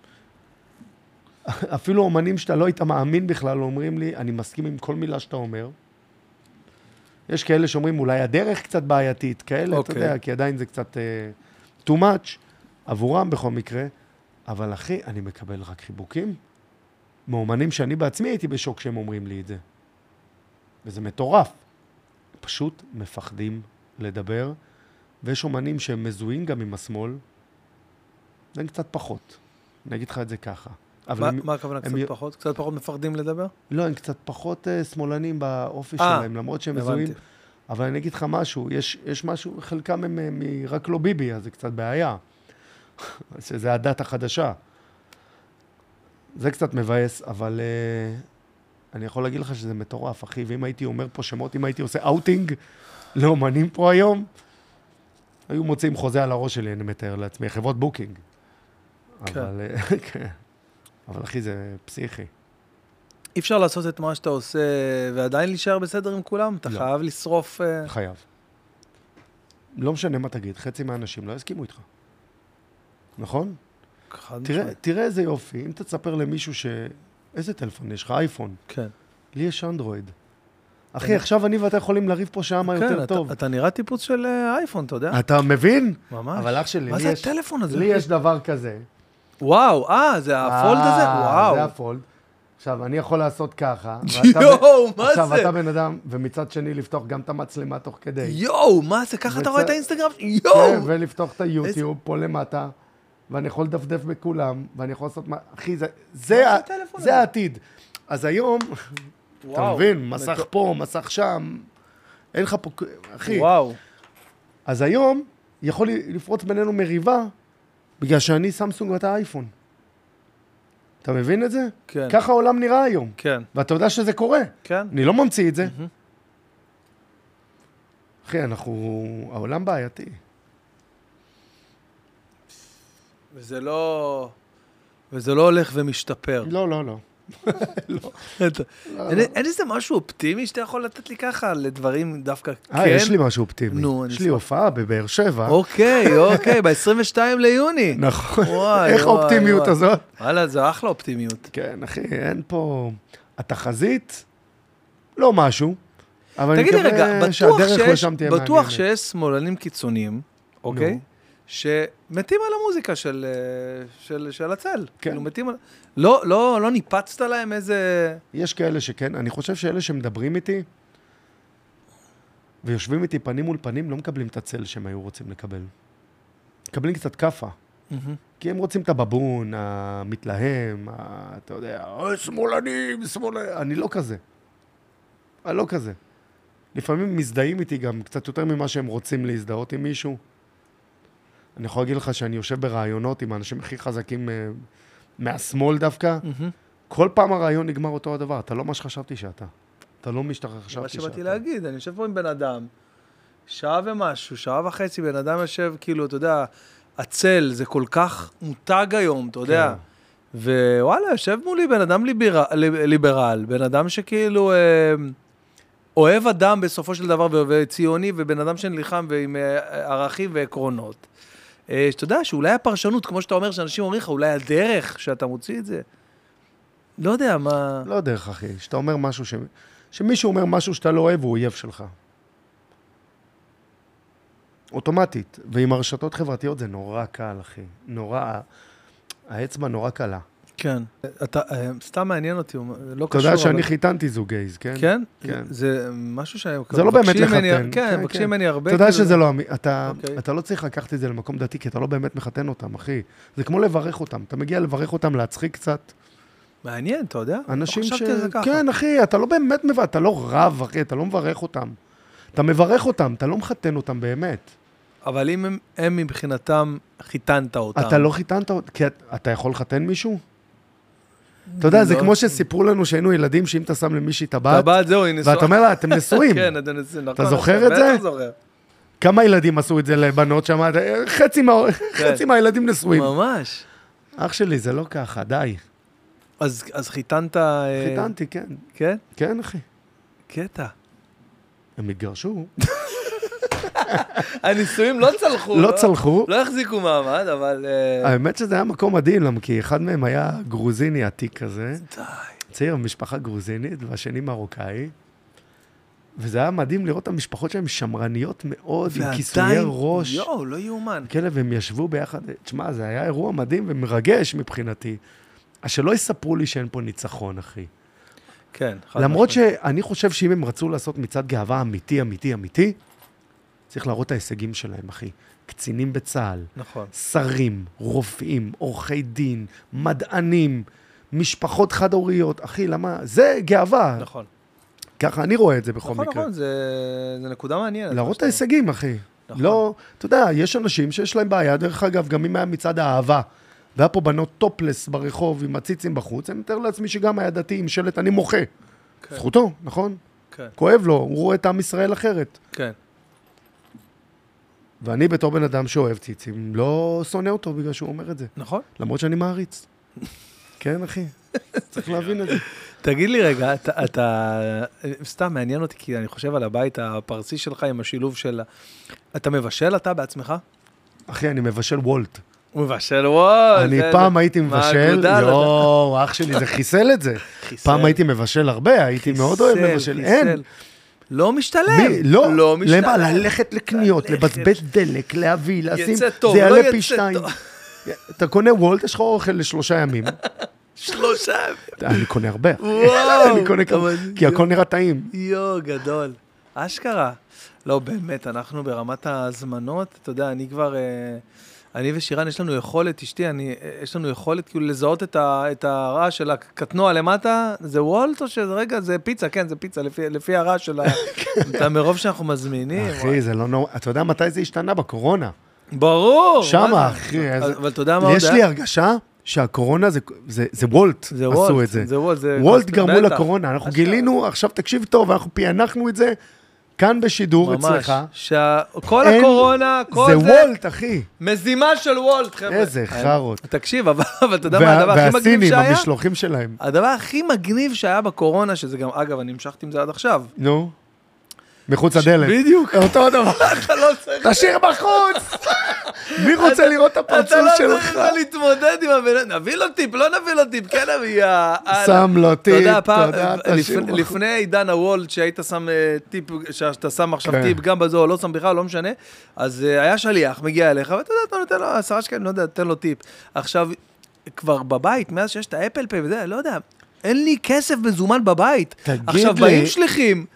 B: אפילו אומנים שאתה לא היית מאמין בכלל, אומרים לי, אני מסכים עם כל מילה שאתה אומר. יש כאלה שאומרים, אולי הדרך קצת בעייתית, כאלה, okay. אתה יודע, כי עדיין זה קצת uh, too much, עבורם בכל מקרה, אבל אחי, אני מקבל רק חיבוקים, מאומנים שאני בעצמי הייתי בשוק שהם אומרים לי את זה. וזה מטורף. פשוט מפחדים לדבר, ויש אומנים שהם מזוהים גם עם השמאל, זה קצת פחות. אני אגיד לך את זה ככה.
A: מה, הם, מה הכוונה קצת הם... פחות? קצת פחות מפחדים לדבר?
B: לא, הם קצת פחות uh, שמאלנים באופי 아, שלהם, למרות שהם הבנתי. מזוהים. אבל אני אגיד לך משהו, יש, יש משהו, חלקם הם מ- רק לא ביבי, אז זה קצת בעיה. שזה הדת החדשה. זה קצת מבאס, אבל uh, אני יכול להגיד לך שזה מטורף, אחי, ואם הייתי אומר פה שמות, אם הייתי עושה אאוטינג לאומנים פה היום, היו מוצאים חוזה על הראש שלי, אני מתאר לעצמי, חברות בוקינג.
A: כן.
B: אבל, כן. אבל אחי, זה פסיכי.
A: אי אפשר לעשות את מה שאתה עושה ועדיין להישאר בסדר עם כולם? אתה
B: לא.
A: חייב לשרוף...
B: חייב. לא משנה מה תגיד, חצי מהאנשים לא יסכימו איתך. נכון? תראה, תראה איזה יופי, אם אתה תספר למישהו ש... איזה טלפון יש לך? אייפון.
A: כן.
B: לי יש אנדרואיד. אחי, עכשיו אני ואתה יכולים לריב פה שמה יותר טוב.
A: אתה נראה טיפוס של אייפון, אתה יודע?
B: אתה מבין?
A: ממש.
B: אבל אח שלי,
A: מה זה הטלפון הזה?
B: לי יש דבר כזה.
A: וואו, אה, זה הפולד הזה? וואו.
B: זה הפולד. עכשיו, אני יכול לעשות ככה.
A: יואו, מה זה?
B: עכשיו, אתה בן אדם, ומצד שני לפתוח גם את המצלמה תוך כדי.
A: יואו, מה זה? ככה אתה רואה את האינסטגרם? יואו!
B: כן, ולפתוח את היוטיוב פה למטה, ואני יכול לדפדף בכולם, ואני יכול לעשות... אחי, זה העתיד. אז היום, אתה מבין, מסך פה, מסך שם, אין לך פה... אחי.
A: וואו.
B: אז היום, יכול לפרוץ בינינו מריבה, בגלל שאני סמסונג ואתה אייפון. אתה מבין את זה?
A: כן.
B: ככה העולם נראה היום.
A: כן.
B: ואתה יודע שזה קורה.
A: כן.
B: אני לא ממציא את זה. Mm-hmm. אחי, אנחנו... העולם בעייתי.
A: וזה לא... וזה לא הולך ומשתפר.
B: לא, לא, לא.
A: לא. אין איזה משהו אופטימי שאתה יכול לתת לי ככה לדברים דווקא כן?
B: אה, יש לי משהו אופטימי.
A: נו, אני
B: יש לי הופעה בבאר שבע.
A: אוקיי, אוקיי, ב-עשרים ושניים ליוני.
B: נכון. איך האופטימיות הזאת?
A: וואלה, זה אחלה אופטימיות.
B: כן, אחי, אין פה... התחזית, לא משהו.
A: תגיד לי רגע, בטוח שיש שמאלנים קיצוניים, אוקיי? שמתים על המוזיקה של, של, של הצל.
B: כן.
A: כאילו, מתים על... לא, לא, לא ניפצת להם איזה...
B: יש כאלה שכן. אני חושב שאלה שמדברים איתי, ויושבים איתי פנים מול פנים, לא מקבלים את הצל שהם היו רוצים לקבל. מקבלים קצת קפה. כי הם רוצים את הבבון, המתלהם, אתה יודע, שמאלנים, שמאלנים, אני לא כזה. אני לא כזה. לפעמים מזדהים איתי גם קצת יותר ממה שהם רוצים להזדהות עם מישהו. אני יכול להגיד לך שאני יושב ברעיונות עם האנשים הכי חזקים מהשמאל דווקא. כל פעם הרעיון נגמר אותו הדבר. אתה לא מה שחשבתי שאתה. אתה לא משתחרר חשבתי שאתה.
A: מה שבאתי להגיד, אני יושב פה עם בן אדם, שעה ומשהו, שעה וחצי, בן אדם יושב, כאילו, אתה יודע, הצל, זה כל כך מותג היום, אתה יודע. ווואלה, יושב מולי בן אדם ליברל, ליברל בן אדם שכאילו אה, אוהב אדם בסופו של דבר, וציוני, ובן אדם שנלחם ועם ערכים ועקרונות. אה, שאתה יודע, שאולי הפרשנות, כמו שאתה אומר, שאנשים אומרים לך, אולי הדרך שאתה מוציא את זה. לא יודע מה...
B: לא דרך, אחי. שאתה אומר משהו ש... שמישהו אומר משהו שאתה לא אוהב, הוא אויב שלך. אוטומטית. ועם הרשתות חברתיות זה נורא קל, אחי. נורא... האצבע נורא קלה.
A: כן. אתה, סתם מעניין אותי, לא קשור.
B: אתה יודע שאני חיתנתי זוג גייז, כן?
A: כן?
B: כן.
A: זה משהו ש...
B: זה לא באמת לחתן.
A: כן, מבקשים ממני הרבה.
B: אתה יודע שזה לא... אתה לא צריך לקחת את זה למקום דתי, כי אתה לא באמת מחתן אותם, אחי. זה כמו לברך אותם. אתה מגיע לברך אותם, להצחיק קצת.
A: מעניין, אתה יודע?
B: אנשים ש... כן, אחי, אתה לא באמת מברך, אתה לא רב, אחי, אתה לא מברך אותם. אתה מברך אותם, אתה לא מחתן אותם באמת.
A: אבל אם הם, הם מבחינתם חיתנת אותם.
B: אתה לא חיתנת אותם, כי אתה יכול לחתן מישהו? אתה יודע, זה כמו שסיפרו לנו שהיינו ילדים, שאם אתה שם למישהי טבעת,
A: טבעת, זהו, היא נשואה.
B: ואתה אומר לה, אתם נשואים.
A: כן, אתם נשואים, נכון.
B: אתה זוכר את זה?
A: בטח זוכר.
B: כמה ילדים עשו את זה לבנות שם? חצי מהילדים נשואים.
A: ממש.
B: אח שלי, זה לא ככה, די.
A: אז חיתנת...
B: חיתנתי, כן.
A: כן?
B: כן, אחי.
A: קטע.
B: הם התגרשו.
A: הנישואים לא צלחו.
B: לא צלחו.
A: לא החזיקו מעמד, אבל...
B: האמת שזה היה מקום מדהים, למה כי אחד מהם היה גרוזיני עתיק כזה.
A: די.
B: צעיר, משפחה גרוזינית, והשני מרוקאי. וזה היה מדהים לראות את המשפחות שהן שמרניות מאוד, עם כיסויי ראש.
A: יואו, לא יאומן.
B: כאלה, והם ישבו ביחד. תשמע, זה היה אירוע מדהים ומרגש מבחינתי. אז שלא יספרו לי שאין פה ניצחון, אחי.
A: כן.
B: למרות שאני חושב שאם הם רצו לעשות מצעד גאווה אמיתי, אמיתי, אמיתי, צריך להראות את ההישגים שלהם, אחי. קצינים בצה"ל,
A: נכון.
B: שרים, רופאים, עורכי דין, מדענים, משפחות חד-הוריות. אחי, למה? זה גאווה.
A: נכון.
B: ככה אני רואה את זה בכל
A: נכון,
B: מקרה.
A: נכון, זה, זה נקודה מעניינת.
B: להראות את ההישגים, אחי. נכון. לא, אתה יודע, יש אנשים שיש להם בעיה, דרך אגב, גם אם היה מצעד האהבה, והיה פה בנות טופלס ברחוב עם הציצים בחוץ, אני מתאר לעצמי שגם היה דתי עם שלט, אני מוחה. כן. זכותו, נכון?
A: כן.
B: כואב לו, הוא רואה את עם ישראל אחרת.
A: כן.
B: ואני בתור בן אדם שאוהב ציצים, לא שונא אותו בגלל שהוא אומר את זה.
A: נכון.
B: למרות שאני מעריץ. כן, אחי. צריך להבין את זה.
A: תגיד לי רגע, אתה, אתה, סתם מעניין אותי, כי אני חושב על הבית הפרסי שלך עם השילוב של... אתה מבשל אתה בעצמך?
B: אחי, אני מבשל וולט.
A: הוא מבשל וולט.
B: אני פעם הייתי מבשל, יואו, אח שלי, זה חיסל את זה. פעם הייתי מבשל הרבה, הייתי מאוד אוהב מבשל. אין.
A: לא משתלם.
B: לא, לא משתלם. למה? ללכת לקניות, לבזבז דלק, להביא, לשים,
A: יצא טוב,
B: זה
A: לא
B: יעלה פי
A: יצא
B: שתיים.
A: טוב.
B: אתה קונה וולט, יש לך אוכל לשלושה ימים.
A: שלושה ימים.
B: אני קונה הרבה.
A: וואו.
B: אני קונה כמה, כי הכל נראה טעים.
A: יו, גדול. אשכרה. לא, באמת, אנחנו ברמת ההזמנות, אתה יודע, אני כבר... אני ושירן, יש לנו יכולת, אשתי, אני, יש לנו יכולת כאילו לזהות את, ה, את הרעש של הקטנוע למטה, זה וולט או שזה רגע, זה פיצה, כן, זה פיצה, לפי, לפי הרעש של ה... מרוב שאנחנו מזמינים.
B: אחי, זה לא נורא, אתה יודע מתי זה השתנה? בקורונה.
A: ברור.
B: שמה, אחי.
A: אבל אתה יודע מה עוד?
B: יש לי הרגשה שהקורונה זה, זה, זה וולט,
A: זה
B: עשו
A: וולט,
B: את זה.
A: זה וולט, זה...
B: וולט גרמו לקורונה, אנחנו גילינו, עכשיו תקשיב טוב, אנחנו פענחנו את זה, כאן בשידור אצלך.
A: ממש, שכל הקורונה, כל זה...
B: זה וולט, אחי.
A: מזימה של וולט, חבר'ה.
B: איזה חרות.
A: תקשיב, אבל אתה יודע מה הדבר הכי מגניב שהיה?
B: והסינים, המשלוחים שלהם.
A: הדבר הכי מגניב שהיה בקורונה, שזה גם, אגב, אני המשכתי עם זה עד עכשיו.
B: נו. מחוץ לדלת.
A: בדיוק.
B: אותו דבר.
A: אתה לא צריך...
B: תשאיר בחוץ! מי רוצה לראות את הפרצוף שלך?
A: אתה לא צריך להתמודד עם הבן... נביא לו טיפ, לא נביא לו טיפ, כן נביא...
B: שם לו טיפ, תודה, תשאיר בחוץ.
A: לפני עידן הוולט, שהיית שם טיפ, שאתה שם עכשיו טיפ, גם בזו או לא שם בכלל, לא משנה, אז היה שליח, מגיע אליך, ואתה יודע, אתה נותן לו עשרה שקלים, לא יודע, תן לו טיפ. עכשיו, כבר בבית, מאז שיש את האפל פיי וזה, לא יודע, אין לי כסף מזומן בבית.
B: תגיד לי.
A: עכשיו, באים שליחים,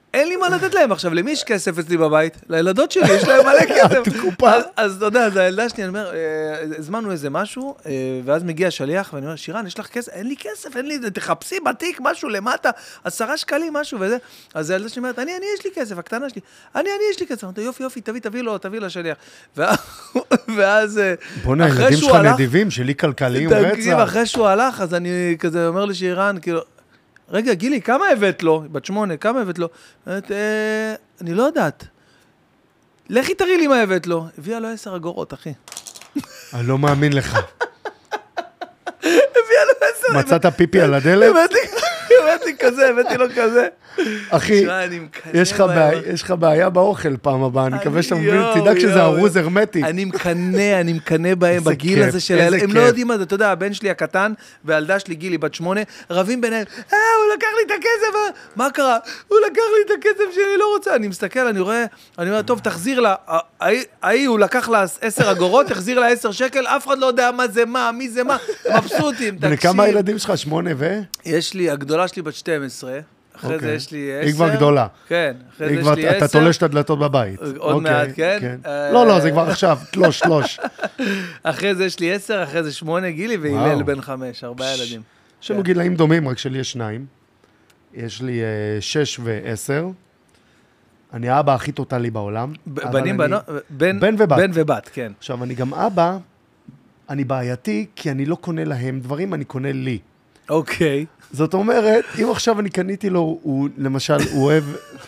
A: אין לי מה לתת להם. עכשיו, למי יש כסף אצלי בבית? לילדות שלי, יש להם מלא כסף. אז, אז אתה יודע, אז הילדה שלי, אני אומר, הזמנו איזה משהו, ואז מגיע שליח, ואני אומר, שירן, יש לך כסף? אין לי כסף, אין לי, תחפשי בתיק משהו למטה, עשרה שקלים משהו וזה. אז הילדה שלי אומרת, אני, אני, יש לי כסף, הקטנה שלי. אני, אני, יש לי כסף. אמרתי, יופי, יופי, תביא, תביא לו, תביא לשליח. ואז,
B: בוא'נה, הילדים שלך נדיבים, שלי כלכליים רצח.
A: אחרי שהוא הלך, אז אני כזה אומר לשירן, כאילו, רגע, גילי, כמה הבאת לו? בת שמונה, כמה הבאת לו? אומרת, אה, אני לא יודעת. לכי תראי לי מה הבאת לו. הביאה לו עשר אגורות, אחי.
B: אני לא מאמין לך.
A: הביאה לו עשר.
B: מצאת פיפי על הדלת?
A: הבאתי כזה, הבאתי לו כזה.
B: אחי, יש לך בעיה באוכל פעם הבאה, אני מקווה שאתה מבין, תדאג שזה ארוז הרמטי.
A: אני מקנה, אני מקנה בהם בגיל הזה של הילד, הם לא יודעים מה זה, אתה יודע, הבן שלי הקטן, והילדה שלי גילי בת שמונה, רבים ביניהם, אה, הוא לקח לי את הכסף, מה קרה? הוא לקח לי את הכסף שלי, לא רוצה, אני מסתכל, אני רואה, אני אומר, טוב, תחזיר לה, ההיא, הוא לקח לה עשר אגורות, תחזיר לה עשר שקל, אף אחד לא יודע מה זה מה, מי זה מה, מבסוטים, תקשיב.
B: וכמה ילדים שלך, שמונה ו?
A: יש לי, הגדולה שלי בת שתים עשרה, אחרי זה יש לי עשר.
B: היא כבר גדולה.
A: כן, אחרי זה יש לי עשר.
B: אתה תולש את הדלתות בבית.
A: עוד מעט, כן?
B: לא, לא, זה כבר עכשיו, תלוש, תלוש.
A: אחרי זה יש לי עשר, אחרי זה שמונה, גילי, והילל בן חמש, ארבעה ילדים.
B: יש לנו גילאים דומים, רק שלי יש שניים. יש לי שש ועשר. אני האבא הכי טוטלי בעולם.
A: בנים, בנות?
B: בן ובת.
A: בן ובת, כן.
B: עכשיו, אני גם אבא, אני בעייתי, כי אני לא קונה להם דברים, אני קונה לי.
A: אוקיי.
B: זאת אומרת, אם עכשיו אני קניתי לו, הוא, למשל, הוא אוהב,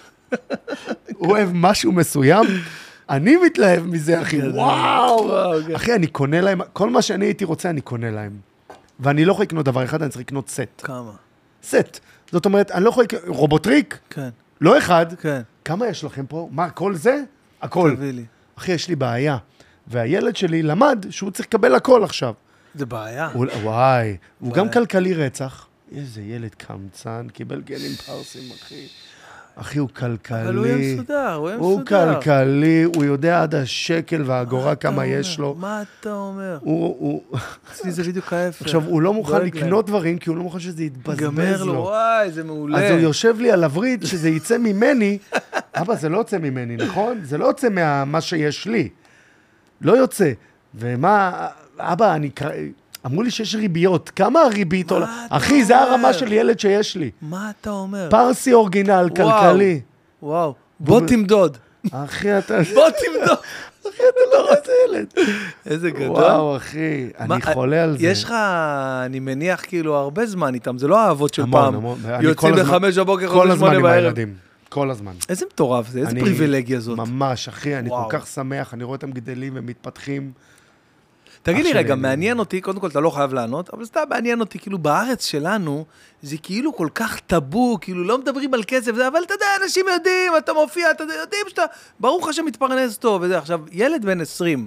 B: הוא אוהב משהו מסוים, אני מתלהב מזה, אחי, וואו. אחי, אני קונה להם, כל מה שאני הייתי רוצה, אני קונה להם. ואני לא יכול לקנות דבר אחד, אני צריך לקנות סט.
A: כמה?
B: סט. זאת אומרת, אני לא יכול לקנות, רובוטריק?
A: כן.
B: לא אחד.
A: כן.
B: כמה יש לכם פה? מה, כל זה? הכל.
A: תביא לי.
B: אחי, יש לי בעיה. והילד שלי למד שהוא צריך לקבל הכל עכשיו.
A: זה בעיה.
B: וואי, הוא גם כלכלי רצח. איזה ילד קמצן, קיבל גנים פרסים, אחי. אחי, הוא כלכלי.
A: אבל הוא יהיה מסודר, הוא יהיה מסודר.
B: הוא כלכלי, הוא יודע עד השקל והאגורה כמה יש לו.
A: מה אתה אומר?
B: הוא...
A: אצלי זה בדיוק ההפך.
B: עכשיו, הוא לא מוכן לקנות דברים, כי הוא לא מוכן שזה יתבזבז לו.
A: גמר לו, וואי, זה מעולה.
B: אז הוא יושב לי על הברית, שזה יצא ממני. אבא, זה לא יוצא ממני, נכון? זה לא יוצא מה שיש לי. לא יוצא. ומה... אבא, אני... אמרו לי שיש ריביות. כמה הריבית עולה? אחי, זה הרמה של ילד שיש לי.
A: מה אתה אומר?
B: פרסי אורגינל, כלכלי.
A: וואו. בוא תמדוד.
B: אחי, אתה...
A: בוא תמדוד.
B: אחי, אתה לא רואה את הילד.
A: איזה גדול.
B: וואו, אחי, אני חולה על זה.
A: יש לך, אני מניח, כאילו, הרבה זמן איתם. זה לא האהבות של פעם. יוצאים בחמש בבוקר,
B: כל הזמן עם הילדים. כל הזמן.
A: איזה מטורף זה, איזה פריבילגיה זאת.
B: ממש, אחי, אני כל כך שמח, אני רואה אותם גדלים ומתפתחים.
A: תגיד לי רגע, מעניין אותי, קודם כל אתה לא חייב לענות, אבל סתם מעניין אותי, כאילו בארץ שלנו, זה כאילו כל כך טאבו, כאילו לא מדברים על כסף, אבל אתה יודע, אנשים יודעים, אתה מופיע, אתה יודעים שאתה, ברוך השם מתפרנס טוב, וזה, עכשיו, ילד בן עשרים,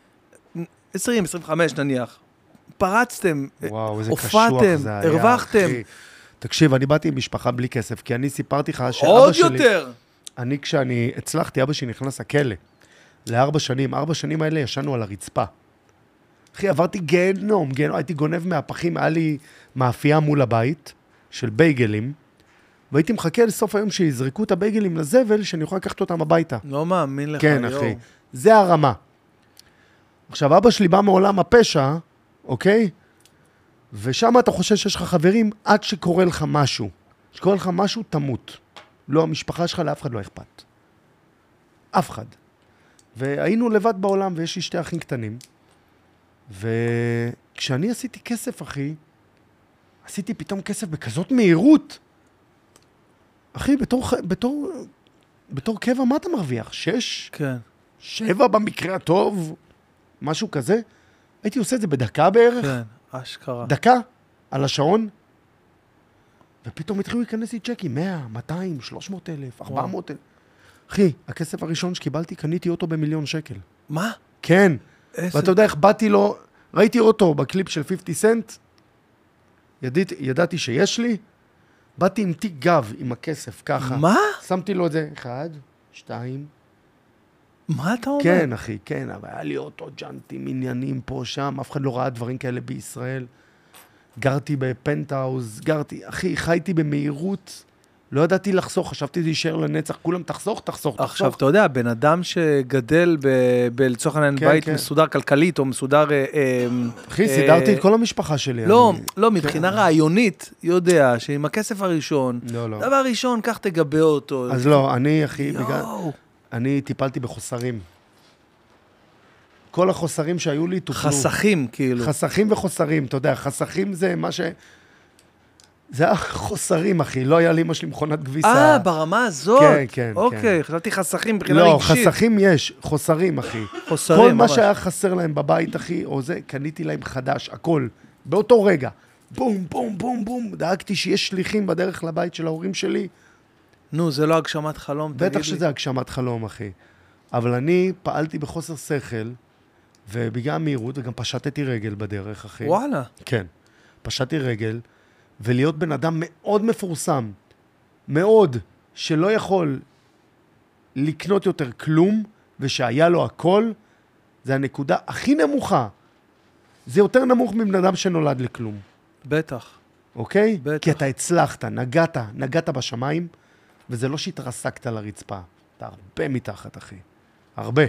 A: עשרים, עשרים וחמש נניח, פרצתם, הופעתם, הרווחתם.
B: תקשיב, אני באתי עם משפחה בלי כסף, כי אני סיפרתי לך שאבא שלי...
A: עוד יותר!
B: אני, כשאני הצלחתי, אבא שלי נכנס לכלא, לארבע שנים, ארבע שנים האלה ישנו על הרצפה. אחי, עברתי גיהנום, גיהנום, הייתי גונב מהפחים, היה לי מאפייה מול הבית, של בייגלים, והייתי מחכה לסוף היום שיזרקו את הבייגלים לזבל, שאני יכול לקחת אותם הביתה.
A: לא מאמין לך,
B: כן, אחי, זה הרמה. עכשיו, אבא שלי בא מעולם הפשע, אוקיי? ושם אתה חושב שיש לך חברים, עד שקורה לך משהו. שקורה לך משהו, תמות. לא, המשפחה שלך, לאף אחד לא אכפת. אף אחד. והיינו לבד בעולם, ויש לי שתי אחים קטנים. וכשאני עשיתי כסף, אחי, עשיתי פתאום כסף בכזאת מהירות. אחי, בתור, בתור, בתור קבע, מה אתה מרוויח? שש?
A: כן.
B: שבע במקרה הטוב? משהו כזה? הייתי עושה את זה בדקה בערך.
A: כן, אשכרה.
B: דקה, על השעון. ופתאום התחילו להיכנס לי צ'קים, מאה, מאתיים, שלוש מאות אלף, ארבע מאות אלף. אחי, הכסף הראשון שקיבלתי, קניתי אותו במיליון שקל.
A: מה?
B: כן. ואתה יודע איך באתי לו, ראיתי אותו בקליפ של חמישים סנט, ידעתי, ידעתי שיש לי, באתי עם תיק גב, עם הכסף, ככה.
A: מה?
B: שמתי לו את זה, אחד, שתיים.
A: מה אתה אומר?
B: כן, אחי, כן, אבל היה לי אוטו ג'אנטים, עניינים פה, שם, אף אחד לא ראה דברים כאלה בישראל. גרתי בפנטהאוז, גרתי, אחי, חייתי במהירות לא ידעתי לחסוך, חשבתי זה יישאר לנצח, כולם תחסוך, תחסוך, תחסוך.
A: עכשיו, אתה יודע, בן אדם שגדל לצורך העניין בית מסודר כלכלית, או מסודר...
B: אחי, סידרתי את כל המשפחה שלי.
A: לא, לא, מבחינה רעיונית, יודע שעם הכסף הראשון, דבר ראשון, כך תגבה אותו.
B: אז לא, אני, אחי, אני טיפלתי בחוסרים. כל החוסרים שהיו לי טופלו.
A: חסכים, כאילו.
B: חסכים וחוסרים, אתה יודע, חסכים זה מה ש... זה היה חוסרים, אחי, לא היה לי אמא שלי מכונת כביסה.
A: אה, ברמה הזאת?
B: כן, כן.
A: אוקיי, חשבתי חסכים מבחינה רגשית.
B: לא, חסכים יש, חוסרים, אחי.
A: חוסרים,
B: כל מה שהיה חסר להם בבית, אחי, או זה, קניתי להם חדש, הכל. באותו רגע. בום, בום, בום, בום. דאגתי שיש שליחים בדרך לבית של ההורים שלי.
A: נו, זה לא הגשמת חלום, תגיד לי.
B: בטח שזה הגשמת חלום, אחי. אבל אני פעלתי בחוסר שכל, ובגלל המהירות, וגם פשטתי רגל בדרך, אחי.
A: וואלה.
B: כן. פשטתי רגל, ולהיות בן אדם מאוד מפורסם, מאוד, שלא יכול לקנות יותר כלום, ושהיה לו הכל, זה הנקודה הכי נמוכה. זה יותר נמוך מבן אדם שנולד לכלום.
A: בטח.
B: אוקיי?
A: בטח.
B: כי אתה הצלחת, נגעת, נגעת בשמיים, וזה לא שהתרסקת לרצפה. אתה הרבה מתחת, אחי. הרבה.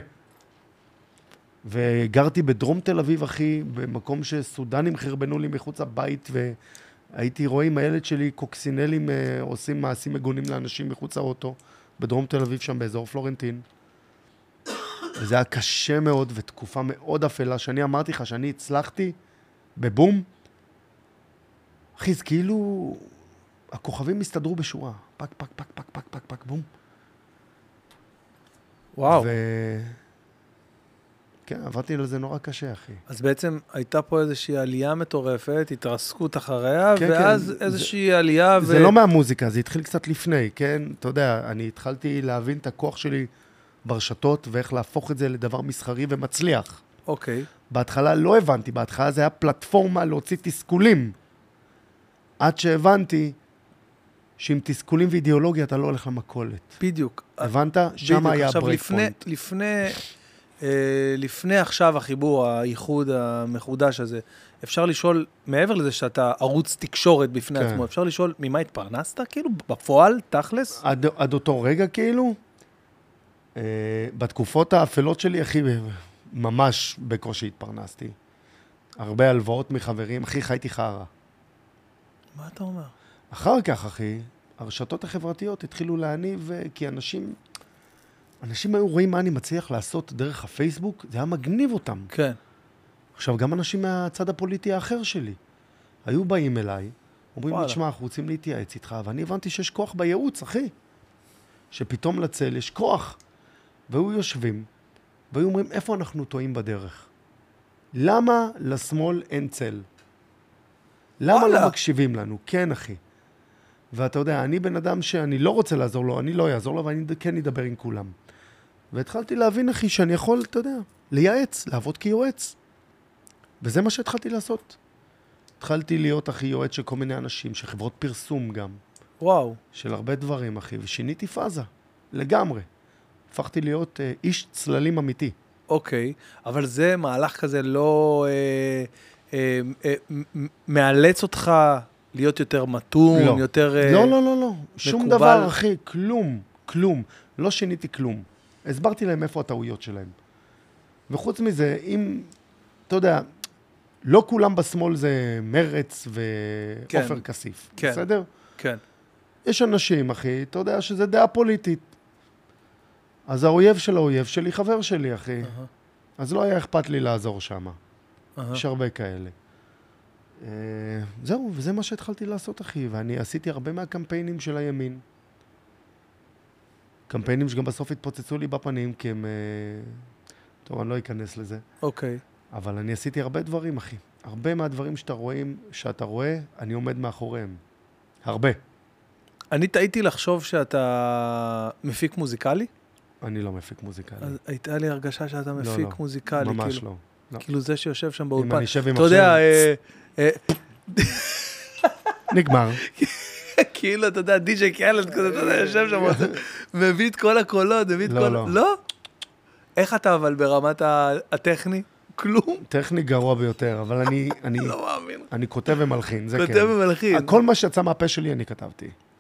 B: וגרתי בדרום תל אביב, אחי, במקום שסודנים חרבנו לי מחוץ הבית, והייתי רואה עם הילד שלי קוקסינלים אה, עושים מעשים מגונים לאנשים מחוץ האוטו, בדרום תל אביב שם באזור פלורנטין. וזה היה קשה מאוד, ותקופה מאוד אפלה, שאני אמרתי לך שאני הצלחתי בבום. אחי, זה כאילו הכוכבים הסתדרו בשורה. פק, פק, פק, פק, פק, פק, פק, בום.
A: וואו.
B: ו... כן, עברתי לזה נורא קשה, אחי.
A: אז בעצם הייתה פה איזושהי עלייה מטורפת, התרסקות אחריה,
B: כן,
A: ואז
B: כן,
A: איזושהי
B: זה,
A: עלייה...
B: זה
A: ו...
B: לא מהמוזיקה, זה התחיל קצת לפני, כן? אתה יודע, אני התחלתי להבין את הכוח שלי ברשתות, ואיך להפוך את זה לדבר מסחרי ומצליח.
A: אוקיי.
B: בהתחלה לא הבנתי, בהתחלה זה היה פלטפורמה להוציא תסכולים. עד שהבנתי שעם תסכולים ואידיאולוגיה אתה לא הולך למכולת.
A: בדיוק.
B: הבנת? שם היה ברייק פוינט.
A: לפני, לפני, לפני עכשיו החיבור, הייחוד המחודש הזה, אפשר לשאול, מעבר לזה שאתה ערוץ תקשורת בפני
B: כן.
A: עצמו, אפשר לשאול ממה התפרנסת? כאילו, בפועל, תכלס?
B: עד, עד אותו רגע, כאילו, אה, בתקופות האפלות שלי, אחי, ממש בקושי התפרנסתי. הרבה הלוואות מחברים, אחי, חייתי חרה.
A: מה אתה אומר?
B: אחר כך, אחי, הרשתות החברתיות התחילו להניב, כי אנשים, אנשים היו רואים מה אני מצליח לעשות דרך הפייסבוק, זה היה מגניב אותם.
A: כן.
B: עכשיו, גם אנשים מהצד הפוליטי האחר שלי, היו באים אליי, אומרים לי, תשמע, אנחנו רוצים להתייעץ איתך, ואני הבנתי שיש כוח בייעוץ, אחי. שפתאום לצל יש כוח. והיו יושבים, והיו אומרים, איפה אנחנו טועים בדרך? למה לשמאל אין צל? למה לא מקשיבים לנו? כן, אחי. ואתה יודע, אני בן אדם שאני לא רוצה לעזור לו, אני לא אעזור לו, ואני כן אדבר עם כולם. והתחלתי להבין, אחי, שאני יכול, אתה יודע, לייעץ, לעבוד כיועץ. וזה מה שהתחלתי לעשות. התחלתי להיות, אחי, יועץ של כל מיני אנשים, של חברות פרסום גם.
A: וואו.
B: של הרבה דברים, אחי, ושיניתי פאזה. לגמרי. הפכתי להיות אה, איש צללים אמיתי.
A: אוקיי, אבל זה מהלך כזה לא... אה, אה, אה, מאלץ אותך להיות יותר מתון,
B: לא.
A: יותר... אה,
B: לא, לא, לא, לא. שום
A: מקובל.
B: דבר, אחי, כלום, כלום. לא שיניתי כלום. הסברתי להם איפה הטעויות שלהם. וחוץ מזה, אם, אתה יודע, לא כולם בשמאל זה מרץ ועופר
A: כן.
B: כסיף.
A: כן.
B: בסדר?
A: כן.
B: יש אנשים, אחי, אתה יודע שזה דעה פוליטית. אז האויב של האויב שלי חבר שלי, אחי. Uh-huh. אז לא היה אכפת לי לעזור שם. Uh-huh. יש הרבה כאלה. Uh, זהו, וזה מה שהתחלתי לעשות, אחי. ואני עשיתי הרבה מהקמפיינים של הימין. קמפיינים שגם בסוף התפוצצו לי בפנים, כי הם... Uh, טוב, אני לא אכנס לזה.
A: אוקיי. Okay.
B: אבל אני עשיתי הרבה דברים, אחי. הרבה מהדברים שאתה רואים, שאתה רואה, אני עומד מאחוריהם. הרבה.
A: אני טעיתי לחשוב שאתה מפיק מוזיקלי?
B: אני לא מפיק מוזיקלי.
A: אז הייתה לי הרגשה שאתה מפיק
B: לא, לא.
A: מוזיקלי.
B: ממש
A: כאילו,
B: לא. לא.
A: כאילו זה שיושב שם באולפן.
B: אם אני אשב עם
A: אתה יודע, אה, אה,
B: נגמר.
A: כאילו, אתה יודע, די-ג'יי קלנד כזה, אתה יודע, יושב שם, מביא את כל הקולות, מביא את
B: לא,
A: כל...
B: לא.
A: לא? איך אתה אבל ברמת הטכני? כלום?
B: טכני גרוע ביותר, אבל אני, אני,
A: לא מאמין.
B: אני כותב ומלחין, זה כן.
A: כותב ומלחין.
B: כל מה שיצא מהפה שלי אני כתבתי.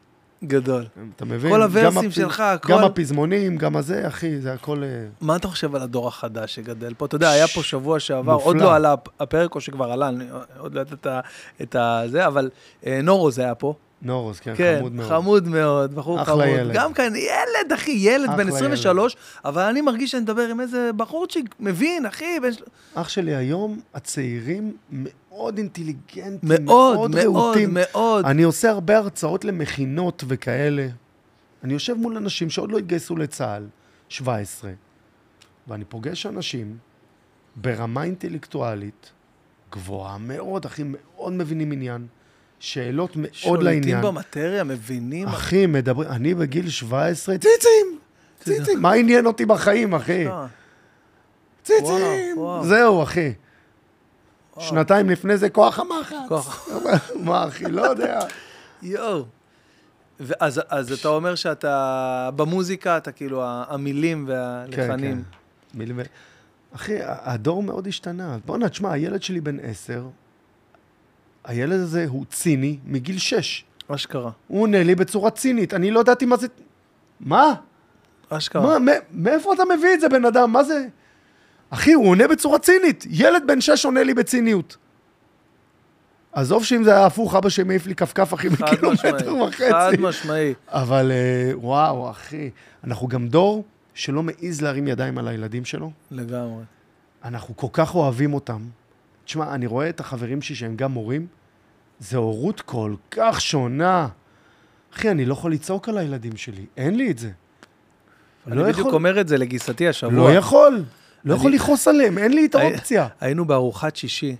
A: גדול.
B: אתה מבין?
A: כל הוורסים
B: גם הפ...
A: שלך, הכל...
B: גם הפזמונים, גם הזה, אחי, זה הכל...
A: מה אתה חושב על הדור החדש שגדל פה? אתה יודע, היה פה שבוע שעבר,
B: מופלא.
A: עוד לא עלה הפרק, או שכבר עלה, אני עוד לא יודעת את זה, אבל נורוז היה פה.
B: נורוז, כן,
A: כן,
B: חמוד מאוד.
A: חמוד מאוד, בחור
B: אחלה
A: חמוד.
B: ילד.
A: גם כאן, ילד, אחי, ילד בן
B: אחלה
A: עשרים ושלוש, אבל אני מרגיש שאני מדבר עם איזה בחורצ'יק, מבין, אחי, בן...
B: אח שלי, היום הצעירים מאוד אינטליגנטים,
A: מאוד,
B: מאוד
A: מאוד,
B: רהוטים.
A: מאוד.
B: אני עושה הרבה הרצאות למכינות וכאלה. אני יושב מול אנשים שעוד לא התגייסו לצה"ל, שבע עשרה, ואני פוגש אנשים ברמה אינטלקטואלית גבוהה מאוד, אחי, מאוד מבינים עניין. שאלות מאוד
A: שולטים
B: לעניין.
A: שולטים במטריה, מבינים.
B: אחי, מדברים, אני בגיל שבע עשרה, ציצים, ציצים, מה עניין אותי בחיים, אחי? ציצים, זהו, אחי. שנתיים לפני זה כוח המחץ. כוח. מה, אחי, לא יודע.
A: יואו. אז, אז אתה אומר שאתה, במוזיקה, אתה כאילו, המילים והלחנים.
B: כן, כן. מילים ו... אחי, הדור מאוד השתנה. בוא נשמע, הילד שלי בן עשר, הילד הזה הוא ציני מגיל שש.
A: אשכרה.
B: הוא עונה לי בצורה צינית. אני לא ידעתי מה זה... מה?
A: אשכרה.
B: מה, מאיפה אתה מביא את זה, בן אדם? מה זה? אחי, הוא עונה בצורה צינית. ילד בן שש עונה לי בציניות. עזוב שאם זה היה הפוך, אבא שמעיף לי כפכף, אחי, מקילומטר וחצי.
A: חד משמעי.
B: אבל וואו, אחי, אנחנו גם דור שלא מעיז להרים ידיים על הילדים שלו.
A: לגמרי.
B: אנחנו כל כך אוהבים אותם. תשמע, אני רואה את החברים שלי שהם גם מורים, זה הורות כל כך שונה. אחי, אני לא יכול לצעוק על הילדים שלי, אין לי את זה.
A: אני בדיוק אומר את זה לגיסתי השבוע.
B: לא יכול, לא יכול לכעוס עליהם, אין לי את האופציה.
A: היינו בארוחת שישי,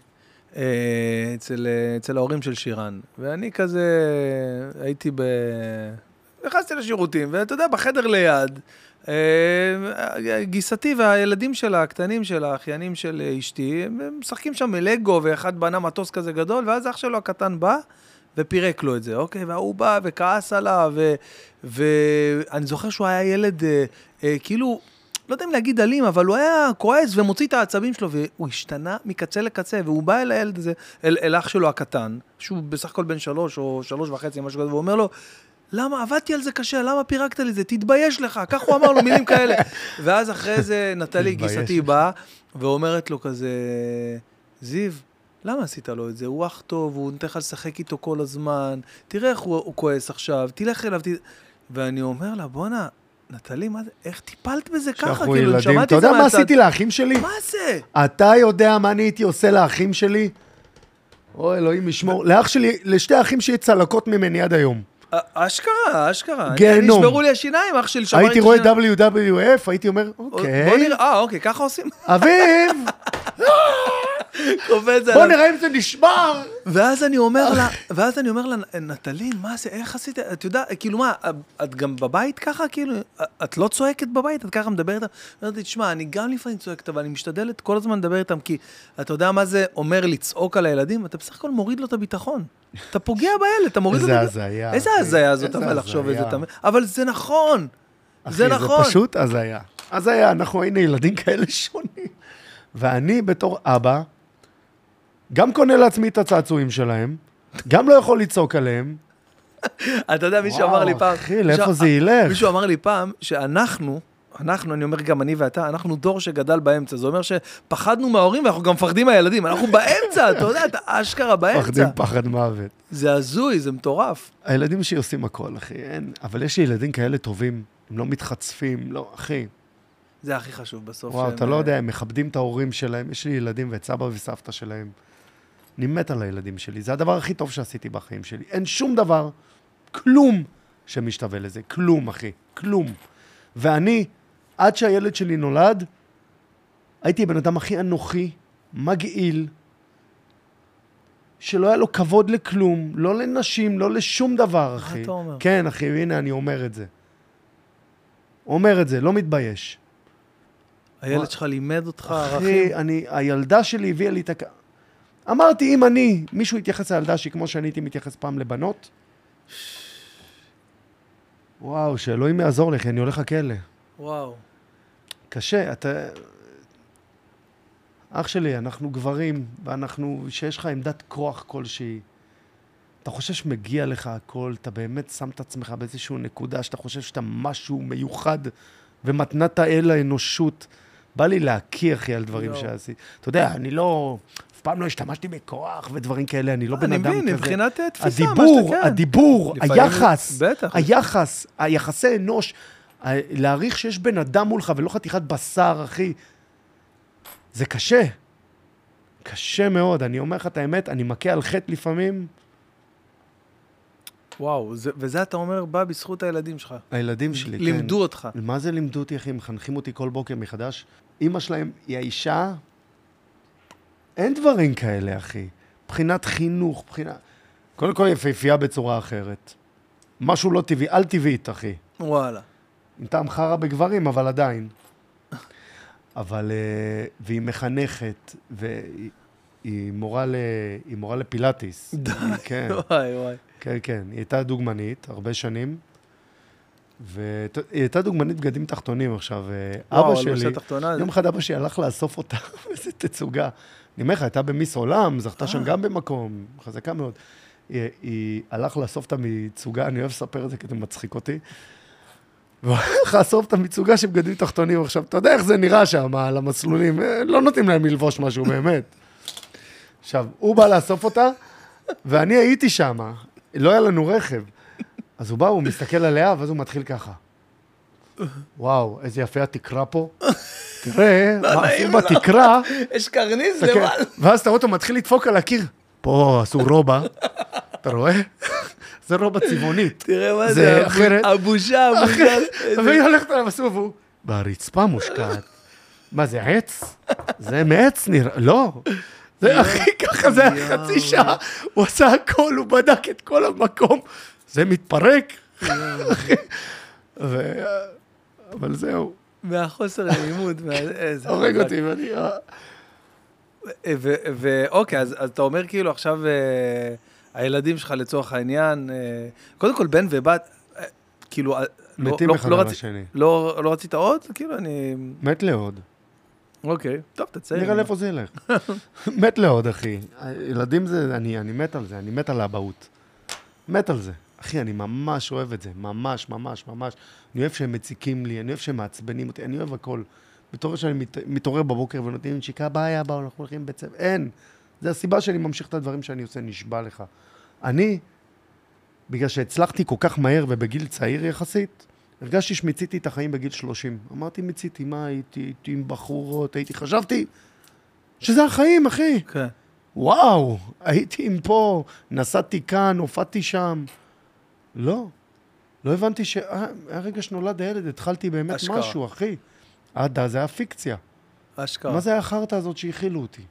A: אצל ההורים של שירן, ואני כזה הייתי ב... נכנסתי לשירותים, ואתה יודע, בחדר ליד, גיסתי והילדים שלה, הקטנים שלה, האחיינים של אשתי, הם משחקים שם מלגו, ואחד בנה מטוס כזה גדול, ואז אח שלו הקטן בא, ופירק לו את זה, אוקיי? והוא בא וכעס עליו, ואני זוכר שהוא היה ילד, כאילו, לא יודע אם להגיד אלים, אבל הוא היה כועס ומוציא את העצבים שלו, והוא השתנה מקצה לקצה, והוא בא אל הילד הזה, אל, אל אח שלו הקטן, שהוא בסך הכל בן שלוש או שלוש וחצי, משהו כזה, והוא אומר לו, למה? עבדתי על זה קשה, למה פירקת לי זה? תתבייש לך, כך הוא אמר לו מילים כאלה. ואז אחרי זה נטלי גיסתי באה, ואומרת לו כזה, זיו, למה עשית לו את זה? הוא אח טוב, הוא נותן לך לשחק איתו כל הזמן, תראה איך הוא, הוא כועס עכשיו, תלך אליו, ת... ואני אומר לה, בוא'נה, נטלי, מה זה? איך טיפלת בזה ככה? כאילו,
B: ילדים.
A: שמעתי
B: אתה יודע מה עשיתי לאחים שלי?
A: מה זה?
B: אתה יודע מה אני הייתי עושה לאחים שלי? אוי, אלוהים ישמור. לאח שלי, לשתי האחים שלי צלקות ממני עד היום.
A: אשכרה, אשכרה.
B: גיהנום.
A: נשברו לי השיניים, אח של שמר...
B: הייתי רואה דאבליו דאבליו אף, הייתי אומר, אוקיי.
A: בוא נראה, אה, אוקיי, ככה עושים.
B: אביב!
A: קופץ עליו.
B: בוא נראה אם זה נשבר.
A: ואז אני אומר לה, ואז אני אומר לה, נטלין, מה זה, איך עשית? את יודעת, כאילו מה, את גם בבית ככה, כאילו, את לא צועקת בבית, את ככה מדברת, ואומרת, תשמע, אני גם לפעמים צועקת, אבל אני משתדלת כל הזמן לדבר איתם, כי אתה יודע מה זה אומר לצעוק על הילדים? אתה בסך הכל מוריד לו את הביטחון. אתה פוגע בילד, אתה מוריד לו את הביטחון.
B: איזה הזיה.
A: איזה הזיה זאת, אבל לחשוב איזה תמיד. אבל זה נכון. זה נכון.
B: זה פשוט הזיה. הזיה, אנחנו היינו ילדים כאלה שונים. ואני בתור אבא, גם קונה לעצמי את הצעצועים שלהם, גם לא יכול לצעוק עליהם.
A: אתה יודע, מישהו אמר לי פעם...
B: וואו, אחי, לאיפה זה ילך?
A: מישהו אמר לי פעם שאנחנו, אנחנו, אני אומר גם אני ואתה, אנחנו דור שגדל באמצע. זה אומר שפחדנו מההורים ואנחנו גם מפחדים מהילדים. אנחנו באמצע, אתה יודע, אתה אשכרה באמצע.
B: פחדים פחד מוות.
A: זה הזוי, זה מטורף.
B: הילדים שלי עושים הכל, אחי. אין, אבל יש לי ילדים כאלה טובים, הם לא מתחצפים, לא, אחי.
A: זה הכי חשוב בסוף.
B: וואו, אתה לא יודע, הם מכבדים את ההורים שלהם. יש לי ילדים ואת סבא וסבתא שלהם. אני מת על הילדים שלי. זה הדבר הכי טוב שעשיתי בחיים שלי. אין שום דבר, כלום שמשתווה לזה. כלום, אחי. כלום. ואני, עד שהילד שלי נולד, הייתי בן אדם הכי אנוכי, מגעיל, שלא היה לו כבוד לכלום, לא לנשים, לא לשום דבר, אחי.
A: מה אתה אומר?
B: כן, אחי, הנה, אני אומר את זה. אומר את זה, לא מתבייש.
A: הילד שלך לימד אותך ערכים.
B: אחי, אני, הילדה שלי הביאה לי את הכ... אמרתי, אם אני, מישהו יתייחס לילדה שלי כמו שאני הייתי מתייחס פעם לבנות, וואו, שאלוהים יעזור לך, אני הולך לכלא.
A: וואו.
B: קשה, אתה... אח שלי, אנחנו גברים, ואנחנו, שיש לך עמדת כוח כלשהי, אתה חושב שמגיע לך הכל, אתה באמת שם את עצמך באיזושהי נקודה, שאתה חושב שאתה משהו מיוחד, ומתנת האל האנושות. בא לי להקיא, אחי, על דברים שעשי. אתה יודע, אני לא... אף פעם לא השתמשתי בכוח ודברים כאלה, אני לא בן אדם כזה.
A: אני מבין, מבחינת תפיסה,
B: הדיבור, הדיבור, היחס,
A: בטח.
B: היחס, היחסי אנוש, להעריך שיש בן אדם מולך ולא חתיכת בשר, אחי. זה קשה. קשה מאוד. אני אומר לך את האמת, אני מכה על חטא לפעמים.
A: וואו, זה, וזה אתה אומר, בא בזכות הילדים שלך.
B: הילדים שלי, כן.
A: לימדו אותך.
B: מה זה לימדו אותי, אחי? מחנכים אותי כל בוקר מחדש. אמא שלהם היא האישה, אין דברים כאלה, אחי. בחינת חינוך, בחינת... קודם כל יפהפייה בצורה אחרת. משהו לא טבעי, אל טבעית, אחי.
A: וואלה.
B: עם טעם חרא בגברים, אבל עדיין. אבל... והיא מחנכת, והיא היא מורה, ל... היא מורה לפילאטיס.
A: די,
B: כן.
A: וואי, וואי.
B: כן, כן. היא הייתה דוגמנית, הרבה שנים. והיא הייתה דוגמנית בגדים תחתונים עכשיו.
A: וואו,
B: אבא שלי,
A: תחתונה,
B: יום אחד אבא שלי הלך לאסוף אותה, איזה תצוגה. אני אומר לך, הייתה במיס עולם, זכתה שם גם במקום, חזקה מאוד. היא, היא הלך לאסוף את המצוגה, אני אוהב לספר את זה כי זה מצחיק אותי. והוא הלך לאסוף את המצוגה של בגדים תחתונים. עכשיו, אתה יודע איך זה נראה שם, על המסלולים, לא נותנים להם ללבוש משהו באמת. עכשיו, הוא בא לאסוף אותה, ואני הייתי שם, לא היה לנו רכב. אז הוא בא, הוא מסתכל עליה, ואז הוא מתחיל ככה. וואו, איזה יפה התקרה פה. תראה, מה עשו בתקרה.
A: יש קרניז למעלה.
B: ואז אתה רואה אותו מתחיל לדפוק על הקיר. פה עשו רובה. אתה רואה? זה רובה צבעונית.
A: תראה מה זה, הבושה, הבושה.
B: והיא הולכת עליו הסוף, והוא... ברצפה מושקעת. מה זה, עץ? זה מעץ נראה. לא. זה הכי ככה, זה היה חצי שעה. הוא עשה הכל, הוא בדק את כל המקום. זה מתפרק. אבל זהו.
A: מהחוסר הלימוד.
B: הורג אותי, ואני...
A: ואוקיי, אז אתה אומר כאילו עכשיו, הילדים שלך לצורך העניין, קודם כל בן ובת, כאילו...
B: מתים אחד על השני.
A: לא רצית עוד? כאילו אני...
B: מת לעוד.
A: אוקיי, טוב, תציין.
B: נראה לאיפה זה ילך. מת לעוד, אחי. ילדים זה, אני מת על זה, אני מת על האבהות. מת על זה. אחי, אני ממש אוהב את זה, ממש, ממש, ממש. אני אוהב שהם מציקים לי, אני אוהב שהם מעצבנים אותי, אני אוהב הכל. בתור שאני מת, מתעורר בבוקר ונותנים שיקה, בעיה, באו, אנחנו הולכים בית ספר. אין. זה הסיבה שאני ממשיך את הדברים שאני עושה, נשבע לך. אני, בגלל שהצלחתי כל כך מהר ובגיל צעיר יחסית, הרגשתי שמיציתי את החיים בגיל שלושים. אמרתי, מיציתי, מה הייתי? הייתי עם בחורות, הייתי, חשבתי שזה החיים, אחי.
A: כן.
B: וואו, הייתי עם פה, נסעתי כאן, הופעתי שם. לא, לא הבנתי שהרגע שנולד הילד, התחלתי באמת אשכרה. משהו, אחי. עד אז זה היה פיקציה.
A: אשכרה.
B: מה זה האחרת הזאת שהכילו אותי?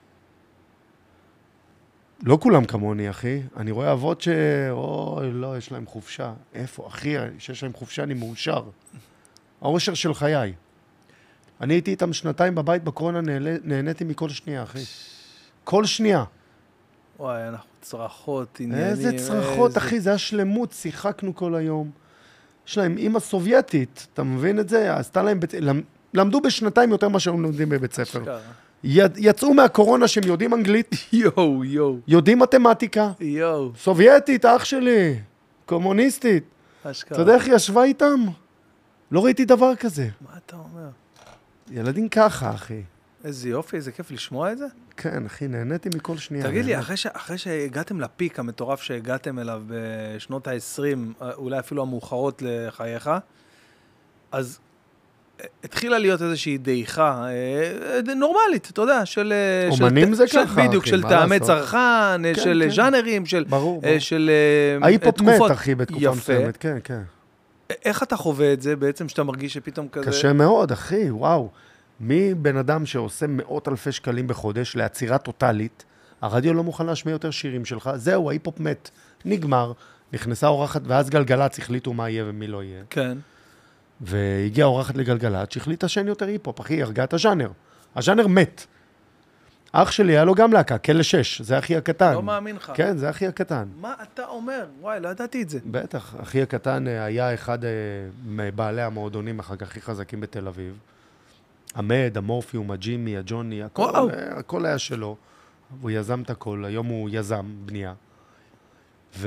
B: לא כולם כמוני, אחי. אני רואה אבות ש... אוי, לא, יש להם חופשה. איפה? אחי, שיש להם חופשה, אני מאושר. האושר של חיי. אני הייתי איתם שנתיים בבית בקורונה, נהניתי מכל שנייה, אחי. כל שנייה.
A: וואי, אנחנו צרחות, עניינים.
B: איזה צרחות, איזה... אחי, זה היה שלמות, שיחקנו כל היום. יש להם אימא סובייטית, אתה מבין את זה? עשתה להם... בית... למדו בשנתיים יותר מה שהם לומדים בבית ספר. אשכרה. יצאו מהקורונה שהם יודעים אנגלית.
A: יואו, יואו.
B: יודעים מתמטיקה.
A: יואו.
B: סובייטית, אח שלי. קומוניסטית.
A: אשכרה.
B: אתה יודע איך היא ישבה איתם? לא ראיתי דבר כזה.
A: מה אתה אומר?
B: ילדים ככה, אחי.
A: איזה יופי, איזה כיף לשמוע את זה.
B: כן, אחי, נהניתי מכל שנייה.
A: תגיד לי, אחרי, ש... אחרי שהגעתם לפיק המטורף שהגעתם אליו בשנות ה-עשרים, אולי אפילו המאוחרות לחייך, אז התחילה להיות איזושהי דעיכה נורמלית, אתה יודע, של...
B: אומנים
A: של,
B: זה
A: של,
B: ככה,
A: בדיוק,
B: אחי,
A: של טעמי צרכן, כן, של כן. ז'אנרים, של...
B: ברור, ברור.
A: של
B: ההיפ-הופ מת, אחי, בתקופה מסוימת, כן, כן.
A: איך אתה חווה את זה בעצם, שאתה מרגיש שפתאום כזה...
B: קשה מאוד, אחי, וואו. מי בן אדם שעושה מאות אלפי שקלים בחודש לעצירה טוטלית, הרדיו לא מוכן להשמיע יותר שירים שלך, זהו, ההיפ-הופ מת, נגמר, נכנסה אורחת, ואז גלגלץ החליטו מה יהיה ומי לא יהיה.
A: כן.
B: והגיעה אורחת לגלגלץ, שהחליטה שאין יותר היפ-הופ, אחי, הרגע את הז'אנר. הז'אנר מת. אח שלי היה לו גם להקה, כלא שש, זה אחי הקטן.
A: לא מאמין לך.
B: כן, זה אחי הקטן.
A: מה אתה אומר? וואי, לא ידעתי את זה.
B: בטח, אחי הקטן היה אחד מבעלי המועדונים אחר כך הכי חזקים בתל אביב. עמד, המורפיום, הג'ימי, הג'וני, הכל, הכל היה שלו. הוא יזם את הכל, היום הוא יזם בנייה. ו...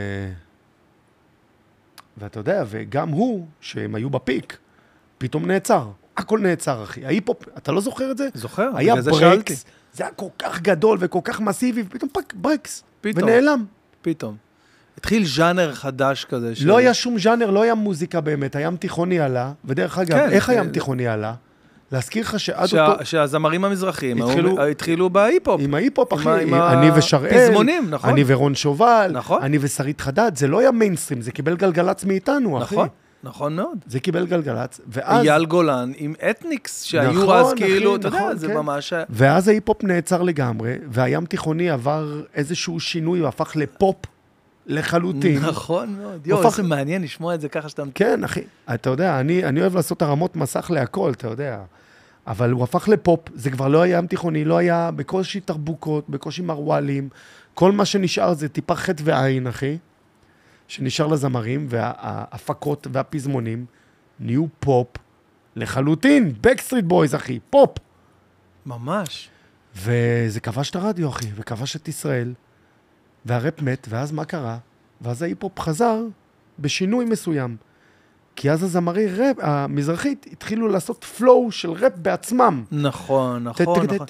B: ואתה יודע, וגם הוא, שהם היו בפיק, פתאום נעצר. הכל נעצר, אחי. ההיפופ, אתה לא זוכר את זה?
A: זוכר,
B: היה
A: בגלל זה שאלתי.
B: ברקס, זה היה כל כך גדול וכל כך מסיבי, ופתאום פק, ברקס,
A: פתאום.
B: ונעלם.
A: פתאום. התחיל ז'אנר חדש כזה. של-
B: לא היה שום ז'אנר, לא היה מוזיקה באמת, הים תיכוני עלה, ודרך אגב,
A: כן,
B: איך
A: זה-
B: הים תיכוני עלה? להזכיר לך שעד
A: שה-
B: אותו...
A: שהזמרים המזרחיים
B: התחילו-
A: התחילו, התחילו בהיפ-הופ.
B: עם ההיפ-הופ,
A: עם
B: אחי,
A: ה- עם
B: אני ושראל,
A: הפזמונים, נכון.
B: אני ורון שובל,
A: נכון.
B: אני ושרית חדד, זה לא היה מיינסטרים, זה קיבל גלגלץ מאיתנו, אחי.
A: נכון, נכון מאוד.
B: זה קיבל גלגלץ, ואז...
A: אייל גולן עם אתניקס, שהיו
B: נכון,
A: אז
B: אחי,
A: כאילו, אתה יודע,
B: נכון,
A: זה
B: כן.
A: ממש...
B: ואז ההיפ-הופ נעצר לגמרי, והים תיכוני עבר איזשהו שינוי, הוא הפך לפופ לחלוטין.
A: נכון מאוד. יואו,
B: הפך-
A: איזה מעניין לשמוע את זה ככה שאתה...
B: כן, אחי, אתה יודע, אני, אני אוהב לעשות הרמות מסך להכל, אתה יודע. אבל הוא הפך לפופ, זה כבר לא היה ים תיכוני, לא היה בקושי תרבוקות, בקושי מרואלים, כל מה שנשאר זה טיפה חטא ועין, אחי, שנשאר לזמרים, וההפקות והפזמונים נהיו פופ לחלוטין, בקסטריט בויז, אחי, פופ.
A: ממש.
B: וזה כבש את הרדיו, אחי, וכבש את ישראל, והרפ מת, ואז מה קרה? ואז ההיפ-הופ חזר בשינוי מסוים. כי אז הזמרי רפ, המזרחית, התחילו לעשות פלואו של רפ בעצמם.
A: נכון, נכון, נכון.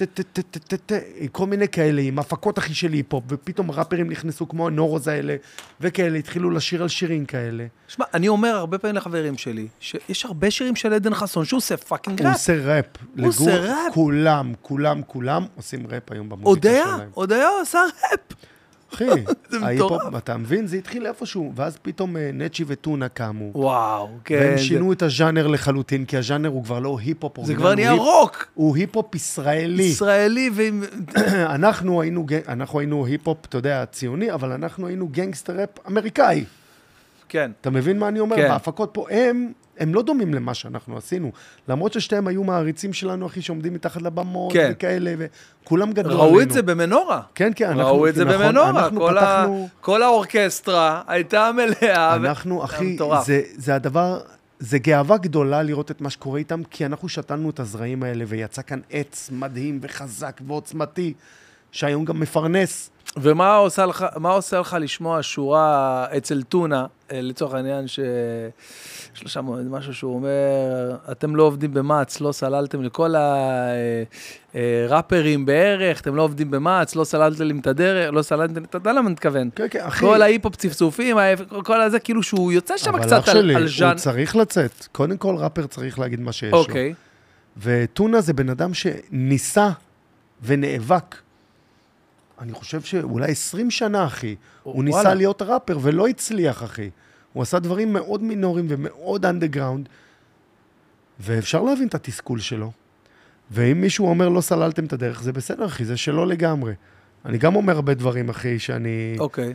B: כל מיני כאלה, עם הפקות הכי של היפ-הופ, ופתאום ראפרים נכנסו כמו הנורוז האלה, וכאלה, התחילו לשיר על שירים כאלה.
A: שמע, אני אומר הרבה פעמים לחברים שלי, שיש הרבה שירים של עדן חסון, שהוא עושה פאקינג
B: הוא
A: ראפ.
B: עושה ראפ.
A: הוא עושה
B: לגור-
A: ראפ.
B: כולם, כולם, כולם עושים ראפ היום במוזיקה
A: הודיה,
B: שלהם.
A: הודיה עושה ראפ.
B: אחי,
A: זה
B: ההיפ-הופ,
A: מטורף.
B: אתה מבין? זה התחיל איפשהו, ואז פתאום אה, נצ'י וטונה קמו.
A: וואו, כן.
B: והם
A: זה-
B: שינו את הז'אנר לחלוטין, כי הז'אנר הוא כבר לא היפ-הופ
A: זה
B: אורגינל,
A: כבר
B: הוא
A: נהיה
B: היפ-
A: רוק.
B: הוא היפ-הופ ישראלי.
A: ישראלי ועם...
B: אנחנו היינו, גנ- אנחנו היינו היפ-הופ, אתה יודע, ציוני, אבל אנחנו היינו גנגסטר ראפ אמריקאי.
A: כן.
B: אתה מבין מה אני אומר?
A: כן.
B: בהפקות פה, הם, הם לא דומים למה שאנחנו עשינו. למרות ששתיהם היו מעריצים שלנו, אחי, שעומדים מתחת לבמות
A: כן.
B: וכאלה, וכולם גדלו עלינו.
A: ראו את זה במנורה.
B: כן, כן, אנחנו,
A: ראו את זה
B: נכון,
A: במנורה.
B: אנחנו
A: כל
B: פתחנו...
A: ה- כל האורקסטרה הייתה מלאה. ו-
B: אנחנו,
A: זה
B: אחי,
A: מטורף.
B: זה, זה הדבר, זה גאווה גדולה לראות את מה שקורה איתם, כי אנחנו שתלנו את הזרעים האלה, ויצא כאן עץ מדהים וחזק ועוצמתי, שהיום גם מפרנס.
A: ומה עושה לך, מה עושה לך לשמוע שורה אצל טונה, אה, לצורך העניין שיש לו שם משהו שהוא אומר, אתם לא עובדים במאץ, לא סללתם לכל הראפרים בערך, אתם לא עובדים במאץ, לא סללתם את הדרך, לא סללתם, אתה יודע למה אני מתכוון?
B: כן, כן, אחי.
A: כל ההיפ-הופ צפצופים, כל הזה, כאילו שהוא יוצא שם
B: אבל
A: קצת
B: אח
A: על,
B: שלי,
A: על ז'אן.
B: הוא צריך לצאת. קודם כל, ראפר צריך להגיד מה שיש לו.
A: אוקיי,
B: וטונה זה בן אדם שניסה ונאבק. אני חושב שאולי עשרים שנה, אחי. הוא
A: וואלה.
B: ניסה להיות ראפר ולא הצליח, אחי. הוא עשה דברים מאוד מינוריים ומאוד אנדרגראונד, ואפשר להבין את התסכול שלו. ואם מישהו אומר לא סללתם את הדרך, זה בסדר, אחי, זה שלא לגמרי. אני גם אומר הרבה דברים, אחי, שאני...
A: אוקיי.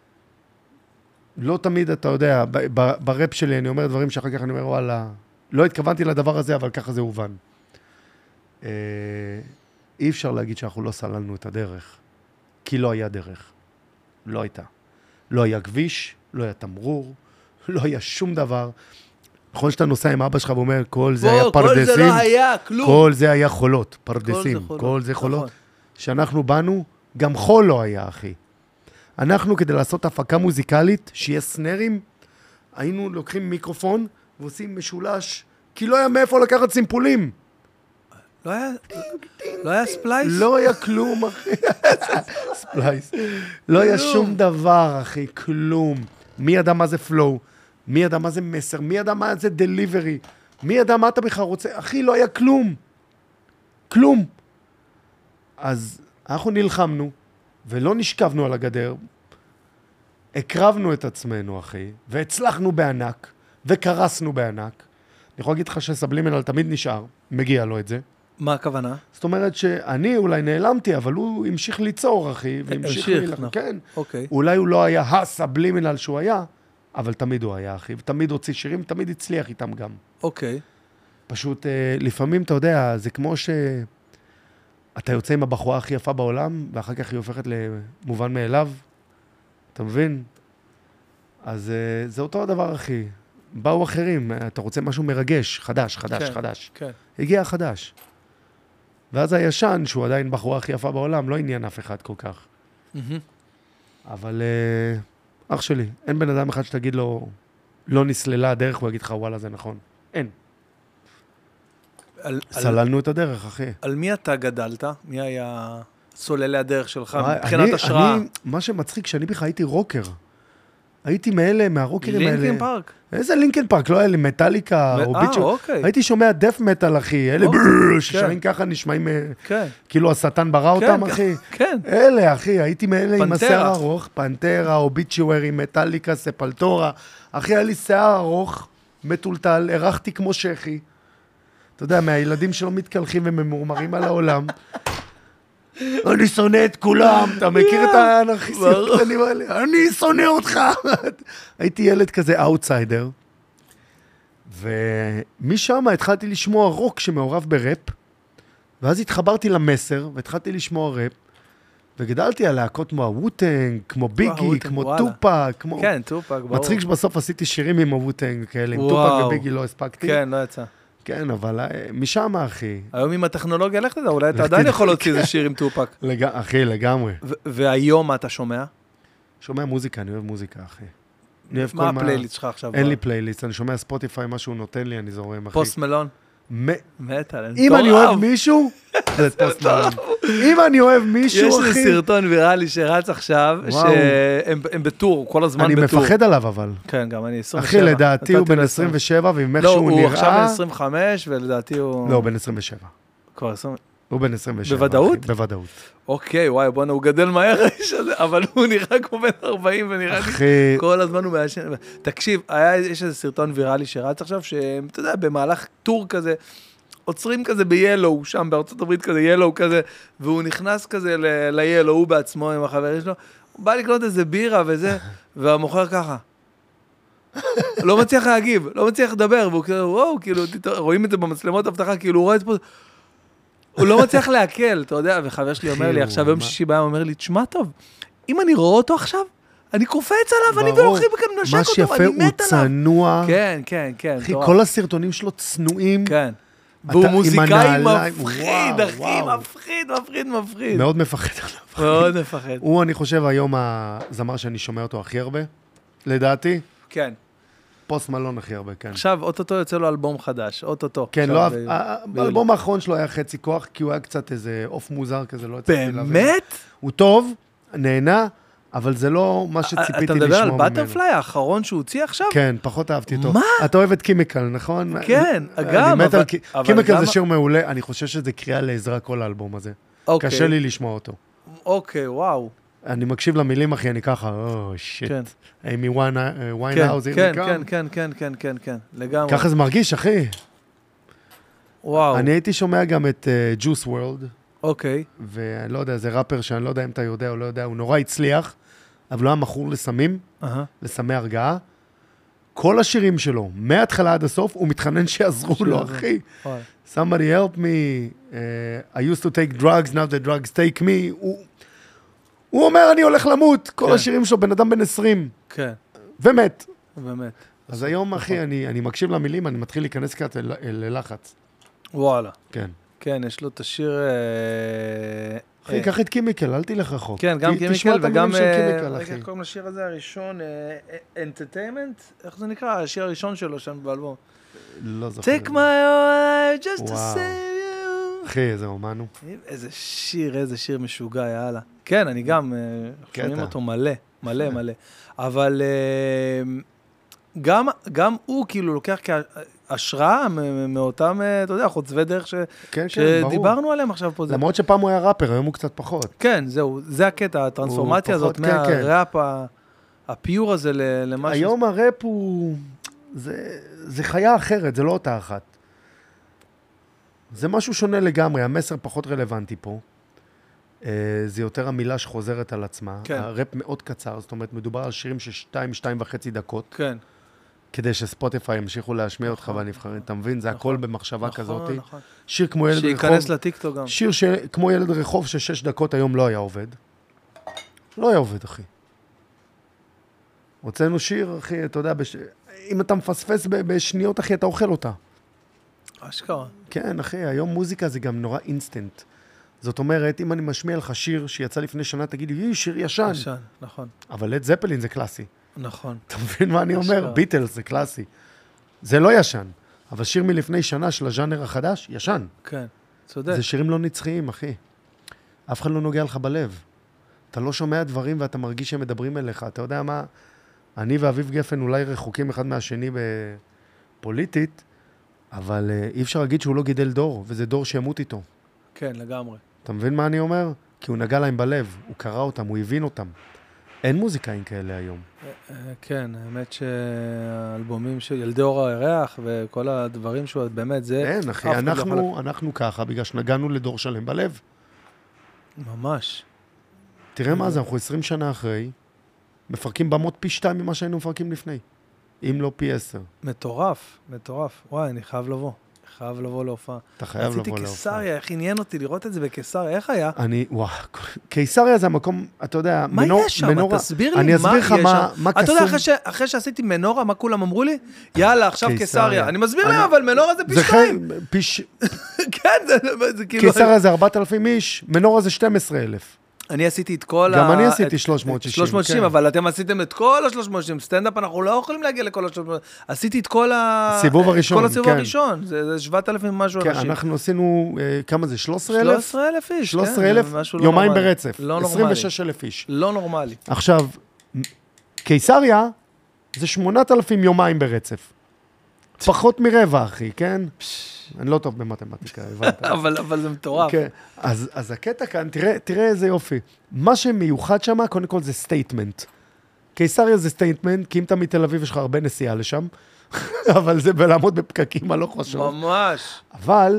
B: לא תמיד, אתה יודע, ב- ב- בראפ שלי אני אומר דברים שאחר כך אני אומר, וואלה, לא התכוונתי לדבר הזה, אבל ככה זה הובן. אה, אי אפשר להגיד שאנחנו לא סללנו את הדרך, כי לא היה דרך. לא הייתה. לא היה כביש, לא היה תמרור, לא היה שום דבר. נכון שאתה נוסע עם אבא שלך ואומר, כל זה היה
A: בוא,
B: פרדסים,
A: כל זה לא היה, כלום.
B: כל זה היה חולות,
A: כל
B: פרדסים,
A: זה חולות,
B: כל זה חולות.
A: נכון.
B: שאנחנו באנו, גם חול לא היה, אחי. אנחנו, כדי לעשות הפקה מוזיקלית, שיהיה סנרים, היינו לוקחים מיקרופון ועושים משולש, כי לא היה מאיפה לקחת סימפולים.
A: לא היה, לא היה ספלייס?
B: לא היה כלום, אחי. ספלייס. לא היה
A: כלום.
B: שום דבר, אחי, כלום. מי ידע מה זה פלואו? מי ידע מה זה מסר? מי ידע מה זה דליברי? מי ידע מה אתה בכלל רוצה? אחי, לא היה כלום. כלום. אז אנחנו נלחמנו, ולא נשכבנו על הגדר, הקרבנו את עצמנו, אחי, והצלחנו בענק, וקרסנו בענק. אני יכול להגיד לך שסבלימינל תמיד נשאר, מגיע לו את זה.
A: מה הכוונה?
B: זאת אומרת שאני אולי נעלמתי, אבל הוא המשיך ליצור, אחי, והמשיך
A: המשיך,
B: להילחם.
A: נכון.
B: כן.
A: אוקיי.
B: אולי הוא לא היה הסבלימינל שהוא היה, אבל תמיד הוא היה, אחי, ותמיד הוציא שירים, תמיד הצליח איתם גם.
A: אוקיי.
B: פשוט, אה, לפעמים, אתה יודע, זה כמו ש... אתה יוצא עם הבחורה הכי יפה בעולם, ואחר כך היא הופכת למובן מאליו. אתה מבין? אז אה, זה אותו הדבר, אחי. באו אחרים, אתה רוצה משהו מרגש, חדש, חדש,
A: כן,
B: חדש.
A: כן.
B: הגיע החדש. ואז הישן, שהוא עדיין בחורה הכי יפה בעולם, לא עניין אף אחד כל כך.
A: מהמם.
B: אבל uh, אח שלי, אין בן אדם אחד שתגיד לו, לא נסללה הדרך, הוא יגיד לך, וואלה, זה נכון. אין.
A: על,
B: סללנו את הדרך, אחי.
A: על מי אתה גדלת? מי היה סוללי הדרך שלך
B: אני-
A: מבחינת השראה?
B: אני, מה שמצחיק, שאני בכלל הייתי רוקר. הייתי מאלה, מהרוקרים האלה.
A: לינקין פארק?
B: איזה לינקן פארק? לא היה לי מטליקה או
A: אה,
B: ביצ'ו.
A: אוקיי.
B: הייתי שומע דף מטל, אחי. אלה
A: אוקיי,
B: בררר,
A: כן.
B: ששרים ככה נשמעים, אה,
A: כן.
B: כאילו השטן ברא אותם,
A: כן,
B: אחי.
A: כן.
B: אלה, אחי, הייתי מאלה עם
A: פנטרה.
B: השיער ארוך, פנטרה, אוביצ'וארי, מטליקה, ספלטורה. אחי, היה לי שיער ארוך, מטולטל, הרחתי כמו שכי. אתה יודע, מהילדים שלא מתקלחים וממורמרים על העולם. אני שונא את כולם, אתה מכיר את האנרכיסטים הקטנים האלה? אני שונא אותך. הייתי ילד כזה אאוטסיידר, ומשם התחלתי לשמוע רוק שמעורב בראפ, ואז התחברתי למסר, והתחלתי לשמוע ראפ, וגדלתי על להקות כמו הווטנג, כמו ביגי,
A: הווטנג,
B: כמו
A: וואלה.
B: טופק, כמו...
A: כן, טופק, ברור.
B: מצחיק שבסוף עשיתי שירים עם הווטנג כאלה, עם
A: וואו.
B: טופק וביגי לא הספקתי.
A: כן, לא יצא.
B: כן, אבל אה, משם, אחי.
A: היום עם הטכנולוגיה, לך תדע, אולי אתה
B: לך
A: עדיין
B: תדע,
A: יכול להוציא
B: כן.
A: איזה שיר עם טופק.
B: לג... אחי, לגמרי.
A: ו- והיום מה אתה שומע?
B: שומע מוזיקה, אני אוהב מוזיקה, אחי. אני אוהב
A: מה
B: כל
A: הפלייליסט שלך עכשיו?
B: אין לי פלייליסט, אני שומע ספוטיפיי, מה שהוא נותן לי, אני זורם, אחי.
A: פוסט מלון?
B: מ-
A: מת עליהם.
B: אם אני אוהב מישהו, זה פוסט מלון. אם אני אוהב
A: יש
B: מישהו,
A: איזה
B: אחי...
A: סרטון ויראלי שרץ עכשיו,
B: וואו.
A: שהם הם בטור, כל הזמן
B: אני
A: בטור.
B: מפחד עליו, אבל.
A: כן, גם אני עשרים ושבע.
B: אחי, לדעתי הוא
A: נתתי
B: בן
A: לו
B: עשרים ושבע, ועם איך
A: לא,
B: שהוא
A: הוא עכשיו בן
B: נראה...
A: עשרים וחמש, ולדעתי הוא...
B: לא, הוא בן עשרים ושבע.
A: כבר עשרים...
B: הוא בן עשרים ושבע.
A: בוודאות?
B: אחי, בוודאות.
A: אוקיי, וואי, בוא'נה, הוא גדל מהר האיש הזה, אבל הוא נראה כמו בן ארבעים, ונראה לי...
B: אחי,
A: כל הזמן הוא מעשן. תקשיב, היה, יש איזה סרטון ויראלי שרץ עכשיו, שאתה יודע, במהלך טור כזה, עוצרים כזה ב-Yellow, שם בארצות הברית כזה, Yellow כזה, והוא נכנס כזה ל-Yellow, הוא בעצמו עם החברים שלו, הוא בא לקנות איזה בירה וזה, והמוכר ככה. לא מצליח להגיב, לא מצליח לדבר, והוא כאילו, וואו, כאילו, רואים את זה במצלמות הבטחה, כאילו, הוא רואה את פה... הוא לא מצליח להקל, אתה יודע, וחבר שלי אומר לי, עכשיו יום שישי בעיה, הוא אומר לי, תשמע טוב, אם אני רואה אותו עכשיו, אני קופץ עליו, אני והולכים וכאן נשק אותו, אני מת עליו.
B: מה שיפה, הוא צנוע.
A: כן, כן, כן.
B: אחי, כל הסרטונים שלו צנועים.
A: כן.
B: אתה
A: והוא
B: עם
A: מוזיקאי
B: הנעליים,
A: מפחיד,
B: וואו,
A: אחי,
B: וואו.
A: מפחיד, מפחיד, מפחיד.
B: מאוד מפחד עליו.
A: מאוד מפחד.
B: הוא, אני חושב, היום הזמר שאני שומע אותו הכי הרבה, לדעתי.
A: כן.
B: פוסט מלון הכי הרבה, כן.
A: עכשיו, אוטוטו יוצא לו אלבום חדש, אוטוטו.
B: כן,
A: עכשיו
B: לא,
A: ב-
B: ה-
A: ביולי.
B: באלבום האחרון שלו היה חצי כוח, כי הוא היה קצת איזה עוף מוזר כזה, לא הצלחתי להבין.
A: באמת?
B: הוא טוב, נהנה, אבל זה לא מה שציפיתי לשמוע
A: אתה
B: ממנו.
A: מדבר על בטרפליי, האחרון שהוא הוציא עכשיו?
B: כן, פחות אהבתי אותו.
A: מה?
B: אתה אוהב את קימיקל, נכון?
A: כן,
B: אני
A: גם,
B: מת
A: אבל-
B: על קי-
A: אבל
B: קימיקל
A: גם-
B: זה שיר מעולה, אני חושב שזה קריאה לעזרה כל האלבום הזה.
A: אוקיי.
B: קשה לי לשמוע אותו.
A: אוקיי, וואו.
B: אני מקשיב למילים, אחי, אני ככה, או, שיט.
A: כן.
B: אימי
A: כן,
B: ויינהאוז,
A: כן, כן, כן, כן, כן, כן, כן, לגמרי.
B: ככה זה מרגיש, אחי.
A: וואו,
B: אני הייתי שומע גם את ג'וס וורלד,
A: אוקיי.
B: ואני לא יודע, זה ראפר שאני לא יודע אם אתה יודע או לא יודע, הוא נורא הצליח, אבל הוא היה מכור לסמים,
A: אהה.
B: לסמי הרגעה. כל השירים שלו, מההתחלה עד הסוף, הוא מתחנן שיעזרו לו,
A: שיעזרו.
B: אחי.
A: וואי.
B: Somebody help me, uh, I used to take drugs, now the drugs take me. הוא, הוא אומר, אני הולך למות. כל
A: כן.
B: השירים שלו, בן אדם בן עשרים,
A: כן,
B: ומת.
A: באמת.
B: אז היום, אחי, אני, אני מקשיב למילים, אני מתחיל להיכנס קצת אל- אל- ללחץ.
A: וואלה.
B: כן.
A: כן, יש לו את השיר... אה,
B: אחי,
A: אה,
B: קח את קימיקל, אל תלך רחוק.
A: כן, גם
B: ת- תשמע
A: קימיקל
B: את
A: וגם...
B: המילים של
A: אה,
B: קימיקל,
A: רגע,
B: אחי.
A: איך קוראים לשיר הזה הראשון? אנטרטיימנט? איך זה נקרא? השיר הראשון שלו שם באלבום.
B: לא זוכר.
A: Take my life just to
B: וואו.
A: save you.
B: אחי, איזה אומן הוא.
A: איזה שיר, איזה שיר משוגע, יאללה. כן, אני גם, אה,
B: קטע.
A: שומעים אותו מלא, מלא, מלא. אבל אה, גם, גם הוא כאילו לוקח כהשראה מ- מאותם, אה, אתה יודע, חוצבי דרך ש-
B: כן, כן, ברור.
A: שדיברנו עליהם עכשיו פה. זה-
B: למרות שפעם הוא היה ראפר, היום הוא קצת פחות.
A: כן, זהו, זה הקטע, הטרנספורמציה
B: הוא
A: הזאת,
B: פחות, כן, כן.
A: מהראפ ה- הפיור הזה ל- למשהו.
B: היום הראפ הוא... זה, זה חיה אחרת, זה לא אותה אחת. זה משהו שונה לגמרי, המסר פחות רלוונטי פה. אה, זה יותר המילה שחוזרת על עצמה.
A: כן.
B: הראפ מאוד קצר, זאת אומרת, מדובר על שירים של שתיים, שתיים וחצי דקות,
A: כן.
B: כדי שספוטיפיי ימשיכו להשמיע אותך
A: נכון.
B: בנבחרים. אתה מבין? זה הכל במחשבה כזאת.
A: נכון, נכון.
B: שיר כמו ילד רחוב,
A: שייכנס לטיקטוק גם.
B: שיר ש... כמו ילד רחוב ששש דקות היום לא היה עובד. לא היה עובד, אחי. הוצאנו שיר, אחי, אתה יודע, בש... אם אתה מפספס ב- בשניות, אחי, אתה אוכל אותה.
A: אשכרה.
B: כן, אחי, היום מוזיקה זה גם נורא אינסטנט. זאת אומרת, אם אני משמיע לך שיר שיצא לפני שנה, תגיד לי, שיר ישן.
A: ישן, נכון.
B: אבל לד זפלין זה קלאסי.
A: נכון.
B: אתה מבין מה אני אומר? ביטלס זה קלאסי. זה לא ישן. אבל שיר מלפני שנה של הז'אנר החדש, ישן.
A: כן, צודק.
B: זה שירים לא נצחיים, אחי. אף אחד לא נוגע לך בלב. אתה לא שומע דברים ואתה מרגיש שהם מדברים אליך. אתה יודע מה? אני ואביב גפן אולי רחוקים אחד מהשני בפוליטית, אבל אי אפשר להגיד שהוא לא גידל דור, וזה דור שימות איתו.
A: כן, לגמרי.
B: אתה מבין מה אני אומר? כי הוא נגע להם בלב, הוא קרא אותם, הוא הבין אותם. אין מוזיקאים כאלה היום.
A: כן, האמת שהאלבומים של ילדי אור הירח וכל הדברים שהוא באמת זה...
B: אין, אחי, אנחנו, אנחנו ככה, בגלל שנגענו לדור שלם בלב.
A: ממש.
B: תראה מה זה, אנחנו עשרים שנה אחרי, מפרקים במות פי שתיים ממה שהיינו מפרקים לפני. אם לא פי עשר.
A: מטורף, מטורף. וואי, אני חייב לבוא. חייב לבוא להופעה.
B: אתה חייב לבוא להופעה.
A: רציתי קיסריה, איך עניין אותי לראות את זה בקיסריה, איך היה?
B: אני, וואו, קיסריה זה המקום, אתה יודע,
A: מה
B: מנור,
A: יש שם?
B: מנורה,
A: תסביר לי
B: אני
A: מה
B: אסביר
A: יש
B: לך
A: שם.
B: מה, מה
A: אתה
B: קסום.
A: יודע, אחרי, ש... אחרי שעשיתי מנורה, מה כולם אמרו לי? יאללה, עכשיו
B: קיסריה.
A: קיסריה. אני מסביר
B: אני...
A: להם, אבל מנורה זה פי שתיים.
B: פי ש...
A: כן, זה, זה כאילו...
B: קיסריה זה ארבעת אלפים איש, מנורה זה שנים עשר אלף.
A: אני עשיתי את כל ה...
B: גם אני עשיתי שלוש מאות שישים.
A: שלוש מאות שישים,
B: כן.
A: אבל אתם עשיתם את כל ה-שלוש מאות שישים. סטנדאפ, אנחנו לא יכולים להגיע לכל ה-שלוש מאות. עשיתי את כל ה...
B: סיבוב הראשון,
A: כל הסיבוב
B: כן.
A: הראשון. זה, זה שבעת אלפים משהו
B: כן,
A: אנשים.
B: אנחנו עשינו, אה, כמה זה? שלוש עשרה אלף?
A: שלוש עשרה אלף איש,
B: שלוש עשרה
A: כן.
B: אלף,
A: משהו לא
B: יומיים
A: נורמלי.
B: ברצף.
A: לא נורמלי.
B: עשרים ושש אלף איש.
A: לא נורמלי.
B: עכשיו, קיסריה זה שמונת אלפים יומיים ברצף. פחות מרבע, אחי, כן? אני לא טוב במתמטיקה, הבנת.
A: אבל, אבל זה מטורף.
B: כן, אז, אז הקטע כאן, תראה, תראה איזה יופי. מה שמיוחד שם, קודם כל זה סטייטמנט. קיסריה זה סטייטמנט, כי אם אתה מתל אביב יש לך הרבה נסיעה לשם, אבל זה בלעמוד בפקקים, אני לא חושב.
A: ממש.
B: אבל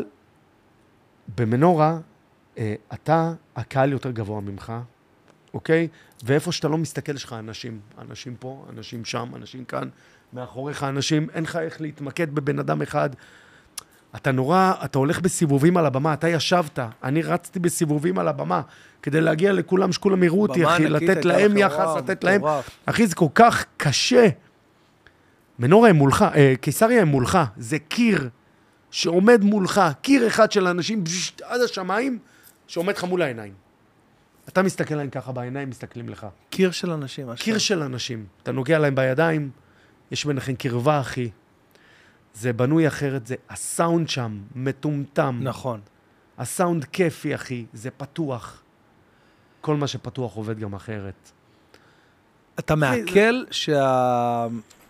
B: במנורה, אה, אתה, הקהל יותר גבוה ממך, אוקיי? ואיפה שאתה לא מסתכל, יש לך אנשים. אנשים פה, אנשים שם, אנשים כאן, מאחוריך אנשים, אין לך איך להתמקד בבן אדם אחד. אתה נורא, אתה הולך בסיבובים על הבמה, אתה ישבת, אני רצתי בסיבובים על הבמה, כדי להגיע לכולם, שכולם יראו אותי, אחי, לתת להם יחס, לתת להם. אחי, זה כל כך קשה. מנורה הם מולך, אה, קיסריה הם מולך, זה קיר שעומד מולך, קיר אחד של אנשים, בשט, עד השמיים, שעומד לך מול העיניים. אתה מסתכל להם ככה בעיניים, מסתכלים לך.
A: קיר של אנשים.
B: קיר של אנשים. אתה נוגע להם בידיים, יש ביניכם קרבה, אחי. זה בנוי אחרת, זה הסאונד שם, מטומטם.
A: נכון.
B: הסאונד כיפי, אחי, זה פתוח. כל מה שפתוח עובד גם אחרת.
A: אתה מעכל שה...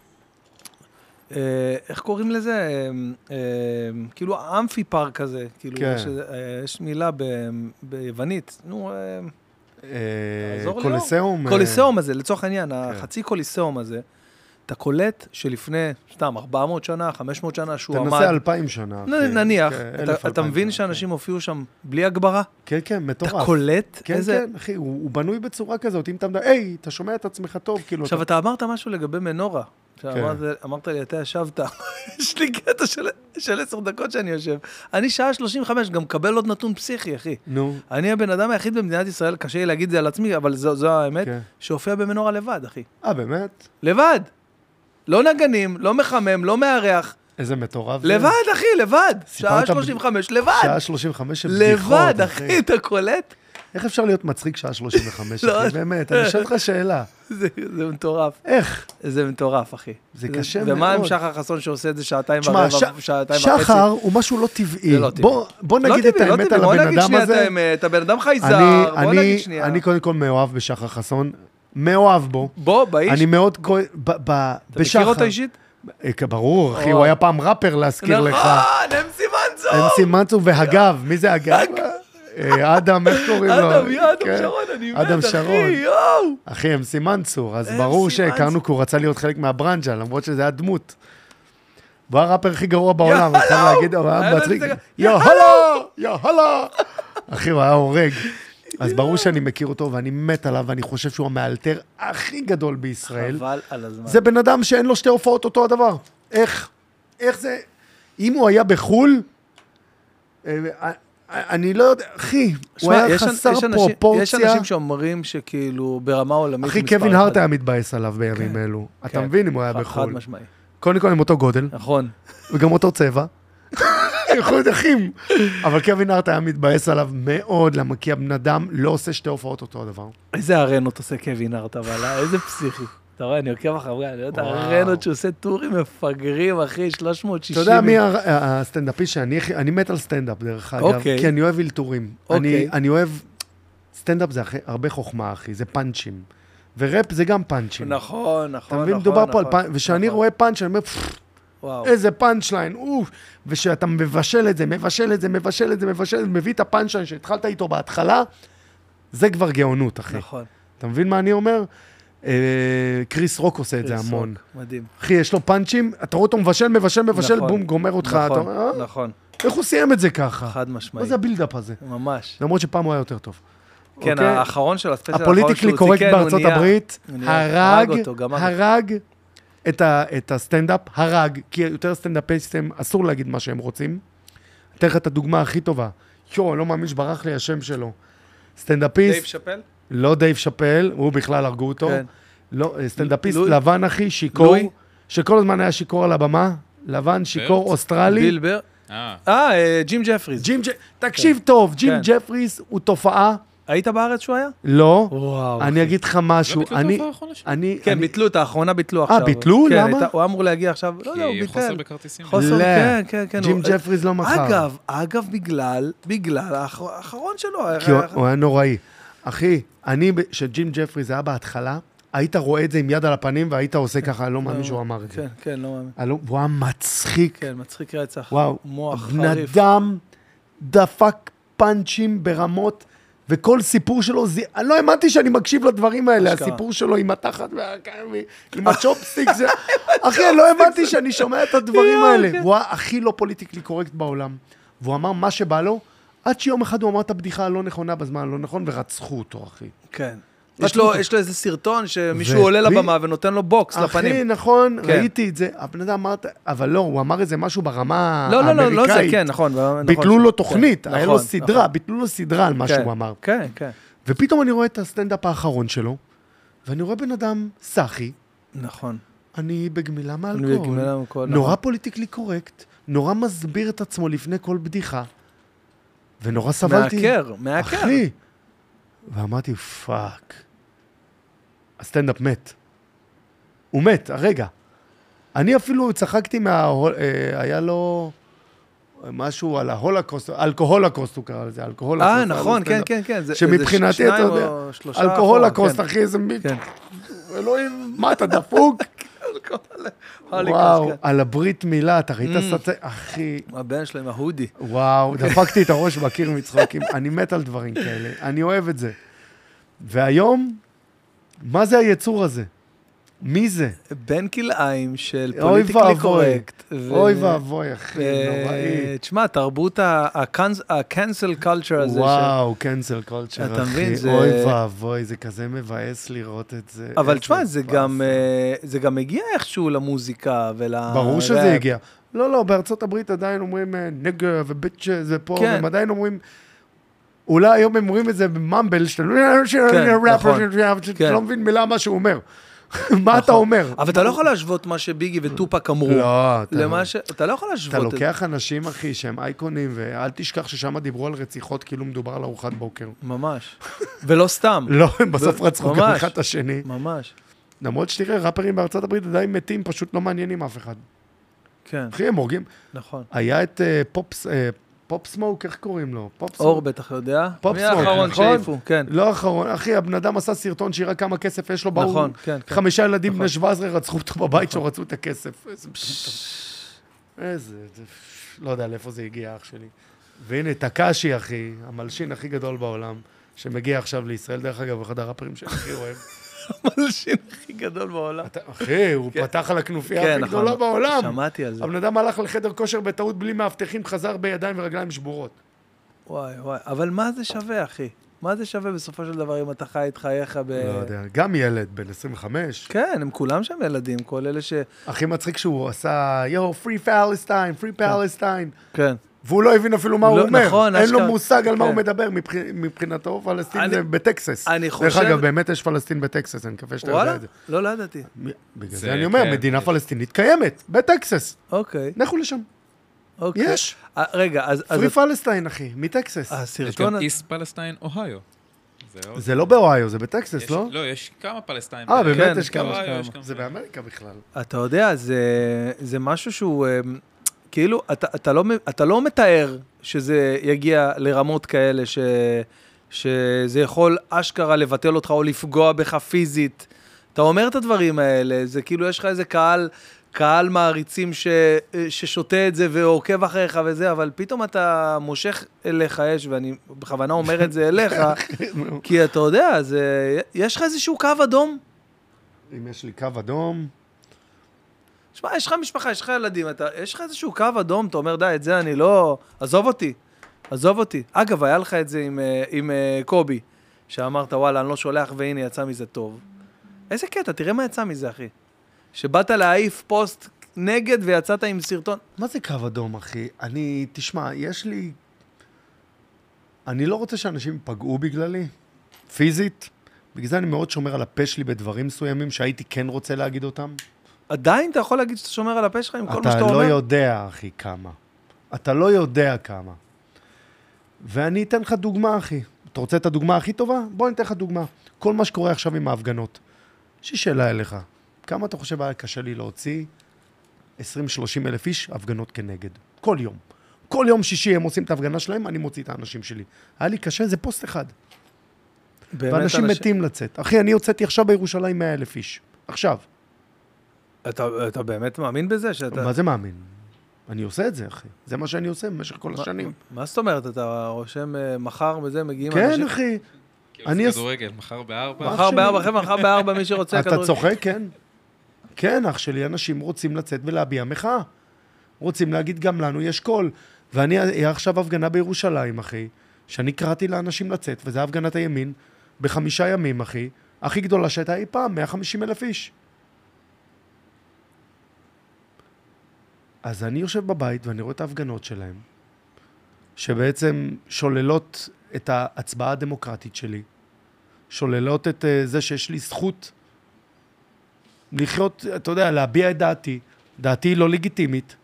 A: איך קוראים לזה? כאילו האמפי פארק הזה. כאילו, יש מילה ביוונית. נו,
B: קוליסאום.
A: קוליסאום הזה, לצורך העניין, החצי קוליסאום הזה. אתה קולט שלפני, סתם, ארבע מאות שנה, חמש מאות שנה, שהוא עמד...
B: תנסה אלפיים שנה.
A: נניח, אתה מבין שאנשים הופיעו שם בלי הגברה?
B: כן, כן, מטורף.
A: אתה קולט
B: איזה... כן, כן, אחי, הוא בנוי בצורה כזאת, אם אתה מדבר, היי, אתה שומע את עצמך טוב, כאילו...
A: עכשיו, אתה אמרת משהו לגבי מנורה. אמרת לי, אתה ישבת, יש לי קטע של עשר דקות שאני יושב. אני שעה שלושים וחמש, גם מקבל עוד נתון פסיכי, אחי.
B: נו.
A: אני הבן אדם היחיד במדינת ישראל, קשה לי להגיד זה על עצמי, אבל זו האמת, שהופיע במנורה לבד, אחי.
B: אה, באמת?
A: לבד. לא נגנים, לא מחמם, לא מארח.
B: איזה מטורף.
A: לבד, אחי, לבד. שעה שלושים וחמש, לבד.
B: שעה שלושים וחמש של בדיחות,
A: לבד, אחי, אתה קולט?
B: איך אפשר להיות מצחיק שעה שלושים וחמש, אחי? באמת, אני אשאל אותך שאלה.
A: זה מטורף.
B: איך?
A: זה מטורף, אחי.
B: זה קשה מאוד.
A: ומה עם שחר חסון שעושה את זה שעתיים ורבע, שעתיים וחצי?
B: שחר הוא משהו לא טבעי.
A: זה לא טבעי.
B: בוא נגיד את האמת על הבן אדם הזה.
A: את הבן אדם חייזר, בוא נגיד שנייה.
B: אני קודם כל מאוהב בשחר חסון. מאוהב בו.
A: בוא, באיש.
B: אני מאוד כואב,
A: אתה מכיר אותו אישית?
B: ברור, אחי, הוא היה פעם ראפר להזכיר לך.
A: נכון, אמסי מנצור.
B: אמסי מנצור והגב, מי זה הגב? אדם, איך קוראים לו?
A: אדם, אדם שרון, אני מת,
B: אדם שרון.
A: אחי, יואו.
B: אחי, אמסי מנצור, אז ברור שהכרנו, כי הוא רצה להיות חלק מהברנג'ה, למרות שזה היה דמות. הוא הראפר הכי גרוע בעולם, אני חייב להגיד, הוא היה מצחיק. יא הלו, יא הלו. אחי, הוא היה הורג. אז ברור שאני מכיר אותו, ואני מת עליו, ואני חושב שהוא המאלתר הכי גדול בישראל.
A: חבל על הזמן.
B: זה בן אדם שאין לו שתי הופעות אותו הדבר. איך? איך זה? אם הוא היה בחול, אני לא יודע, אחי, הוא היה חסר פרופורציה.
A: יש אנשים שאומרים שכאילו ברמה עולמית...
B: אחי, קווין הארט היה מתבאס עליו בימים אלו. אתה מבין אם הוא היה בחול.
A: חד משמעי.
B: קודם כל עם אותו גודל.
A: נכון.
B: וגם אותו צבע. איחוד אחים. אבל קווין הארט היה מתבאס עליו מאוד, למה כי הבן אדם לא עושה שתי הופעות אותו הדבר.
A: איזה ארנות עושה קווין הארט, אבל איזה פסיכי. אתה רואה, אני עוקב אחרי, אני יודע את הארנות שהוא עושה טורים מפגרים, אחי, שלוש מאות שישים.
B: אתה יודע מי הסטנדאפיסט שאני, אני מת על סטנדאפ דרך אגב, כי אני אוהב אלתורים. אני אוהב, סטנדאפ זה הרבה חוכמה, אחי, זה פאנצ'ים. וראפ זה גם פאנצ'ים.
A: נכון, נכון,
B: אתה מבין, מדובר פה על פאנצ'ים, ושאני רואה פאנצ' אני אומר, איזה פאנצ'ליין, אוף, ושאתה מבשל את זה, מבשל את זה, מבשל את זה, מבשל את זה, מביא את הפאנצ'ליין שהתחלת איתו בהתחלה, זה כבר גאונות, אחי.
A: נכון.
B: אתה מבין מה אני אומר? קריס רוק עושה את זה המון.
A: מדהים.
B: אחי, יש לו פאנצ'ים, אתה רואה אותו מבשל, מבשל, מבשל, בום, גומר אותך.
A: נכון, נכון.
B: איך הוא סיים את זה ככה?
A: חד משמעי.
B: מה זה הבילדאפ הזה?
A: ממש.
B: למרות שפעם הוא היה יותר טוב.
A: כן, האחרון של הספיישל האחרון
B: הפוליטיקלי קורקט בארצות הברית, הרג, הרג את הסטנדאפ, הרג, כי יותר סטנדאפיסטים אסור להגיד מה שהם רוצים. אתן לך את הדוגמה הכי טובה. יו, אני לא מאמין שברח לי השם שלו. סטנדאפיסט...
A: דייב שאפל? לא
B: דייב שאפל, הוא בכלל הרגו אותו. לא, סטנדאפיסט לבן אחי, שיקור, שכל הזמן היה שיקור על הבמה, לבן, שיקור, אוסטרלי.
A: בילבר. אה, ג'ים ג'פריס.
B: תקשיב טוב, ג'ים ג'פריס הוא תופעה.
A: היית בארץ שהוא היה?
B: לא. אני אגיד לך משהו.
C: לא ביטלו אותו האחרונה שלו?
A: כן, ביטלו את האחרונה, ביטלו עכשיו.
B: אה, ביטלו? למה?
A: הוא אמור להגיע עכשיו. לא, לא, הוא ביטל.
C: כי חוסר בכרטיסים.
A: חוסר, כן, כן, כן.
B: ג'ים ג'פריס לא מכר.
A: אגב, אגב, בגלל, בגלל האחרון שלו.
B: כי הוא היה נוראי. אחי, אני, שג'ים ג'פריס היה בהתחלה, היית רואה את זה עם יד על הפנים, והיית עושה ככה, לא מאמין שהוא אמר את זה.
A: כן, כן, לא מאמין.
B: הוא היה מצחיק.
A: כן, מצחיק רצח.
B: וואו.
A: מוח חריף.
B: בנאדם דפק פאנצ'ים ברמות, וכל סיפור שלו, אני לא האמנתי שאני מקשיב לדברים האלה, הסיפור שלו עם התחת, עם הצ'ופסטיק, אחי, אני לא האמנתי שאני שומע את הדברים האלה. הוא היה הכי לא פוליטיקלי קורקט בעולם, והוא אמר מה שבא לו, עד שיום אחד הוא אמר את הבדיחה הלא נכונה בזמן הלא נכון, ורצחו אותו, אחי.
A: כן. יש לו, יש לו איזה סרטון שמישהו עולה לבמה ונותן לו בוקס לפנים.
B: אחי, נכון, ראיתי את זה. הבן אדם אמר, אבל לא, הוא אמר איזה משהו ברמה
A: לא,
B: האמריקאית.
A: לא, לא, לא זה, כן, נכון.
B: ביטלו לו תוכנית, היה לו סדרה, ביטלו לו סדרה על מה שהוא אמר.
A: כן, כן.
B: ופתאום אני רואה את הסטנדאפ האחרון שלו, ואני רואה בן אדם סחי.
A: נכון.
B: אני בגמילה מאלכוהול. נורא פוליטיקלי קורקט, נורא מסביר את עצמו לפני כל בדיחה, ונורא סבלתי.
A: מעקר, מעקר.
B: אחי. ואמרתי, פאק. הסטנדאפ מת. הוא מת, הרגע. אני אפילו צחקתי מה... היה לו משהו על ההולוקוסט, אלכוהולוקוסט הוא קרא לזה, אלכוהולוקוסט.
A: אה, נכון, כן, כן, כן.
B: שמבחינתי, אתה יודע, אלכוהולוקוסט, אחי, זה... אלוהים, מה, אתה דפוק? וואו, על הברית מילה, אתה ראית סצה, אחי.
A: הבן שלו עם ההודי.
B: וואו, דפקתי את הראש בקיר מצחוקים. אני מת על דברים כאלה, אני אוהב את זה. והיום, מה זה היצור הזה? מי זה?
A: בן כלאיים של פוליטיקלי קורקט.
B: אוי ואבוי, אחי, נוראי.
A: תשמע, תרבות ה-cancel culture הזה.
B: וואו, cancel culture,
A: אתה מבין,
B: אחי.
A: זה...
B: אוי ואבוי, זה כזה מבאס לראות את זה.
A: אבל תשמע, זה גם הגיע איכשהו למוזיקה ול...
B: ברור שזה הגיע. לא, לא, בארצות הברית עדיין אומרים נגר וביצ'ה, זה פה, והם עדיין אומרים... אולי היום הם אומרים את זה בממבל, שאתה לא מבין מילה מה שהוא אומר. מה אתה אומר?
A: אבל אתה לא יכול להשוות מה שביגי וטופק אמרו.
B: לא,
A: אתה לא יכול להשוות
B: אתה
A: את זה.
B: לוקח אנשים, אחי, שהם אייקונים, ואל תשכח ששם דיברו על רציחות, כאילו מדובר על ארוחת בוקר.
A: ממש. ולא סתם.
B: לא, הם בסוף רצחו גם אחד את השני.
A: ממש.
B: למרות שתראה, ראפרים בארצות הברית עדיין מתים, פשוט לא מעניינים אף אחד.
A: כן.
B: אחי, הם הורגים.
A: נכון.
B: היה את פופס... פופ סמוק, איך קוראים לו?
A: אור בטח יודע.
B: פופ סמוק,
A: האחרון שהעיפו, כן.
B: לא האחרון, אחי, הבן אדם עשה סרטון שיראה כמה כסף יש לו, באו,
A: נכון, כן, כן.
B: חמישה ילדים בני שבע עשרה רצחו אותו בבית שרצו את הכסף. איזה, לא יודע לאיפה זה הגיע, אח שלי. והנה, טקאשי, אחי, המלשין הכי גדול בעולם, שמגיע עכשיו לישראל, דרך אגב, אחד הראפרים שאני הכי אוהב.
A: המלשין הכי גדול בעולם.
B: אחי, הוא פתח על הכנופיה הכי גדולה בעולם.
A: שמעתי על זה.
B: הבן אדם הלך לחדר כושר בטעות בלי מאבטחים, חזר בידיים ורגליים שבורות.
A: וואי, וואי, אבל מה זה שווה, אחי? מה זה שווה בסופו של דבר אם אתה חי את חייך ב...
B: לא יודע, גם ילד, בן עשרים וחמש.
A: כן, הם כולם שם ילדים, כל אלה ש...
B: הכי מצחיק שהוא עשה, יו, פרי פלסטיין, פרי פלסטיין.
A: כן.
B: והוא לא הבין אפילו מה הוא אומר.
A: נכון,
B: אין לו מושג על מה הוא מדבר, מבחינתו פלסטין זה בטקסס.
A: אני חושב...
B: דרך אגב, באמת יש פלסטין בטקסס, אני מקווה שאתה יודע את זה.
A: לא, לא ידעתי.
B: בגלל זה אני אומר, מדינה פלסטינית קיימת, בטקסס.
A: אוקיי.
B: לכו לשם.
A: אוקיי.
B: יש.
A: אה, רגע, אז... אז
B: פרי פלסטיין, אחי, מטקסס.
C: יש
A: הסרטון...
C: גם איסט פלסטיין, אוהיו. זה עוד-
B: זה לא באוהיו, זה בטקסס,
C: יש-
B: לא?
C: לא, יש כמה פלסטיינים.
B: אה,
C: ב-
B: באמת
A: כן,
B: יש כמה.
C: באוהיו יש
A: כמה.
C: כמה.
B: זה באמריקה בכלל.
A: אתה יודע, זה, זה משהו שהוא, אה, כאילו, אתה, אתה, לא, אתה לא מתאר שזה יגיע לרמות כאלה, ש, שזה יכול אשכרה לבטל אותך או לפגוע בך פיזית. אתה אומר את הדברים האלה, זה כאילו יש לך איזה קהל, קהל מעריצים ש, ששותה את זה ועוקב אחריך וזה, אבל פתאום אתה מושך אליך אש, ואני בכוונה אומר את זה אליך, כי אתה יודע, זה, יש לך איזשהו קו אדום?
B: אם יש לי קו אדום...
A: שמע, יש לך משפחה, יש לך ילדים, אתה, יש לך איזשהו קו אדום, אתה אומר, די, את זה אני לא... עזוב אותי, עזוב אותי. אגב, היה לך את זה עם, אה, עם אה, קובי, שאמרת, וואלה, אני לא שולח, והנה, יצא מזה טוב. איזה קטע, תראה מה יצא מזה, אחי. שבאת להעיף פוסט נגד ויצאת עם סרטון.
B: מה זה קו אדום, אחי? אני, תשמע, יש לי... אני לא רוצה שאנשים ייפגעו בגללי, פיזית. בגלל זה אני מאוד שומר על הפה שלי בדברים מסוימים שהייתי כן רוצה להגיד אותם.
A: עדיין אתה יכול להגיד שאתה שומר על הפה שלך עם כל מה
B: אתה
A: שאתה אומר?
B: לא יודע, אחי, כמה. אתה לא יודע כמה. ואני אתן לך דוגמה, אחי. אתה רוצה את הדוגמה הכי טובה? בוא ניתן לך דוגמה. כל מה שקורה עכשיו עם ההפגנות. יש לי שאלה אליך. כמה אתה חושב היה קשה לי להוציא עשרים שלושים אלף איש הפגנות כנגד? כל יום. כל יום שישי הם עושים את ההפגנה שלהם, אני מוציא את האנשים שלי. היה לי קשה, זה פוסט אחד.
A: באמת
B: ואנשים
A: אנשים-
B: מתים לצאת. אחי, אני הוצאתי עכשיו בירושלים מאה אלף איש. עכשיו.
A: אתה, אתה באמת מאמין בזה? שאתה...
B: מה זה מאמין? אני עושה את זה, אחי. זה מה שאני עושה במשך כל השנים.
A: מה, מה זאת אומרת? אתה רושם אה, מחר וזה, מגיעים
B: כן,
A: אנשים...
B: אחי.
C: כאילו
B: אני
C: זה
B: אס-
C: כדורגל, מחר בארבע.
A: מחר
B: שלי.
A: בארבע, חבר'ה, מחר בארבע, מי שרוצה
B: אתה צוחק, כן? כן, אח שלי, אנשים רוצים לצאת ולהביע מחאה. רוצים להגיד גם לנו, יש קול. ואני היה עכשיו הפגנה בירושלים, אחי, שאני קראתי לאנשים לצאת, וזה הפגנת הימין, בחמישה ימים, אחי, הכי גדולה שהייתה אי פעם, מאה וחמישים אלף איש. אז אני יושב בבית ואני רואה את ההפגנות שלהם, שבעצם שוללות את ההצבעה הדמוקרטית שלי, שוללות את uh, זה שיש לי זכות לחיות, אתה יודע, להביע את דעתי, דעתי היא לא לגיטימית,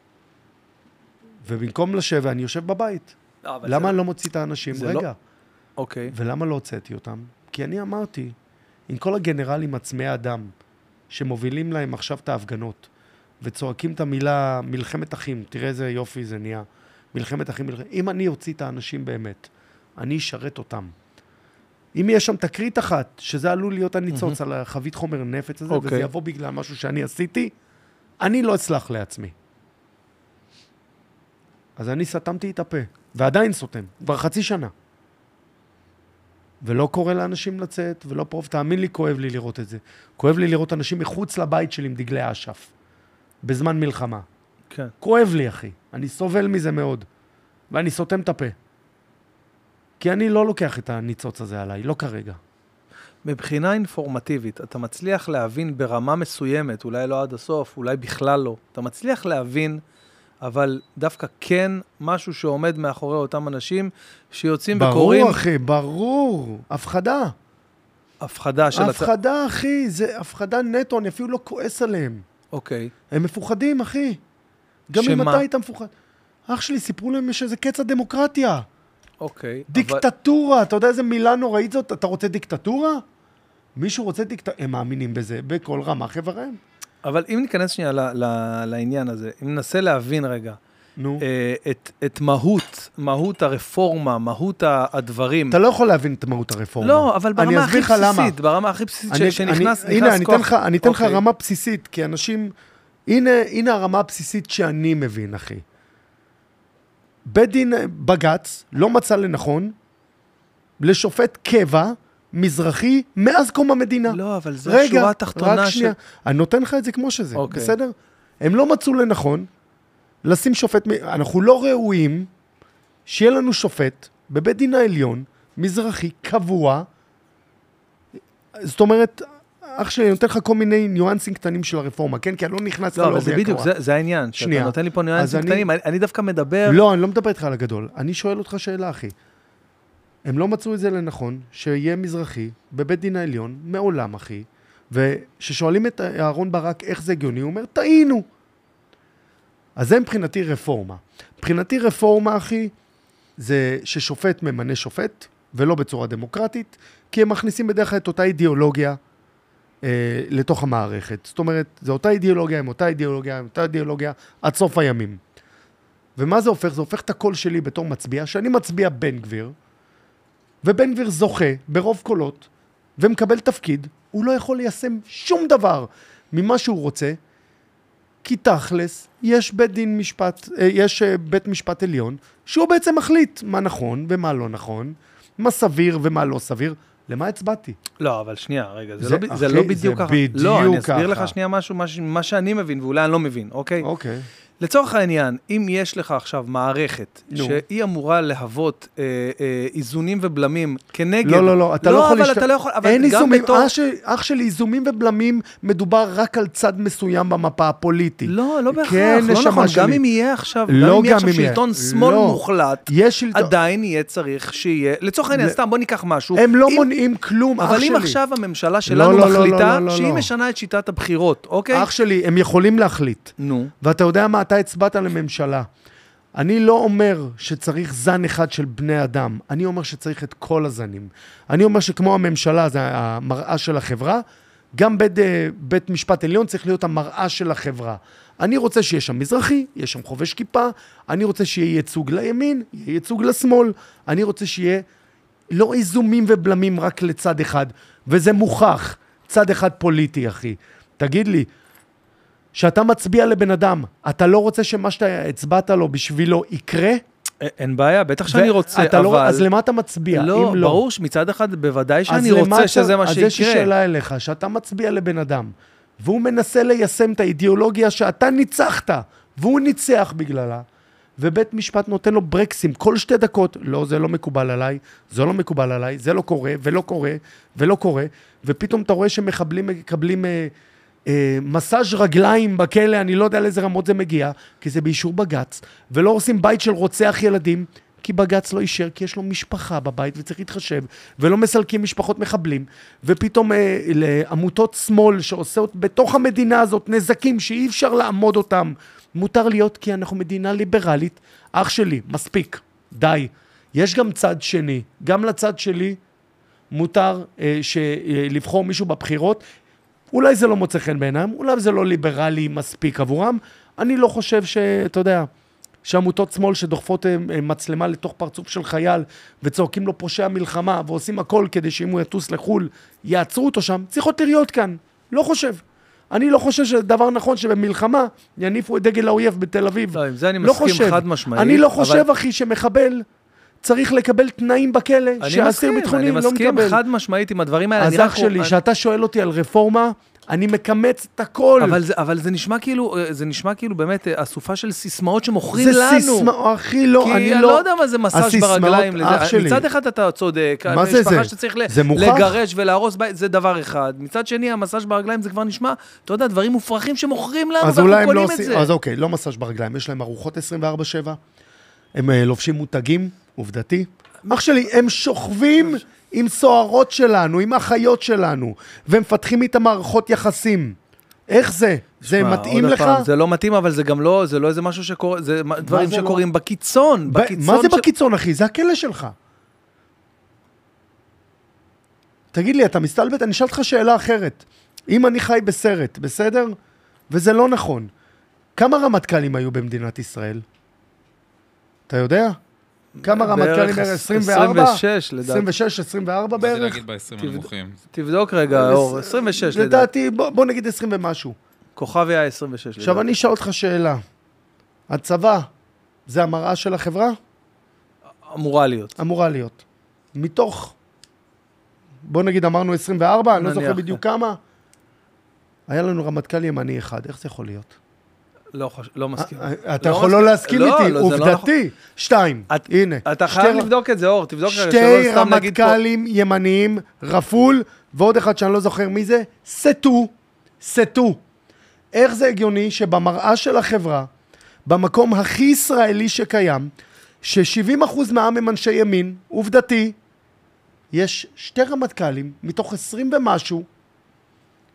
B: ובמקום לשבת, אני יושב בבית.
A: לא,
B: למה
A: זה...
B: אני לא מוציא את האנשים?
A: זה
B: רגע.
A: לא- אוקיי.
B: ולמה לא הוצאתי אותם? כי אני אמרתי, עם כל הגנרלים עצמי אדם, שמובילים להם עכשיו את ההפגנות, וצועקים את המילה מלחמת אחים, תראה איזה יופי זה נהיה, מלחמת אחים, מלחמת... אם אני אוציא את האנשים באמת, אני אשרת אותם. אם יש שם תקרית אחת, שזה עלול להיות הניצוץ על החבית חומר נפץ הזה,
A: אוקיי.
B: וזה יבוא בגלל משהו שאני עשיתי, אני לא אצלח לעצמי. אז אני סתמתי את הפה, ועדיין סותם, כבר חצי שנה. ולא קורא לאנשים לצאת, ולא פרוב, תאמין לי, כואב לי לראות את זה. כואב לי לראות אנשים מחוץ לבית שלי עם דגלי אש"ף, בזמן מלחמה.
A: כן.
B: כואב לי, אחי. אני סובל מזה מאוד. ואני סותם את הפה. כי אני לא לוקח את הניצוץ הזה עליי, לא כרגע.
A: מבחינה אינפורמטיבית, אתה מצליח להבין ברמה מסוימת, אולי לא עד הסוף, אולי בכלל לא. אתה מצליח להבין, אבל דווקא כן משהו שעומד מאחורי אותם אנשים שיוצאים וקוראים...
B: ברור, אחי, ברור. הפחדה.
A: הפחדה של... הצ-
B: הפחדה, אחי. זה הפחדה נטו, אני אפילו לא כועס עליהם.
A: אוקיי.
B: הם מפוחדים, אחי. גם
A: שמה?
B: אם אתה היית מפוחד. אח שלי, סיפרו להם שזה קץ הדמוקרטיה.
A: אוקיי. אבל...
B: דיקטטורה, אתה יודע איזה מילה נוראית זאת? אתה רוצה דיקטטורה? מישהו רוצה דיקטטורה? הם מאמינים בזה בכל רמה חבריהם.
A: אבל אם ניכנס שנייה ל- ל- לעניין הזה, אם ננסה להבין רגע,
B: נו.
A: אה, את, את מהות, מהות הרפורמה, מהות ה- הדברים.
B: אתה לא יכול להבין את מהות הרפורמה.
A: לא, אבל
B: אני
A: ברמה
B: אסביר
A: הכי
B: לך למה.
A: בסיסית, ברמה הכי בסיסית ש-
B: אני-
A: שנכנס
B: אני-
A: נכנס
B: הנה, אני
A: כוח.
B: אתן לך, אני אתן לך
A: אוקיי.
B: רמה בסיסית, כי אנשים... הנה, הנה הרמה הבסיסית שאני מבין, אחי. בית דין בג"ץ לא מצא לנכון לשופט קבע מזרחי מאז קום המדינה.
A: לא, אבל זה
B: רגע,
A: השורה התחתונה
B: רק
A: של...
B: שנייה. אני נותן לך את זה כמו שזה,
A: אוקיי.
B: בסדר? הם לא מצאו לנכון לשים שופט... מ- אנחנו לא ראויים שיהיה לנו שופט בבית דין העליון, מזרחי, קבוע. זאת אומרת, אח שלי, אני נותן לך כל מיני ניואנסים קטנים של הרפורמה, כן? כי אני לא נכנס
A: לא, אבל
B: לעובי
A: זה בדיוק,
B: הקורה.
A: זה, זה העניין.
B: שנייה.
A: שאתה נותן לי פה
B: אז
A: ניואנסים
B: אני-
A: קטנים, אני, אני דווקא מדבר...
B: לא, אני לא מדבר איתך על הגדול. אני שואל אותך שאלה, אחי. הם לא מצאו את זה לנכון שיהיה מזרחי בבית דין העליון, מעולם, אחי, וששואלים את אהרון ברק איך זה הגיוני, הוא אומר, טעינו. אז זה מבחינתי רפורמה. מבחינתי רפורמה, אחי, זה ששופט ממנה שופט, ולא בצורה דמוקרטית, כי הם מכניסים בדרך כלל את אותה אידיאולוגיה אה, לתוך המערכת. זאת אומרת, זה אותה אידיאולוגיה, עם אותה אידיאולוגיה, עם אותה אידיאולוגיה, עד סוף הימים. ומה זה הופך? זה הופך את הקול שלי בתור מצביע, שאני מצביע בן גביר, ובן גביר זוכה ברוב קולות, ומקבל תפקיד, הוא לא יכול ליישם שום דבר ממה שהוא רוצה, כי תכלס, יש בית דין משפט, יש בית משפט עליון, שהוא בעצם מחליט מה נכון ומה לא נכון, מה סביר ומה לא סביר. למה הצבעתי?
A: לא, אבל שנייה, רגע, זה,
B: זה,
A: לא,
B: אחי,
A: זה לא בדיוק
B: זה
A: ככה.
B: בדיוק
A: לא, אני אסביר
B: ככה.
A: לך שנייה משהו, מה, מה שאני מבין, ואולי אני לא מבין, אוקיי?
B: אוקיי.
A: לצורך העניין, אם יש לך עכשיו מערכת,
B: נו.
A: שהיא אמורה להוות אה, אה, איזונים ובלמים כנגד...
B: לא, לא, לא, אתה לא,
A: לא
B: יכול...
A: אבל
B: להשת...
A: אתה לא יכול... אבל
B: אין
A: גם
B: איזומים,
A: בתור...
B: אח, של... אח שלי, איזומים ובלמים מדובר רק על צד מסוים במפה הפוליטית.
A: לא, לא בהכרח,
B: כן,
A: לא
B: נשמה
A: נכון.
B: שלי.
A: גם אם יהיה עכשיו,
B: לא
A: גם אם יהיה
B: גם
A: עכשיו
B: אם יהיה.
A: שלטון שמאל
B: לא.
A: מוחלט,
B: יש שלטון...
A: עדיין יהיה צריך שיהיה... לצורך העניין,
B: ל...
A: סתם, בוא ניקח משהו.
B: הם לא
A: אם...
B: מונעים כלום, אח
A: אבל
B: שלי.
A: אם עכשיו הממשלה שלנו
B: לא, לא,
A: מחליטה
B: לא, לא, לא,
A: שהיא
B: לא.
A: משנה את שיטת הבחירות, אוקיי?
B: אח שלי, הם יכולים להחליט.
A: נו.
B: ואתה יודע מה, אתה הצבעת לממשלה. אני לא אומר שצריך זן אחד של בני אדם, אני אומר שצריך את כל הזנים. אני אומר שכמו הממשלה, זה המראה של החברה, גם בית, בית משפט עליון צריך להיות המראה של החברה. אני רוצה שיהיה שם מזרחי, יהיה שם חובש כיפה, אני רוצה שיהיה ייצוג לימין, יהיה ייצוג לשמאל, אני רוצה שיהיה לא איזומים ובלמים רק לצד אחד, וזה מוכח, צד אחד פוליטי, אחי. תגיד לי, שאתה מצביע לבן אדם, אתה לא רוצה שמה שאתה הצבעת לו בשבילו יקרה?
A: אין בעיה, בטח שאני רוצה,
B: אבל...
A: לא,
B: אז למה אתה מצביע?
A: לא,
B: אם לא,
A: ברור שמצד אחד בוודאי שאני רוצה שזה מה שיקרה.
B: אז יש לי שאלה אליך, שאתה מצביע לבן אדם, והוא מנסה ליישם את האידיאולוגיה שאתה ניצחת, והוא ניצח בגללה, ובית משפט נותן לו ברקסים כל שתי דקות, לא, זה לא מקובל עליי, זה לא מקובל עליי, זה לא קורה, ולא קורה, ולא קורה, ופתאום אתה רואה שמחבלים מקבלים... מסאז' רגליים בכלא, אני לא יודע לאיזה רמות זה מגיע, כי זה באישור בגץ, ולא עושים בית של רוצח ילדים, כי בגץ לא אישר, כי יש לו משפחה בבית וצריך להתחשב, ולא מסלקים משפחות מחבלים, ופתאום אה, לעמותות שמאל שעושות בתוך המדינה הזאת נזקים שאי אפשר לעמוד אותם, מותר להיות כי אנחנו מדינה ליברלית. אח שלי, מספיק, די. יש גם צד שני, גם לצד שלי מותר אה, ש, אה, לבחור מישהו בבחירות, אולי זה לא מוצא חן בעיניים, אולי זה לא ליברלי מספיק עבורם. אני לא חושב שאתה יודע, שעמותות שמאל שדוחפות מצלמה לתוך פרצוף של חייל, וצורקים לו פושע מלחמה, ועושים הכל כדי שאם הוא יטוס לחול, יעצרו אותו שם, צריכות להיות כאן. לא חושב. אני לא חושב שזה דבר נכון שבמלחמה יניפו את דגל האויב בתל אביב.
A: לא, עם זה אני
B: לא
A: מסכים
B: חושב.
A: חד משמעית.
B: אני לא חושב,
A: אבל...
B: אחי, שמחבל צריך לקבל תנאים בכלא, שהאסיר ביטחוני לא מקבל.
A: אני מסכים חד משמעית עם הדברים האלה.
B: אז אח שלי, שאתה שואל אותי על רפורמה, אני מקמץ את הכל.
A: אבל זה, אבל זה נשמע כאילו, זה נשמע כאילו באמת אסופה של סיסמאות שמוכרים
B: זה
A: לנו.
B: זה סיסמאות, אחי, לא,
A: כי
B: אני
A: אני
B: לא...
A: לא יודע מה זה מסאז' ברגליים.
B: אח שלי.
A: מצד אחד אתה צודק,
B: מה זה זה?
A: משפחה שצריך
B: זה
A: לגרש ולהרוס בית, זה דבר אחד. מצד שני, המסאז' ברגליים זה כבר נשמע, אתה יודע, דברים מופרכים שמוכרים לנו, ואנחנו קונים את זה.
B: אז אוקיי, לא מסאז' ברגליים, יש להם ארוחות עשרים וארבע שבע, הם לובשים מותגים, עובדתי. אח שלי, הם שוכבים עם סוערות שלנו, עם אחיות שלנו, ומפתחים איתם מערכות יחסים. איך זה? זה מתאים לך?
A: זה לא מתאים, אבל זה גם לא, זה לא איזה משהו שקורה, זה דברים שקורים בקיצון.
B: מה זה בקיצון, אחי? זה הכלא שלך. תגיד לי, אתה מסתלבט? אני אשאל אותך שאלה אחרת. אם אני חי בסרט, בסדר? וזה לא נכון. כמה רמטכ"לים היו במדינת ישראל? אתה יודע? כמה רמטכ"לים בערך? עשרים וארבע?
A: עשרים ושש, לדעתי.
B: עשרים ושש, עשרים וארבע בערך?
C: באתי להגיד ב-עשרים הנמוכים.
A: תבדוק רגע, אור, עשרים ושש לדעתי.
B: לדעתי, בוא נגיד עשרים ומשהו.
A: כוכבי היה עשרים ושש לדעתי.
B: עכשיו אני אשאל אותך שאלה. הצבא, זה המראה של החברה?
A: אמורה להיות.
B: אמורה להיות. מתוך, בוא נגיד אמרנו עשרים וארבע, אני לא זוכר בדיוק כמה, היה לנו רמטכ"ל ימני אחד, איך זה יכול להיות?
A: לא, לא מסכים.
B: אתה יכול לא להסכים איתי, עובדתי. שתיים, הנה.
A: אתה חייב לבדוק את זה, אור, תבדוק.
B: שתי רמטכ"לים ימניים, רפול, ועוד אחד שאני לא זוכר מי זה, סטו, סטו. איך זה הגיוני שבמראה של החברה, במקום הכי ישראלי שקיים, ש-שבעים אחוז מהעם הם אנשי ימין, עובדתי, יש שתי רמטכ"לים, מתוך עשרים ומשהו,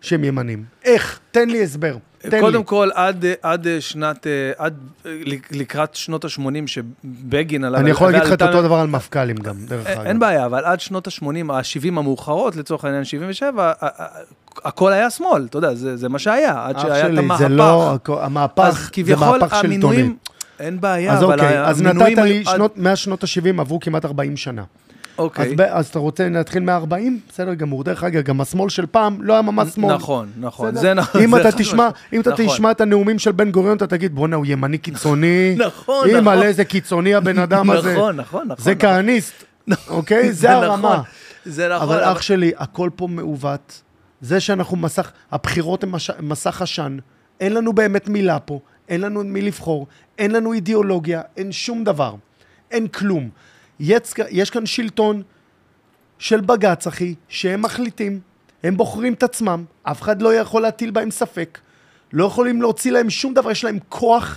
B: שהם ימנים? איך? תן לי הסבר. תן
A: קודם
B: לי.
A: כל, עד, עד שנת, עד לקראת שנות ה-שמונים, שבגין עליו...
B: אני יכול להגיד לך את
A: ועלתה-
B: אותו דבר על מפכ"לים גם, דרך אגב.
A: אין בעיה, אבל עד שנות ה-שמונים, ה-שבעים המאוחרות, לצורך העניין שבעים ושבע, ה- ה- הכל היה שמאל, אתה יודע, זה, זה מה שהיה, עד
B: אח
A: שהיה את
B: שלי,
A: המהפך.
B: זה לא, המהפך
A: אז
B: זה
A: כביכול
B: מהפך שלטוני.
A: המינויים, אין בעיה,
B: אז
A: אבל
B: אוקיי, אז נתת
A: המינויים...
B: לי,
A: עד-
B: שנות, מהשנות ה-שבעים עברו כמעט ארבעים שנה.
A: אוקיי.
B: אז, ב, אז אתה רוצה להתחיל מה-ארבעים? בסדר גמור. דרך אגב, גם השמאל של פעם לא היה ממש שמאל.
A: נכון, נכון.
B: בסדר?
A: זה נכון.
B: אם
A: זה
B: אתה
A: חד
B: תשמע,
A: משמעית.
B: אם אתה
A: נכון.
B: תשמע את הנאומים של בן גוריון, אתה תגיד, בוא'נה, הוא ימני קיצוני.
A: נכון,
B: אם
A: נכון.
B: על איזה קיצוני הבן אדם הזה.
A: נכון, נכון, נכון.
B: זה כהניסט, אוקיי? זה הרמה.
A: נכון, זה נכון.
B: אבל אח שלי, הכל פה מעוות. זה שאנחנו מסך, הבחירות הן מש- מסך עשן. אין לנו באמת מילה פה. אין לנו מי לבחור. אין לנו אידיאולוגיה. אין שום דבר. אין כלום. יש, יש כאן שלטון של בג"ץ, אחי, שהם מחליטים. הם בוחרים את עצמם. אף אחד לא יכול להטיל בהם ספק. לא יכולים להוציא להם שום דבר. יש להם כוח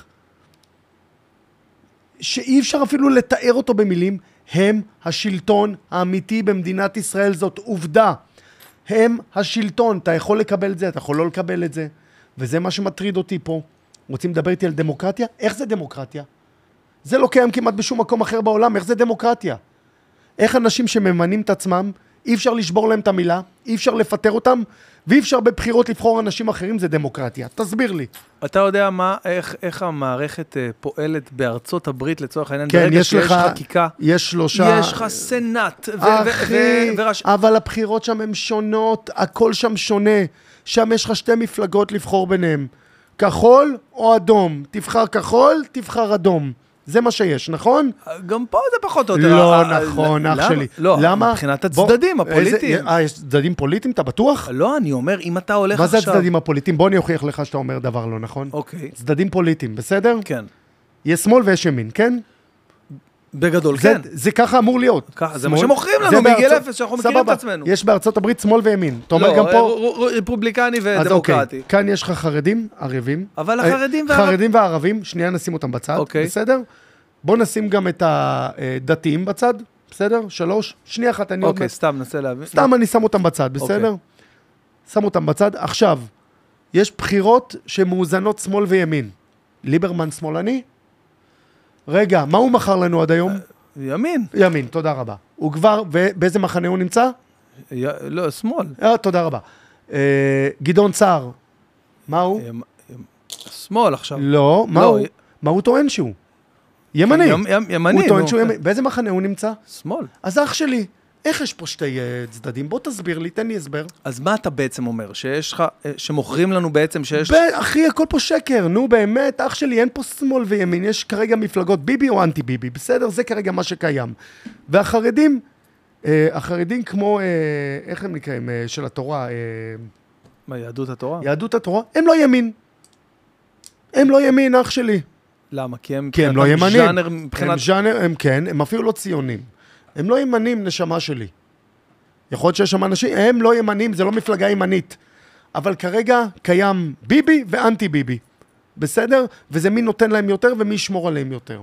B: שאי אפשר אפילו לתאר אותו במילים. הם השלטון האמיתי במדינת ישראל, זאת עובדה. הם השלטון, אתה יכול לקבל את זה, אתה יכול לא לקבל את זה, וזה מה שמטריד אותי פה. רוצים לדבר איתי על דמוקרטיה? איך זה דמוקרטיה? זה לא קיים כמעט בשום מקום אחר בעולם, איך זה דמוקרטיה? איך אנשים שממנים את עצמם, אי אפשר לשבור להם את המילה, אי אפשר לפטר אותם, ואי אפשר בבחירות לבחור אנשים אחרים, זה דמוקרטיה. תסביר לי.
A: אתה יודע מה, איך, איך המערכת אה, פועלת בארצות הברית לצורך העניין?
B: כן,
A: ברגע
B: יש
A: שיש
B: לך,
A: חקיקה,
B: יש שלושה...
A: יש לך סנאט, ו-
B: אחי,
A: ו- ו- וראש...
B: אבל הבחירות שם הן שונות, הכל שם שונה. שם יש לך שתי מפלגות לבחור ביניהם. כחול או אדום. תבחר כחול, תבחר אדום. זה מה שיש, נכון?
A: גם פה זה פחות או יותר.
B: לא
A: אה,
B: נכון,
A: אה,
B: אח
A: למה?
B: שלי.
A: לא,
B: למה?
A: מבחינת
B: בוא,
A: הצדדים
B: איזה-
A: הפוליטיים.
B: אה, יש צדדים פוליטיים? אתה בטוח?
A: לא, אני אומר, אם אתה הולך
B: מה זה
A: עכשיו...
B: הצדדים הפוליטיים? בוא אני אוכיח לך שאתה אומר דבר לא נכון.
A: אוקיי,
B: צדדים פוליטיים, בסדר?
A: כן.
B: יש שמאל ויש ימין, כן?
A: בגדול,
B: זה,
A: כן.
B: זה ככה אמור להיות.
A: ככה, זה
B: שמאל-
A: מה שמוכרים לנו
B: זה
A: מגיל
B: בארצות-
A: אפס, שאנחנו מכירים את
B: סבבה.
A: עצמנו.
B: יש בארצות הברית שמאל וימין. אתה אומר
A: לא,
B: גם פה...
A: ר- ר- רפובליקני
B: אז
A: ודמוקרטי.
B: אוקיי, כאן יש לך חרדים, ערבים.
A: אבל
B: אה,
A: החרדים והערב-
B: חרדים והערבים, שנייה נשים אותם בצד,
A: אוקיי.
B: בסדר? בוא נשים גם את הדתיים בצד, בסדר? שלוש, שנייה אחת, אני עוד
A: אוקיי,
B: מעט.
A: סתם ננסה להבין.
B: סתם אני שם אותם בצד, בסדר?
A: אוקיי.
B: שם אותם בצד. עכשיו, יש בחירות שמאוזנות שמאל וימין. ליברמן שמאלני? רגע, מה הוא מכר לנו עד היום?
A: ימין.
B: ימין, תודה רבה. הוא כבר, ובאיזה מחנה הוא נמצא?
A: י- לא, שמאל.
B: אה, תודה רבה. אה, גדעון סער, מה הוא?
A: ימ- ימ- שמאל עכשיו.
B: לא, מה
A: לא,
B: הוא?
A: י-
B: מה הוא טוען שהוא? ימני.
A: ימ- ימ- ימני.
B: הוא טוען
A: נו,
B: שהוא
A: כן.
B: ימני. באיזה מחנה הוא נמצא?
A: שמאל.
B: אז אח שלי, איך יש פה שתי אה, צדדים? בוא תסביר לי, תן לי הסבר.
A: אז מה אתה בעצם אומר? שיש לך, אה, שמוכרים לנו בעצם שיש...
B: ב- אחי, הכל פה שקר, נו באמת, אח שלי, אין פה שמאל וימין, יש כרגע מפלגות ביבי או אנטי ביבי, בסדר? זה כרגע מה שקיים. והחרדים, אה, החרדים כמו, אה, איך הם נקראים, אה, של התורה, אה,
A: מה, יהדות התורה?
B: יהדות התורה, הם לא ימין. הם לא ימין, אח שלי.
A: למה? כי הם
B: כי הם לא
A: מבחינתם
B: ימנים.
A: ז'אנר
B: הם
A: מבחינת...
B: ז'אנר, הם כן, הם אפילו לא ציונים. הם לא ימנים, נשמה שלי. יכול להיות שיש שם אנשים, הם לא ימנים, זה לא מפלגה ימנית. אבל כרגע קיים ביבי ואנטי ביבי. בסדר? וזה מי נותן להם יותר ומי ישמור עליהם יותר.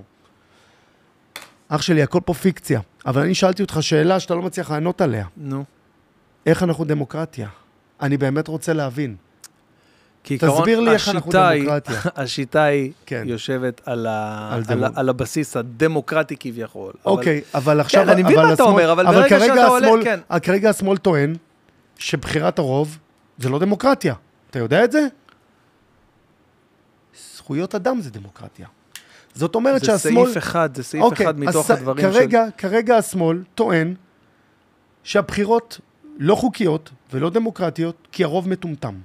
B: אח שלי, הכל פה פיקציה. אבל אני שאלתי אותך שאלה שאתה לא מצליח לענות עליה.
A: נו.
B: איך אנחנו דמוקרטיה? אני באמת רוצה להבין.
A: כי
B: תסביר
A: עיקרון,
B: לי איך אנחנו
A: השיטה היא-
B: דמוקרטיה.
A: השיטה היא
B: כן.
A: יושבת על ה-
B: על
A: על ה-
B: דמו-
A: על הבסיס הדמוקרטי כביכול. אבל-
B: אוקיי, אבל עכשיו...
A: אני מבין
B: אבל
A: מה אתה
B: השמאל-
A: אומר, אבל ברגע
B: כרגע
A: שאתה עולה,
B: השמאל-
A: כן.
B: כרגע השמאל טוען שבחירת הרוב זה לא דמוקרטיה. אתה יודע את זה? זכויות אדם זה דמוקרטיה. זאת אומרת
A: זה
B: שהשמאל...
A: סעיף אחד, זה סעיף
B: אוקיי,
A: אחד מתוך
B: אז
A: הדברים של...
B: כרגע, כרגע השמאל טוען שהבחירות לא חוקיות ולא דמוקרטיות, כי הרוב מטומטם.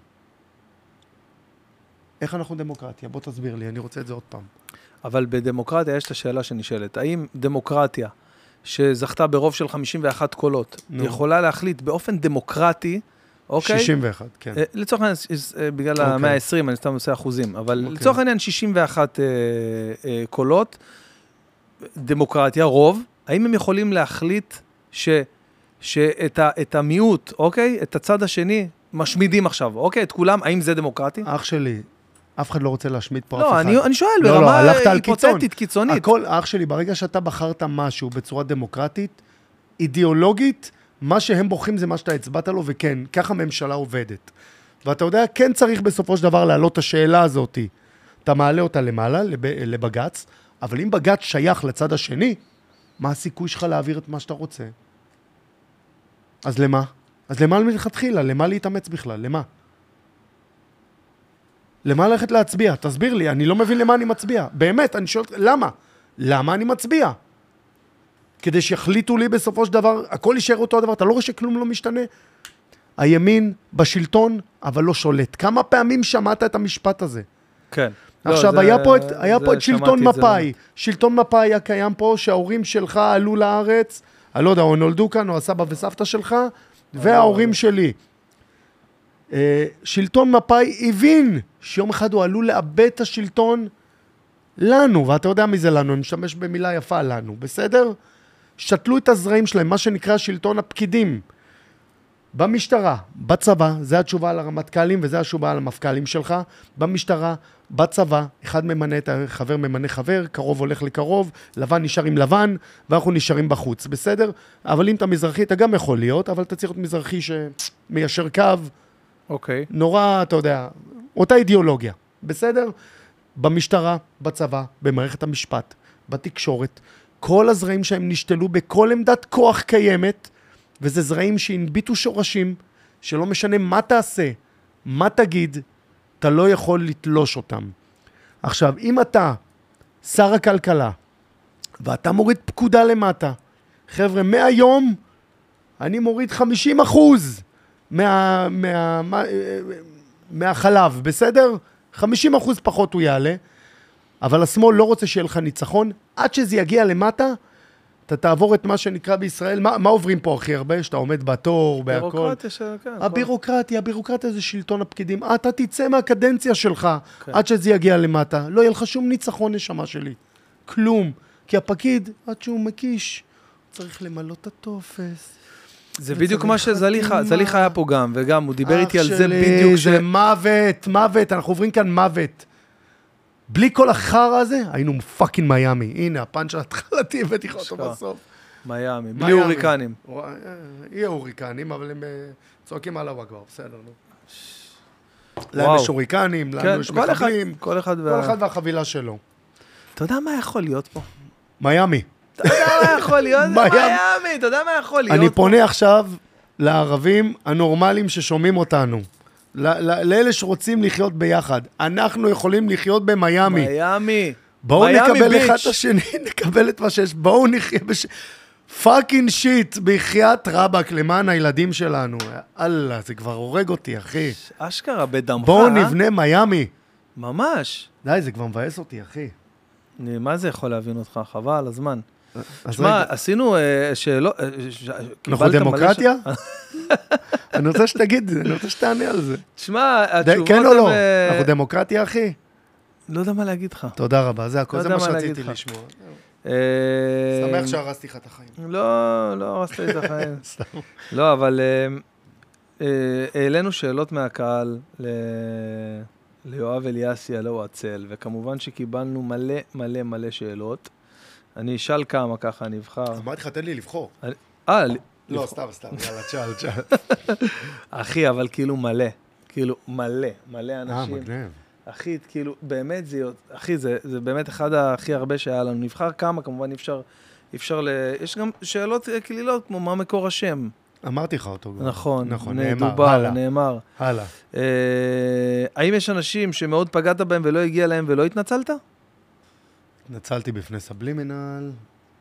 B: איך אנחנו דמוקרטיה? בוא תסביר לי, אני רוצה את זה עוד פעם.
A: אבל בדמוקרטיה יש את השאלה שנשאלת. האם דמוקרטיה שזכתה ברוב של חמישים ואחת קולות,
B: נו.
A: יכולה להחליט באופן דמוקרטי, אוקיי?
B: שישים ואחת, כן.
A: אה, לצורך העניין, אה, בגלל
B: אוקיי.
A: ה-מאה ועשרים, אני סתם עושה אחוזים, אבל
B: אוקיי.
A: לצורך העניין שישים ואחת אה, אה, קולות, דמוקרטיה, רוב, האם הם יכולים להחליט ש, שאת ה, את המיעוט, אוקיי? את הצד השני, משמידים עכשיו, אוקיי? את כולם, האם זה דמוקרטי?
B: אח שלי, אף אחד לא רוצה להשמיד פה אף
A: לא,
B: אחד.
A: אני, אני שואל,
B: לא, לא,
A: ברמה
B: הלכת על קיצון.
A: היפותטית, קיצונית.
B: הכל, אח שלי, ברגע שאתה בחרת משהו בצורה דמוקרטית, אידיאולוגית, מה שהם בוחרים זה מה שאתה הצבעת לו, וכן, ככה הממשלה עובדת. ואתה יודע, כן צריך בסופו של דבר להעלות את השאלה הזאת. אתה מעלה אותה למעלה, לב, לבגץ, אבל אם בגץ שייך לצד השני, מה הסיכוי שלך להעביר את מה שאתה רוצה? אז למה? אז למה מלכתחילה? למה להתאמץ בכלל? למה? למה ללכת להצביע? תסביר לי, אני לא מבין למה אני מצביע. באמת, אני שואל, למה? למה אני מצביע? כדי שיחליטו לי בסופו של דבר, הכל יישאר אותו הדבר, אתה לא רואה שכלום לא משתנה? הימין בשלטון, אבל לא שולט. כמה פעמים שמעת את המשפט הזה?
A: כן.
B: עכשיו,
A: לא,
B: היה
A: זה,
B: פה את, היה פה את שלטון
A: את
B: מפאי. שלטון מפאי היה קיים פה, שההורים שלך עלו לארץ, אני לא יודע, או נולדו כאן, או הסבא וסבתא שלך, וההורים שלי. שלטון מפאי הבין שיום אחד הוא עלול לאבד את השלטון לנו, ואתה יודע מי זה לנו, אני משתמש במילה יפה לנו, בסדר? שתלו את הזרעים שלהם, מה שנקרא שלטון הפקידים. במשטרה, בצבא, זה התשובה על הרמטכ"לים וזה התשובה על המפכ"לים שלך. במשטרה, בצבא, אחד ממנה את החבר, ממנה חבר, קרוב הולך לקרוב, לבן נשאר עם לבן, ואנחנו נשארים בחוץ, בסדר? אבל אם אתה מזרחי, אתה גם יכול להיות, אבל אתה צריך להיות מזרחי שמיישר קו.
A: אוקיי.
B: נורא, אתה יודע, אותה אידיאולוגיה, בסדר? במשטרה, בצבא, במערכת המשפט, בתקשורת, כל הזרעים שהם נשתלו בכל עמדת כוח קיימת, וזה זרעים שהנביטו שורשים, שלא משנה מה תעשה, מה תגיד, אתה לא יכול לתלוש אותם. עכשיו, אם אתה שר הכלכלה, ואתה מוריד פקודה למטה, חבר'ה, מהיום אני מוריד חמישים אחוז מה, מה, מה, מהחלב, בסדר? חמישים אחוז פחות הוא יעלה, אבל השמאל לא רוצה שיהיה לך ניצחון, עד שזה יגיע למטה, אתה תעבור את מה שנקרא בישראל, מה, מה עוברים פה הכי הרבה? שאתה עומד בתור, בהכל.
A: בירוקרטיה של... כן,
B: הבירוקרטיה, הבירוקרטיה זה שלטון הפקידים. אתה תצא מהקדנציה שלך, כן. עד שזה יגיע למטה. לא יהיה לך שום ניצחון נשמה שלי. כלום. כי הפקיד, עד שהוא מקיש, צריך למלא את הטופס.
A: זה בדיוק מה שזליחה, זליחה היה פה גם, וגם הוא דיבר איתי על זה
B: שלי,
A: בדיוק.
B: זה ש... מוות, מוות, אנחנו עוברים כאן מוות. בלי כל החר הזה, היינו פאקינג מיימי. הנה, הפאנץ' ההתחלתי, הבאתי לך אותו בסוף.
A: מיימי, בלי הוריקנים.
B: יהיה הוריקנים, אבל הם צועקים על הוואגבר, בסדר, נו. להם יש הוריקנים, לנו יש מחבלים.
A: כל אחד
B: והחבילה שלו.
A: אתה יודע מה יכול להיות פה?
B: מיימי.
A: אתה יודע מה יכול להיות? זה מיימי, אתה יודע מה יכול להיות פה?
B: אני פונה עכשיו לערבים הנורמליים ששומעים אותנו. לאלה שרוצים לחיות ביחד. אנחנו יכולים לחיות במיימי.
A: מיימי.
B: בואו נקבל אחד את השני, נקבל את מה שיש. בואו נחיה בש... פאקינג שיט, בחיית רבק למען הילדים שלנו. אללה, זה כבר הורג אותי, אחי.
A: אשכרה, בדמך.
B: בואו נבנה מיימי.
A: ממש.
B: די, זה כבר מבאס אותי, אחי.
A: מה זה יכול להבין אותך? חבל, הזמן. תשמע, עשינו שאלות...
B: אנחנו דמוקרטיה? אני רוצה שתגיד, אני רוצה שתענה על זה.
A: תשמע, התשובות...
B: כן או לא? אנחנו דמוקרטיה, אחי?
A: לא יודע מה להגיד לך.
B: תודה רבה, זה הכל, זה מה שרציתי לשמוע. שמח שהרסתי לך את החיים.
A: לא, לא הרסתי את החיים. לא, אבל העלינו שאלות מהקהל ליואב אליאסי על הוואצל, וכמובן שקיבלנו מלא מלא מלא שאלות. אני אשאל כמה ככה, אני אבחר.
B: אמרתי לך, תן לי לבחור.
A: אה,
B: לא, סתם, סתם, יאללה, צ'אל, צ'אל.
A: אחי, אבל כאילו מלא, כאילו מלא, מלא אנשים.
B: אה, מגניב.
A: אחי, כאילו, באמת זה, אחי, זה, זה באמת אחד הכי הרבה שהיה לנו. נבחר כמה, כמובן, אפשר, אפשר ל... יש גם שאלות כלילות, כמו מה מקור השם.
B: אמרתי לך אותו כבר.
A: נכון,
B: נכון,
A: נאמר, דובר, הלאה. נאמר.
B: הלאה.
A: אה, האם יש אנשים שמאוד פגעת בהם ולא הגיע להם ולא התנצלת?
B: התנצלתי בפני סבלימינל.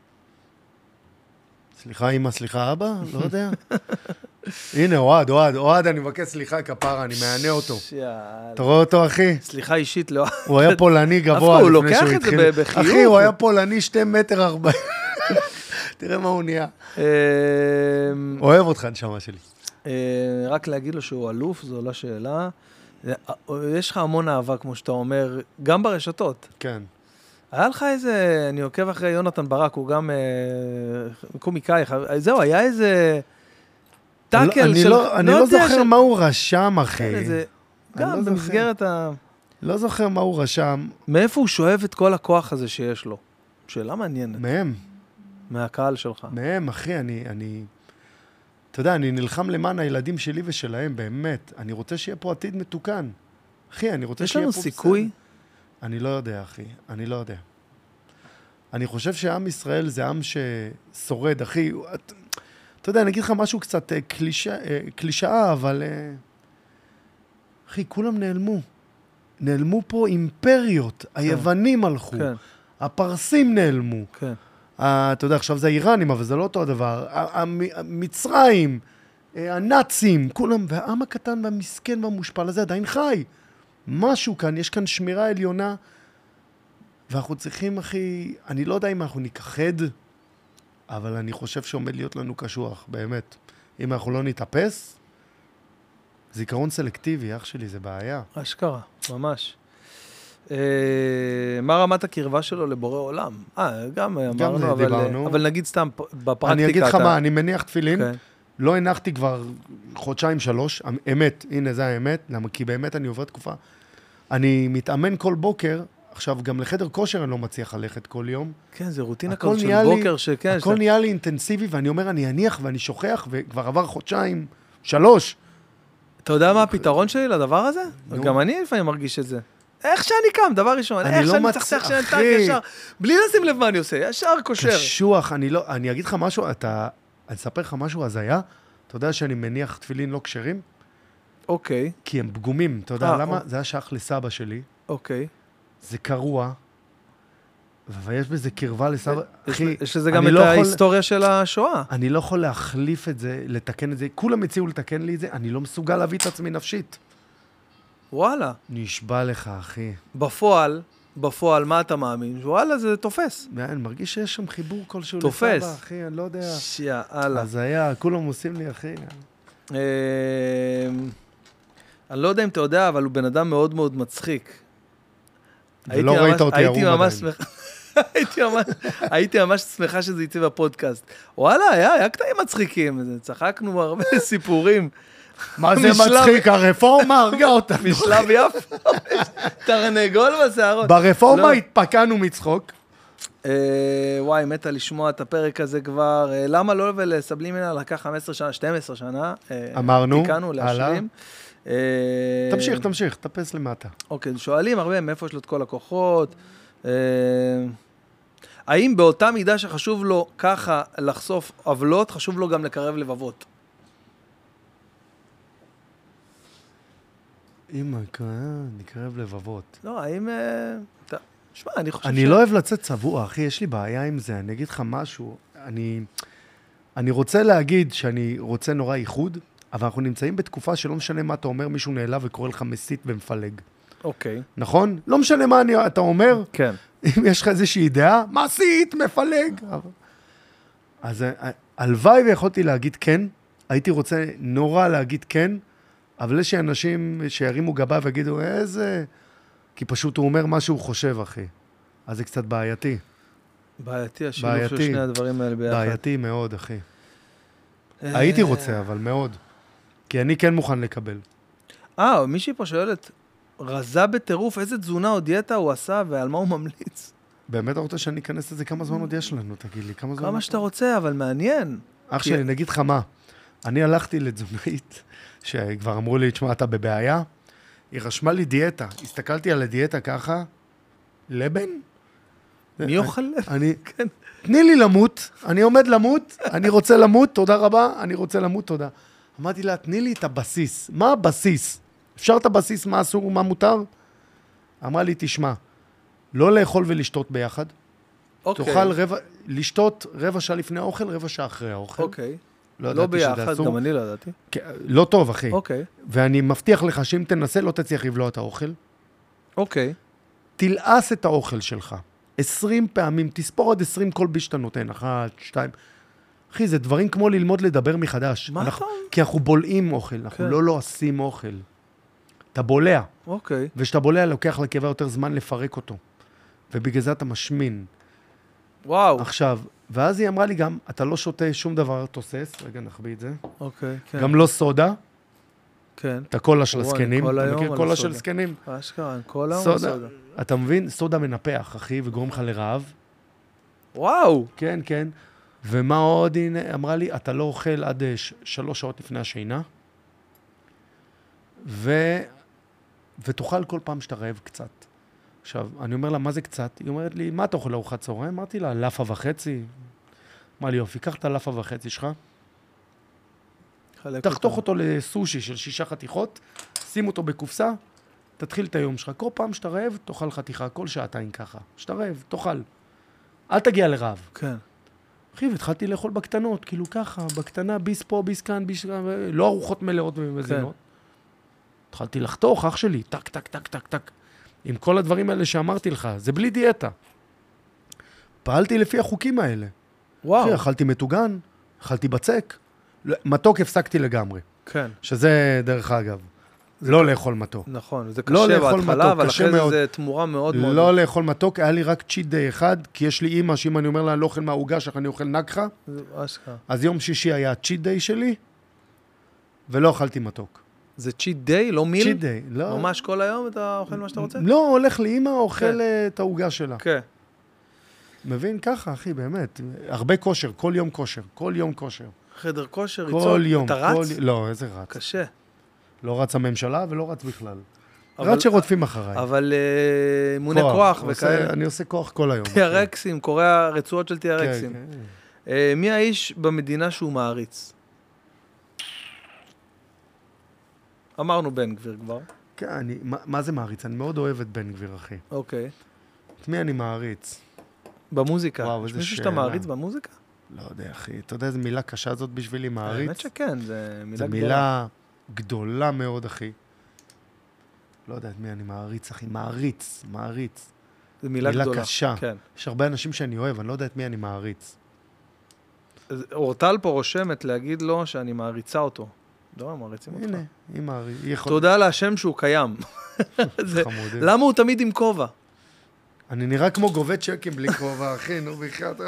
B: סליחה אמא, סליחה אבא? לא יודע. הנה, אוהד, אוהד, אוהד, אני מבקש סליחה כפרה, אני מענה אותו. אתה רואה אותו, אחי?
A: סליחה אישית, לא.
B: הוא היה פולני גבוה לפני שהוא התחיל.
A: הוא לוקח את זה בחיוך.
B: אחי, הוא היה פולני שתי מטר ארבעים. תראה מה הוא נהיה. אוהב אותך, נשמה שלי.
A: רק להגיד לו שהוא אלוף, זו לא שאלה. יש לך המון אהבה, כמו שאתה אומר, גם ברשתות.
B: כן.
A: היה לך איזה, אני עוקב אחרי יונתן ברק, הוא גם קומיקאי, זהו, היה איזה טאקל של...
B: אני לא זוכר מה הוא רשם, אחי.
A: גם במסגרת ה...
B: לא זוכר מה הוא רשם.
A: מאיפה הוא שואב את כל הכוח הזה שיש לו? שאלה מעניינת.
B: מהם.
A: מהקהל שלך.
B: מהם, אחי, אני... אתה יודע, אני נלחם למען הילדים שלי ושלהם, באמת. אני רוצה שיהיה פה עתיד מתוקן. אחי, אני רוצה שיהיה פה בסדר.
A: יש לנו סיכוי?
B: אני לא יודע, אחי. אני לא יודע. אני חושב שעם ישראל זה עם ששורד, אחי. אתה יודע, אני אגיד לך משהו קצת קלישאה, אבל... אחי, כולם נעלמו. נעלמו פה אימפריות. היוונים הלכו.
A: כן.
B: הפרסים נעלמו.
A: כן.
B: אתה יודע, עכשיו זה האיראנים, אבל זה לא אותו הדבר. המצרים, הנאצים, כולם, והעם הקטן והמסכן והמושפל הזה עדיין חי. משהו כאן, יש כאן שמירה עליונה, ואנחנו צריכים, אחי, אני לא יודע אם אנחנו נכחד, אבל אני חושב שעומד להיות לנו קשוח, באמת. אם אנחנו לא נתאפס, זיכרון סלקטיבי, אח שלי, זה בעיה.
A: אשכרה, ממש. מה רמת הקרבה שלו לבורא עולם? אה, גם אמרנו, אבל נגיד סתם בפרקטיקה.
B: אני אגיד לך מה, אני מניח תפילין, לא הנחתי כבר חודשיים, שלוש, אמת, הנה זה האמת, כי באמת אני עובר תקופה. אני מתאמן כל בוקר, עכשיו גם לחדר כושר אני לא מצליח ללכת כל יום.
A: כן, זה רוטינה כזאת של בוקר שכן.
B: הכל נהיה לי אינטנסיבי, ואני אומר, אני אניח ואני שוכח, וכבר עבר חודשיים, שלוש.
A: אתה יודע מה הפתרון שלי לדבר הזה? גם אני לפעמים מרגיש את זה. איך שאני קם, דבר ראשון, איך שאני צחצח שאני נתק ישר, בלי לשים לב מה אני עושה, ישר קושר.
B: קשוח, אני לא, אני אגיד לך משהו, אתה, אני אספר לך משהו הזיה, אתה יודע שאני מניח תפילין לא כשרים?
A: אוקיי.
B: כי הם פגומים, אתה יודע למה? זה היה שייך לסבא שלי.
A: אוקיי.
B: זה קרוע, ויש בזה קרבה לסבא.
A: יש לזה גם את ההיסטוריה של השואה.
B: אני לא יכול להחליף את זה, לתקן את זה, כולם הציעו לתקן לי את זה, אני לא מסוגל להביא את עצמי נפשית.
A: וואלה.
B: נשבע לך, אחי.
A: בפועל, בפועל, מה אתה מאמין? וואלה, זה תופס.
B: אני מרגיש שיש שם חיבור כלשהו
A: לסבא,
B: תופס. אחי, אני לא יודע.
A: שיאללה.
B: אז היה, כולם עושים לי, אחי.
A: אני לא יודע אם אתה יודע, אבל הוא בן אדם מאוד מאוד מצחיק.
B: ולא ראית אותי ערום עדיין.
A: הייתי ממש שמחה שזה יצא בפודקאסט. וואלה, היה, היה קטעים מצחיקים. צחקנו הרבה סיפורים.
B: מה זה מצחיק? הרפורמה הרגה אותנו.
A: משלב יפה. תרנגול בשערות.
B: ברפורמה התפקענו מצחוק.
A: וואי, מתה לשמוע את הפרק הזה כבר. למה לא ולסבלימינל לקח חמש עשרה שנה, שתים עשרה שנה.
B: אמרנו,
A: תיקנו להשלים.
B: תמשיך, תמשיך, תפס למטה.
A: אוקיי, שואלים הרבה מאיפה יש לו את כל הכוחות. האם באותה מידה שחשוב לו ככה לחשוף עוולות, חשוב לו גם לקרב לבבות?
B: אמא, נקרב לבבות.
A: לא, האם... שמע, אני חושב ש...
B: אני לא אוהב לצאת צבוע, אחי, יש לי בעיה עם זה. אני אגיד לך משהו. אני, אני רוצה להגיד שאני רוצה נורא ייחוד, אבל אנחנו נמצאים בתקופה שלא משנה מה אתה אומר, מישהו נעלב וקורא לך מסית ומפלג.
A: אוקיי. נכון?
B: לא משנה מה אני, אתה אומר.
A: כן.
B: אם יש לך איזושהי דעה, מסית, מפלג. אז הלוואי ויכולתי להגיד כן, הייתי רוצה נורא להגיד כן, אבל יש אנשים שירימו גבה ויגידו, איזה... כי פשוט הוא אומר מה שהוא חושב, אחי. אז זה קצת בעייתי.
A: בעייתי, השילוב של שני הדברים האלה ביחד.
B: בעייתי מאוד, אחי. הייתי רוצה, אבל מאוד. כי אני כן מוכן לקבל.
A: אה, מישהי פה שואלת, רזה בטירוף, איזה תזונה או דיאטה הוא עשה ועל מה הוא ממליץ?
B: באמת אתה רוצה שאני אכנס לזה? כמה זמן עוד יש לנו, תגיד לי? כמה זמן?
A: כמה שאתה רוצה, אבל מעניין.
B: אח שלי, נגיד לך מה. אני הלכתי לתזונאית, שכבר אמרו לי, תשמע, אתה בבעיה. היא רשמה לי דיאטה. הסתכלתי על הדיאטה ככה, לבן.
A: מי אוכל לבן?
B: אני, כן. תני לי למות, אני עומד למות, אני רוצה למות, תודה רבה, אני רוצה למות, תודה. אמרתי לה, תני לי את הבסיס. מה הבסיס? אפשר את הבסיס, מה אסור ומה מותר? אמרה לי, תשמע, לא לאכול ולשתות ביחד.
A: אוקיי.
B: תאכל רבע, לשתות רבע שעה לפני האוכל, רבע שעה אחרי האוכל.
A: אוקיי. לא, לא ביחד, גם אני לא ידעתי.
B: לא טוב, אחי.
A: אוקיי.
B: ואני מבטיח לך שאם תנסה, לא תצליח לבלוע את האוכל.
A: אוקיי.
B: תלעס את האוכל שלך. עשרים פעמים, תספור עד עשרים כל בי שאתה נותן, אחת, שתיים. אחי, זה דברים כמו ללמוד לדבר מחדש.
A: מה
B: אנחנו,
A: אתה?
B: כי אנחנו בולעים אוכל, אנחנו כן. לא לא עושים אוכל. אתה בולע.
A: אוקיי.
B: ושאתה בולע, לוקח לקיבה יותר זמן לפרק אותו. ובגלל זה אתה משמין.
A: וואו.
B: עכשיו, ואז היא אמרה לי גם, אתה לא שותה שום דבר תוסס, רגע נחביא את זה.
A: אוקיי, כן.
B: גם לא סודה.
A: כן.
B: את הקולה של הסקנים.
A: כל היום
B: אתה מכיר קולה של סקנים?
A: אשכרה, כל היום סודה. סודה.
B: אתה מבין? סודה מנפח, אחי, וגורם לך לרעב.
A: וואו.
B: כן, כן. ומה עוד, הנה, אמרה לי, אתה לא אוכל עד ש- שלוש שעות לפני השינה, ו... ותאכל כל פעם שאתה רעב קצת. עכשיו, אני אומר לה, מה זה קצת? היא אומרת לי, מה אתה אוכל לארוחת צהריים? אמרתי לה, לאפה וחצי. אמרה לי, יופי, קח את הלאפה וחצי שלך, תחתוך אותו לסושי של שישה חתיכות, שים אותו בקופסה, תתחיל את היום שלך. כל פעם שאתה רעב, תאכל חתיכה, כל שעתיים ככה. שאתה רעב, תאכל. אל תגיע לרעב.
A: כן.
B: אחי, והתחלתי לאכול בקטנות, כאילו ככה, בקטנה, ביס פה, ביס כאן, ביס כאן, לא ארוחות מלאות ומזינות. התחלתי לחתוך, אח שלי, טק, טק, טק, טק, טק. עם כל הדברים האלה שאמרתי לך, זה בלי דיאטה. פעלתי לפי החוקים האלה.
A: וואו.
B: אחי, אכלתי מטוגן, אכלתי בצק, מתוק הפסקתי לגמרי.
A: כן.
B: שזה, דרך אגב, לא לאכול מתוק.
A: נכון, זה
B: לא
A: קשה
B: לאכול
A: בהתחלה,
B: מתוק,
A: אבל
B: קשה
A: אחרי זה
B: מאוד.
A: זה תמורה מאוד מאוד.
B: לא לאכול מתוק, היה לי רק צ'יט דיי אחד, כי יש לי אימא, שאם אני אומר לה, אני לא אוכל מהעוגה שלך, אני אוכל נגחה.
A: זה אשכרה.
B: אז יום שישי היה צ'יט דיי שלי, ולא אכלתי מתוק.
A: זה צ'יט דיי, לא מיל?
B: צ'יט דיי, לא.
A: ממש כל היום אתה אוכל מה שאתה רוצה?
B: לא, הולך לאימא, אוכל
A: כן.
B: את העוגה שלה.
A: כן.
B: מבין? ככה, אחי, באמת. הרבה כושר, כל יום כושר, כל יום כושר.
A: חדר כושר,
B: כל
A: ריצות.
B: יום.
A: אתה רץ?
B: כל... לא, איזה רץ.
A: קשה.
B: לא רץ הממשלה ולא רץ בכלל.
A: אבל-
B: רץ שרודפים אחריי.
A: אבל אה, אימוני כוח
B: עושה-
A: וכאלה.
B: אני עושה כוח כל היום.
A: טי-אר-אקסים, קורא רצועות של
B: כן,
A: טי-אר-אקסים.
B: כן.
A: אה, מי האיש במדינה שהוא מעריץ? אמרנו בן גביר כבר.
B: כן, אני, מה, מה זה מעריץ? אני מאוד אוהב את בן גביר, אחי.
A: אוקיי.
B: את מי אני מעריץ?
A: במוזיקה.
B: וואו,
A: יש
B: איזה
A: מישהו שאתה
B: שאלה.
A: מעריץ במוזיקה?
B: לא יודע, אחי. אתה יודע איזה מילה קשה זאת בשבילי, מעריץ?
A: האמת שכן, זה מילה
B: זו
A: גדולה.
B: מילה גדולה מאוד, אחי. לא יודע את מי אני מעריץ, אחי. מעריץ, מעריץ.
A: זה מילה
B: מילה
A: גדולה.
B: קשה.
A: כן.
B: יש הרבה אנשים שאני אוהב, אני לא יודע את מי אני מעריץ.
A: אז אורטל פה רושמת להגיד לו שאני מעריצה אותו. לא, מעריצים אותך.
B: הנה, היא מעריץ. היא יכול...
A: תודה להשם שהוא קיים. זה-
B: חמודים.
A: למה הוא תמיד עם כובע?
B: אני נראה כמו גובה צ'קים בלי כובע, אחי, נו, בחייאת.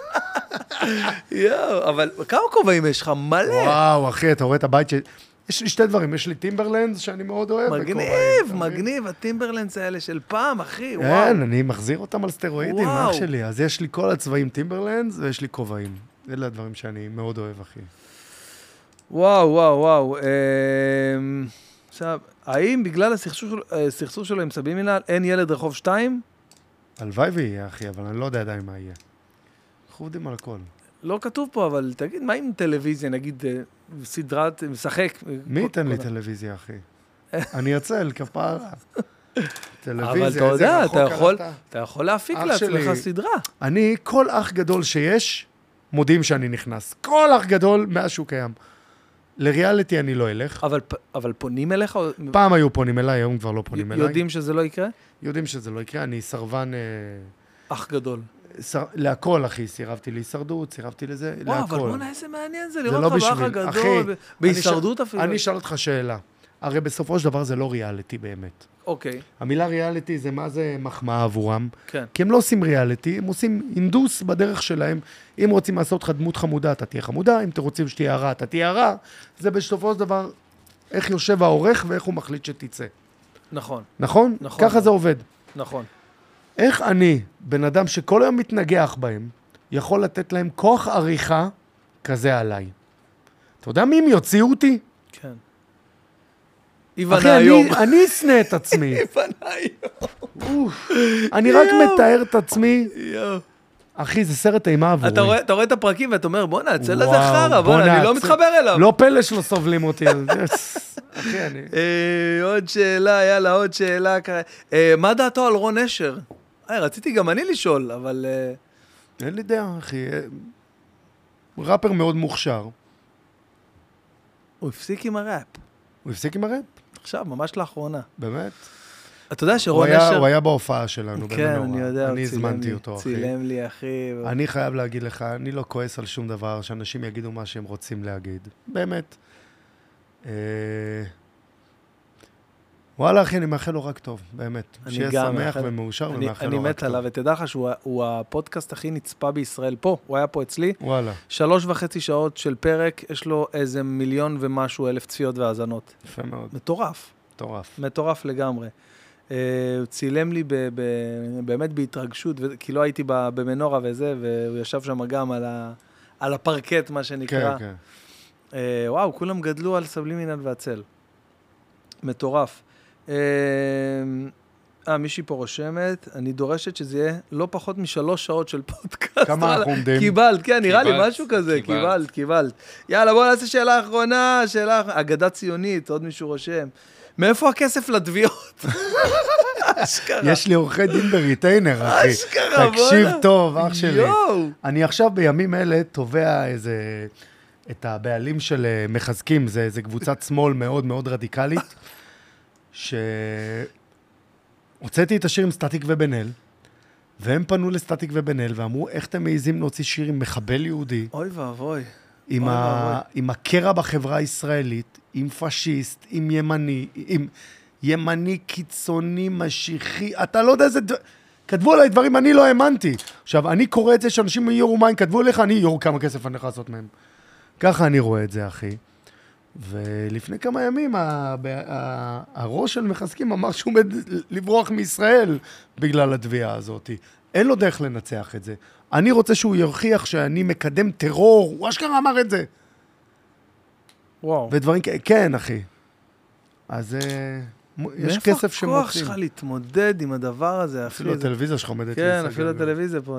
A: יואו, אבל כמה כובעים יש לך? מלא.
B: וואו, אחי, אתה רואה את הבית ש... יש לי שתי דברים, יש לי טימברלנדס שאני מאוד אוהב.
A: מגניב,
B: בכובעים.
A: מגניב, הטימברלנדס האלה של פעם, אחי, וואו.
B: כן, אני מחזיר אותם על סטרואידים,
A: וואו.
B: אח שלי. אז יש לי כל הצבעים טימברלנדס ויש לי כובעים. אלה הדברים שאני מאוד אוהב, אחי.
A: וואו, וואו, וואו. אמ, עכשיו, האם בגלל הסכסוך של- הסכסוך שלו עם סבימילן אין ילד רחוב שתיים?
B: הלוואי ויהיה, אחי, אבל אני לא יודע עדיין מה יהיה. אנחנו עובדים על הכל.
A: לא כתוב פה, אבל תגיד, מה עם טלוויזיה, נגיד, אה, סדרת, משחק?
B: מי
A: כל-
B: ייתן לי
A: כל-
B: טלוויזיה, אחי? אני אצל, כפרה.
A: אבל
B: טלוויזיה,
A: אתה
B: איזה
A: יודע,
B: רחוק
A: אתה יכול,
B: הלכת.
A: אתה יכול להפיק
B: אח
A: לעצמך
B: שלי.
A: סדרה.
B: אני, כל אח גדול שיש, מודיעים שאני נכנס. כל אח גדול מאז שהוא קיים. לריאליטי אני לא אלך.
A: אבל, פ- אבל פונים אליך? או-
B: פעם היו פונים אליי, היום כבר לא פונים אליי.
A: יודעים שזה לא יקרה?
B: יודעים שזה לא יקרה, אני סרבן... אה,
A: אח גדול.
B: שר... להכל, אחי, סירבתי להישרדות, סירבתי לזה,
A: וואו,
B: להכל.
A: אבל בוא'נה, איזה מעניין זה,
B: זה
A: לראות
B: לא
A: אותך באח
B: בשביל-
A: הגדול,
B: אחי,
A: ב- בהישרדות
B: אני ש...
A: אפילו.
B: אני אשאל אותך שאלה. הרי בסופו של דבר זה לא ריאליטי באמת.
A: אוקיי,
B: המילה ריאליטי זה מה זה מחמאה עבורם.
A: כן.
B: כי הם לא עושים ריאליטי, הם עושים אינדוס בדרך שלהם. אם רוצים לעשות לך דמות חמודה, אתה תהיה חמודה, אם אתם רוצים שתהיה הרע, אתה תהיה הרע. זה בסופו של דבר איך יושב העורך ואיך הוא מחליט שתצא.
A: נכון,
B: נכון?
A: נכון.
B: ככה זה עובד.
A: נכון.
B: איך אני, בן אדם שכל היום מתנגח בהם, יכול לתת להם כוח עריכה כזה עליי? אתה יודע מי הם יוציאו אותי?
A: כן. איוון
B: אחי,
A: היום.
B: אני, אני אסנה את עצמי.
A: איוון היום.
B: אני רק
A: יואו.
B: מתאר את עצמי.
A: יואו.
B: אחי, זה סרט אימה עבורי.
A: אתה רואה, אתה רואה את הפרקים ואתה אומר, בוא'נה, הצל הזה
B: וואו,
A: חרא, בוא'נה, אני לא
B: הצל-
A: מתחבר אליו.
B: לא פלא שלא סובלים אותי. אחי, אני...
A: אה, עוד שאלה, יאללה, עוד שאלה. אה, מה דעתו על רון נשר? אה, רציתי גם אני לשאול, אבל... אה,
B: אין לי דעה, אחי. ראפר מאוד מוכשר.
A: הוא הפסיק עם הראפ.
B: הוא הפסיק עם הראפ?
A: עכשיו, ממש לאחרונה.
B: באמת?
A: אתה יודע
B: הוא
A: שרון
B: היה,
A: נשר...
B: הוא היה בהופעה שלנו
A: כן,
B: במנורה.
A: אני יודע, הוא
B: אני
A: צילם
B: הזמנתי
A: לי,
B: אותו, אחי.
A: צילם לי, אחי. ו-
B: אני חייב להגיד לך, אני לא כועס על שום דבר, שאנשים יגידו מה שהם רוצים להגיד. באמת. אה... וואלה, אחי, אני מאחל לו רק טוב, באמת.
A: אני
B: שיהיה
A: גם
B: שמח
A: מאחל-
B: ומאושר
A: אני,
B: ומאחל
A: אני
B: לו רק
A: מת
B: טוב.
A: עליו, ותדע לך שהוא ה- הוא הפודקאסט הכי נצפה בישראל פה, הוא היה פה אצלי,
B: וואלה,
A: שלוש וחצי שעות של פרק, יש לו איזה מיליון ומשהו אלף צפיות והאזנות.
B: יפה מאוד,
A: מטורף,
B: מטורף.
A: מטורף לגמרי. Uh, הוא צילם לי ב, ב, באמת בהתרגשות, ו- כי לא הייתי ב, במנורה וזה, והוא ישב שם גם על, ה, על הפרקט, מה שנקרא.
B: כן, כן.
A: אה, וואו, כולם גדלו על סבלימינל והצל. מטורף. אה, אה, מישהי פה רושמת, אני דורשת שזה יהיה לא פחות משלוש שעות של פודקאסט.
B: כמה אנחנו עומדים?
A: קיבלת, כן, נראה לי
C: קיבלת,
A: משהו כזה,
C: קיבלת.
A: קיבלת, קיבלת. יאללה, בואו נעשה שאלה אחרונה, שאלה אחרונה, אגדה ציונית, עוד מישהו רושם. מאיפה הכסף לתביעות? אשכרה.
B: יש לי עורכי דין בריטיינר, אחי.
A: אשכרה, בוא'נה.
B: תקשיב טוב, אח שלי.
A: יואו.
B: אני עכשיו בימים אלה תובע איזה, את הבעלים של אה, מחזקים, זה איזה קבוצת שמאל מאוד מאוד רדיקלית, שהוצאתי את השיר עם סטטיק ובן אל, והם פנו לסטטיק ובן אל ואמרו, איך אתם מעיזים להוציא שיר עם מחבל יהודי,
A: אוי ואבוי.
B: עם,
A: אוי
B: ה...
A: ואבוי.
B: עם הקרע בחברה הישראלית, עם פשיסט, עם ימני, עם ימני קיצוני, משיחי, אתה לא יודע איזה... ד... כתבו עליי דברים, אני לא האמנתי. עכשיו, אני קורא את זה שאנשים מיורו מים, כתבו אליך, אני יורו כמה כסף אני יכול לעשות מהם. ככה אני רואה את זה, אחי. ולפני כמה ימים, ה... ה... הראש של מחזקים אמר שהוא עומד לברוח מישראל בגלל התביעה הזאת. אין לו דרך לנצח את זה. אני רוצה שהוא יוכיח שאני מקדם טרור, הוא אשכרה אמר את זה.
A: וואו.
B: ודברים כאלה, כן, אחי. אז יש כסף שמוצאים.
A: מאיפה הכוח שלך להתמודד עם הדבר הזה?
B: אפילו הטלוויזיה שלך עומדת.
A: כן, אפילו הטלוויזיה פה.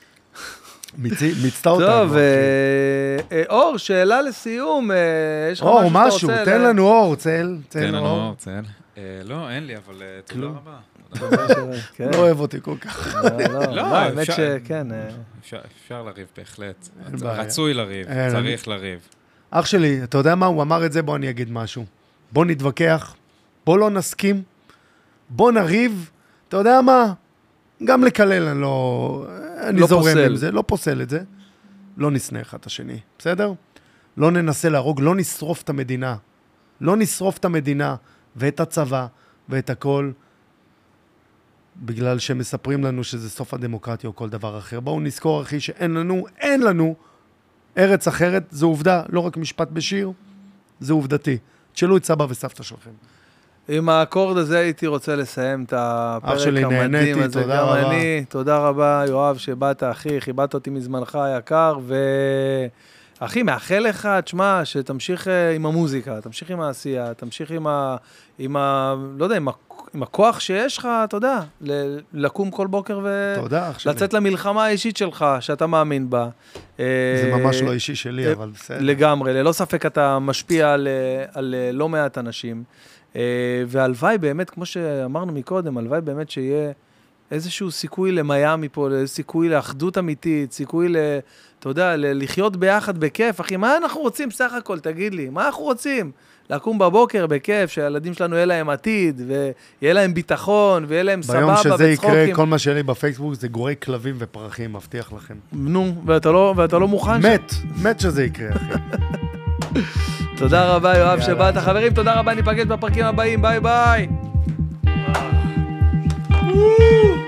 B: מיצתה אותנו.
A: טוב, אור, שאלה לסיום. יש לך
B: אור,
A: משהו שאתה
B: משהו,
A: רוצה?
B: תן לנו אור, צל.
C: תן לנו אור, צל. לא, אין לי, אבל תודה
B: כלום.
C: רבה.
A: כן.
B: לא אוהב אותי כל כך.
A: לא, לא, האמת שכן.
C: אפשר לריב בהחלט.
B: אין בעיה.
C: רצוי לריב,
B: אין,
C: צריך לריב.
B: אח שלי, אתה יודע מה? הוא אמר את זה, בוא אני אגיד משהו. בוא נתווכח, בוא לא נסכים, בוא נריב, אתה יודע מה? גם לקלל, אני לא... אני
A: לא
B: זורם
A: פוסל.
B: עם זה, לא פוסל את זה. לא נסנה אחד את השני, בסדר? לא ננסה להרוג, לא נשרוף את המדינה. לא נשרוף את המדינה ואת הצבא ואת הכל, בגלל שהם מספרים לנו שזה סוף הדמוקרטיה או כל דבר אחר. בואו נזכור, אחי, שאין לנו, אין לנו ארץ אחרת, זו עובדה, לא רק משפט בשיר, זה עובדתי. תשאלו את סבא וסבתא שלכם.
A: עם האקורד הזה הייתי רוצה לסיים את הפרק
B: שלי,
A: המדהים
B: נהניתי,
A: הזה.
B: תודה
A: גם
B: רבה.
A: אני, תודה רבה, יואב, שבאת, אחי, חיבדת אותי מזמנך היקר, ואחי, מאחל לך, תשמע, שתמשיך אה, עם המוזיקה, תמשיך עם העשייה, תמשיך עם ה... עם ה... לא יודע, עם, ה... עם הכוח שיש לך, אתה יודע, ל... לקום כל בוקר ו...
B: תודה, אח שלי.
A: לצאת למלחמה האישית שלך, שאתה מאמין בה.
B: זה ממש לא אישי שלי, אבל בסדר.
A: לגמרי, ללא ספק אתה משפיע על, על לא מעט אנשים. והלוואי באמת, כמו שאמרנו מקודם, הלוואי באמת שיהיה איזשהו סיכוי למיימי פה, סיכוי לאחדות אמיתית, סיכוי, ל, אתה יודע, לחיות ביחד בכיף. אחי, מה אנחנו רוצים סך הכל, תגיד לי? מה אנחנו רוצים? לקום בבוקר בכיף, שהילדים שלנו יהיה להם עתיד, ויהיה להם ביטחון, ויהיה להם סבבה
B: ביום שזה
A: וצחוקים.
B: יקרה, כל מה שלי בפייסבוק זה גורי כלבים ופרחים, מבטיח לכם.
A: נו, ואתה לא, ואתה לא מוכן?
B: מת, מת שזה יקרה, אחי.
A: תודה רבה, יואב, שבאת. חברים, תודה רבה, ניפגש בפרקים הבאים. ביי ביי.